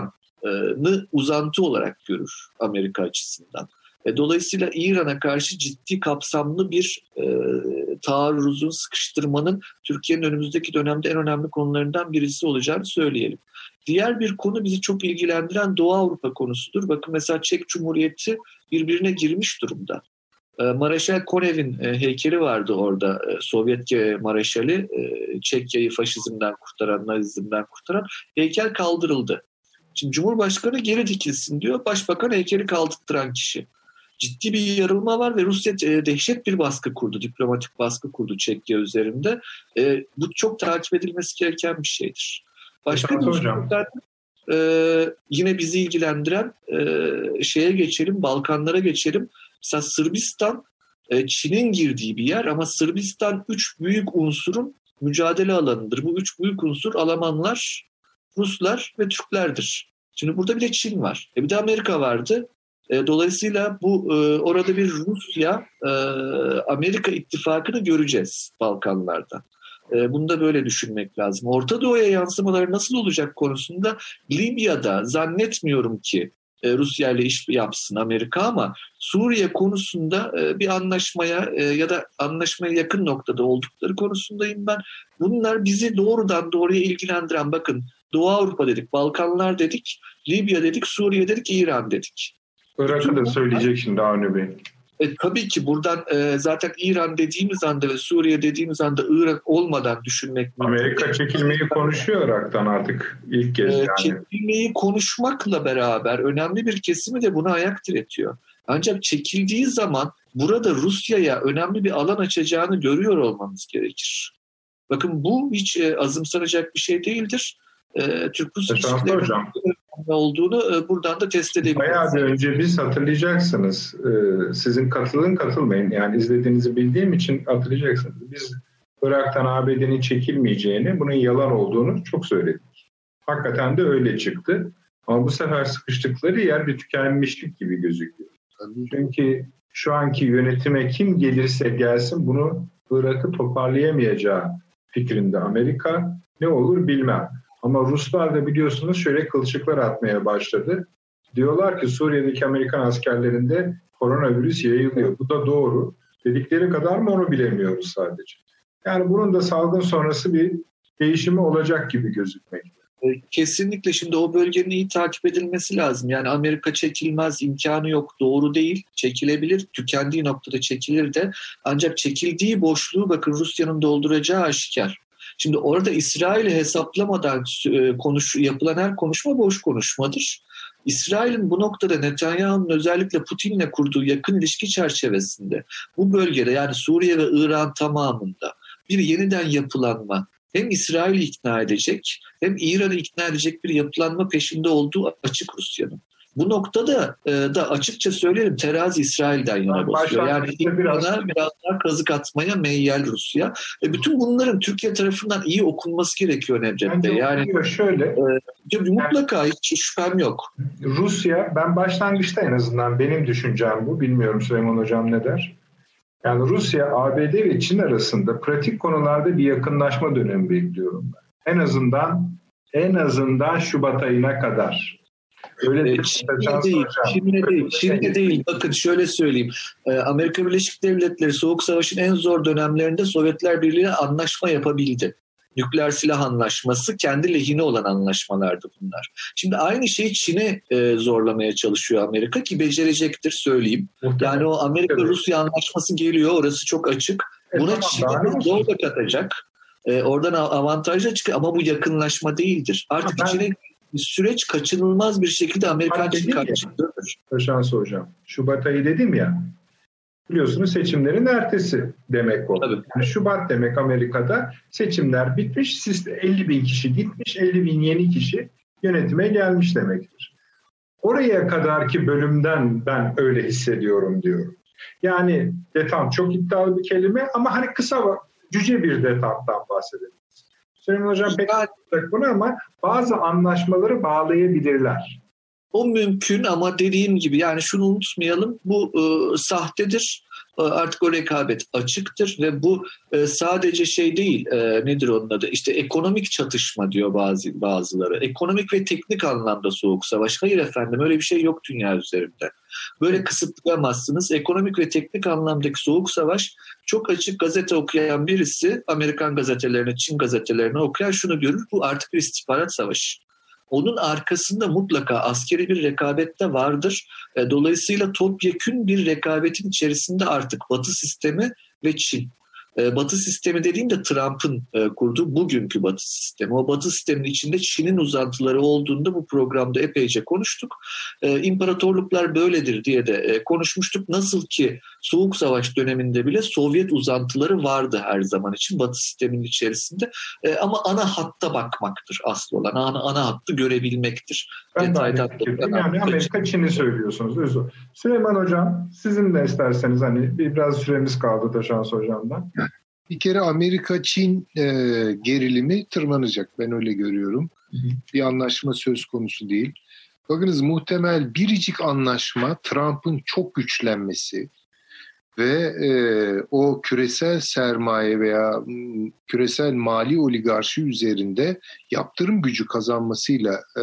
İran'ı uzantı olarak görür Amerika açısından. Dolayısıyla İran'a karşı ciddi kapsamlı bir e, taarruzun, sıkıştırmanın Türkiye'nin önümüzdeki dönemde en önemli konularından birisi olacağını söyleyelim. Diğer bir konu bizi çok ilgilendiren Doğu Avrupa konusudur. Bakın mesela Çek Cumhuriyeti birbirine girmiş durumda. E, Mareşal Konev'in e, heykeli vardı orada. E, Sovyet Mareşali, e, Çekya'yı faşizmden kurtaran, Nazizmden kurtaran heykel kaldırıldı. Şimdi Cumhurbaşkanı geri dikilsin diyor. Başbakan heykeli kaldırttıran kişi. Ciddi bir yarılma var ve Rusya dehşet bir baskı kurdu, diplomatik baskı kurdu Çekya üzerinde. E, bu çok takip edilmesi gereken bir şeydir. Başka bir hususlardan e, yine bizi ilgilendiren e, şeye geçelim, Balkanlara geçelim. Mesela Sırbistan, e, Çin'in girdiği bir yer ama Sırbistan üç büyük unsurun mücadele alanıdır. Bu üç büyük unsur Almanlar, Ruslar ve Türklerdir. Şimdi burada bir de Çin var. E, bir de Amerika vardı. Dolayısıyla bu orada bir Rusya-Amerika ittifakını göreceğiz Balkanlarda. Bunu da böyle düşünmek lazım. Orta Doğu'ya yansımaları nasıl olacak konusunda Libya'da zannetmiyorum ki Rusya ile iş yapsın Amerika ama Suriye konusunda bir anlaşmaya ya da anlaşmaya yakın noktada oldukları konusundayım ben. Bunlar bizi doğrudan doğruya ilgilendiren, bakın Doğu Avrupa dedik, Balkanlar dedik, Libya dedik, Suriye dedik, İran dedik.
Irak'ı da söyleyecek şimdi Avni Bey.
E, tabii ki buradan e, zaten İran dediğimiz anda ve Suriye dediğimiz anda Irak olmadan düşünmek
Amerika
mümkün.
çekilmeyi konuşuyor Irak'tan artık ilk kez
e,
yani.
Çekilmeyi konuşmakla beraber önemli bir kesimi de buna ayak diretiyor. Ancak çekildiği zaman burada Rusya'ya önemli bir alan açacağını görüyor olmamız gerekir. Bakın bu hiç e, azımsanacak bir şey değildir. E, Türk-Rus ilişkilerinin olduğunu e, buradan da test edebiliriz.
Bayağı bir önce biz hatırlayacaksınız. E, sizin katılın katılmayın. Yani izlediğinizi bildiğim için hatırlayacaksınız. Biz Irak'tan A B D'nin çekilmeyeceğini, bunun yalan olduğunu çok söyledik. Hakikaten de öyle çıktı. Ama bu sefer sıkıştıkları yer bir tükenmişlik gibi gözüküyor. Çünkü şu anki yönetime kim gelirse gelsin bunu Irak'ı toparlayamayacağı fikrinde Amerika. Ne olur bilmem. Ama Ruslar da biliyorsunuz şöyle kılçıklar atmaya başladı. Diyorlar ki Suriye'deki Amerikan askerlerinde koronavirüs yayılıyor. Bu da doğru. Dedikleri kadar mı onu bilemiyoruz sadece. Yani bunun da salgın sonrası bir değişimi olacak gibi gözükmekte.
Kesinlikle şimdi o bölgenin iyi takip edilmesi lazım. Yani Amerika çekilmez, imkanı yok, doğru değil. Çekilebilir, tükendiği noktada çekilir de. Ancak çekildiği boşluğu bakın Rusya'nın dolduracağı aşikar. Şimdi orada İsrail'i hesaplamadan konuş, yapılan her konuşma boş konuşmadır. İsrail'in bu noktada Netanyahu'nun özellikle Putin'le kurduğu yakın ilişki çerçevesinde bu bölgede yani Suriye ve İran tamamında bir yeniden yapılanma hem İsrail'i ikna edecek hem İran'ı ikna edecek bir yapılanma peşinde olduğu açık Rusya'nın. Bu noktada e, da açıkça söylerim terazi İsrail'den yana basıyor. Yani İran'a biraz daha kazık atmaya meyyal Rusya. E, bütün bunların Türkiye tarafından iyi okunması gerekiyor Necdet Bey. Yani
şöyle,
e, mutlaka yani, hiç şüphem yok.
Rusya, ben başlangıçta en azından benim düşüncem bu. Bilmiyorum Süleyman Hocam ne der? Yani Rusya, A B D ve Çin arasında pratik konularda bir yakınlaşma dönemi bekliyorum ben. En azından en azından Şubat ayına kadar.
Öyle ee, Çin'de değil, Çin'de değil, Çin'de değil. Bakın şöyle söyleyeyim. Ee, Amerika Birleşik Devletleri Soğuk Savaş'ın en zor dönemlerinde Sovyetler Birliği'yle anlaşma yapabildi. Nükleer silah anlaşması kendi lehine olan anlaşmalardı bunlar. Şimdi aynı şeyi Çin'e e, zorlamaya çalışıyor Amerika ki becerecektir söyleyeyim. Yani o Amerika-Rusya anlaşması geliyor, orası çok açık. Buna e, tamam, Çin'e zor da katacak. E, oradan avantajla çıkıyor ama bu yakınlaşma değildir. Artık ben... Çin'e süreç kaçınılmaz bir şekilde Amerikan Çin karşıtlıdır.
Taşansı Hocam, Şubat ayı dedim ya, biliyorsunuz seçimlerin ertesi demek o. Yani Şubat demek Amerika'da seçimler bitmiş, elli bin kişi gitmiş, elli bin yeni kişi yönetime gelmiş demektir. Oraya kadarki bölümden ben öyle hissediyorum diyorum. Yani detam çok iddialı bir kelime ama hani kısa cüce bir detamdan bahsedelim. Süleyman Hocam pek anlatacak bunu ama bazı anlaşmaları bağlayabilirler.
O mümkün ama dediğim gibi yani şunu unutmayalım, bu e, sahtedir. E, artık o rekabet açıktır ve bu e, sadece şey değil, e, nedir onun adı? İşte ekonomik çatışma diyor bazı bazıları. Ekonomik ve teknik anlamda soğuk savaş. Hayır efendim, öyle bir şey yok dünya üzerinde. Böyle kısıtlayamazsınız. Ekonomik ve teknik anlamdaki soğuk savaş, çok açık gazete okuyan birisi, Amerikan gazetelerini, Çin gazetelerini okuyan şunu görür: bu artık bir istihbarat savaşı. Onun arkasında mutlaka askeri bir rekabet de vardır. Dolayısıyla topyekün bir rekabetin içerisinde artık Batı sistemi ve Çin. Batı sistemi dediğimde Trump'ın kurduğu bugünkü Batı sistemi. O Batı sisteminin içinde Çin'in uzantıları olduğunda bu programda epeyce konuştuk. İmparatorluklar böyledir diye de konuşmuştuk. Nasıl ki Soğuk Savaş döneminde bile Sovyet uzantıları vardı her zaman için Batı sisteminin içerisinde. Ama ana hatta bakmaktır asıl olan. Ana, ana hattı görebilmektir.
Ben Detaydan de yani Amerika Çin'i söylüyorsunuz. Özür. Süleyman Hocam, sizin de isterseniz hani biraz süremiz kaldı Taşansı Hocam'dan.
Bir kere Amerika-Çin e, gerilimi tırmanacak. Ben öyle görüyorum. Hı hı. Bir anlaşma söz konusu değil. Bakınız, muhtemel biricik anlaşma Trump'ın çok güçlenmesi ve e, o küresel sermaye veya m, küresel mali oligarşi üzerinde yaptırım gücü kazanmasıyla e,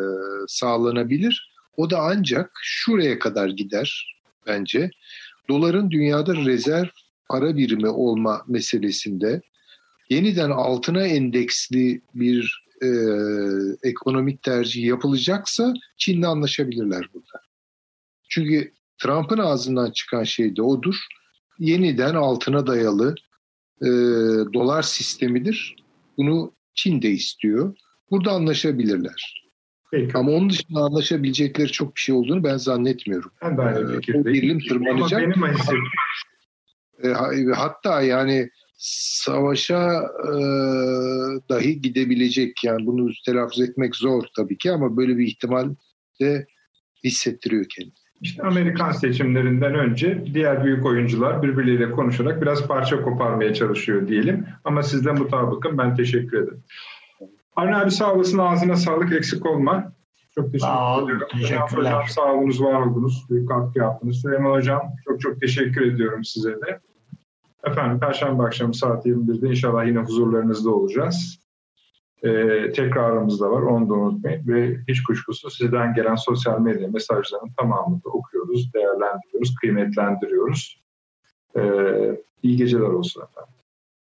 sağlanabilir. O da ancak şuraya kadar gider bence. Doların dünyada rezerv para birimi olma meselesinde yeniden altına endeksli bir e, ekonomik tercih yapılacaksa Çin'le anlaşabilirler burada. Çünkü Trump'ın ağzından çıkan şey de odur. Yeniden altına dayalı e, dolar sistemidir. Bunu Çin de istiyor. Burada anlaşabilirler.
Peki.
Ama onun dışında anlaşabilecekleri çok bir şey olduğunu ben zannetmiyorum.
Ben de aynı fikirdeyim.
O gerilim tırmanacak.
Ama benim
e, hatta yani savaşa e, dahi gidebilecek. Yani bunu telaffuz etmek zor tabii ki ama böyle bir ihtimal de hissettiriyor kendini.
İşte Amerikan seçimlerinden önce diğer büyük oyuncular birbirleriyle konuşarak biraz parça koparmaya çalışıyor diyelim. Ama sizle mutabıkım. Ben teşekkür ederim. Arne abi sağ olasın. Ağzına sağlık, eksik olma. Çok teşekkür
sağ
ederim.
olun, teşekkürler.
Hocam, sağ olunuz, var oldunuz. Büyük katkı yaptınız. Süleyman Hocam çok çok teşekkür ediyorum size de. Efendim Perşembe akşamı saat yirmi birde inşallah yine huzurlarınızda olacağız. Ee, tekrarımız da var, onu da unutmayın ve hiç kuşkusuz sizden gelen sosyal medya mesajlarının tamamını da okuyoruz, değerlendiriyoruz, kıymetlendiriyoruz. Ee, iyi geceler olsun efendim.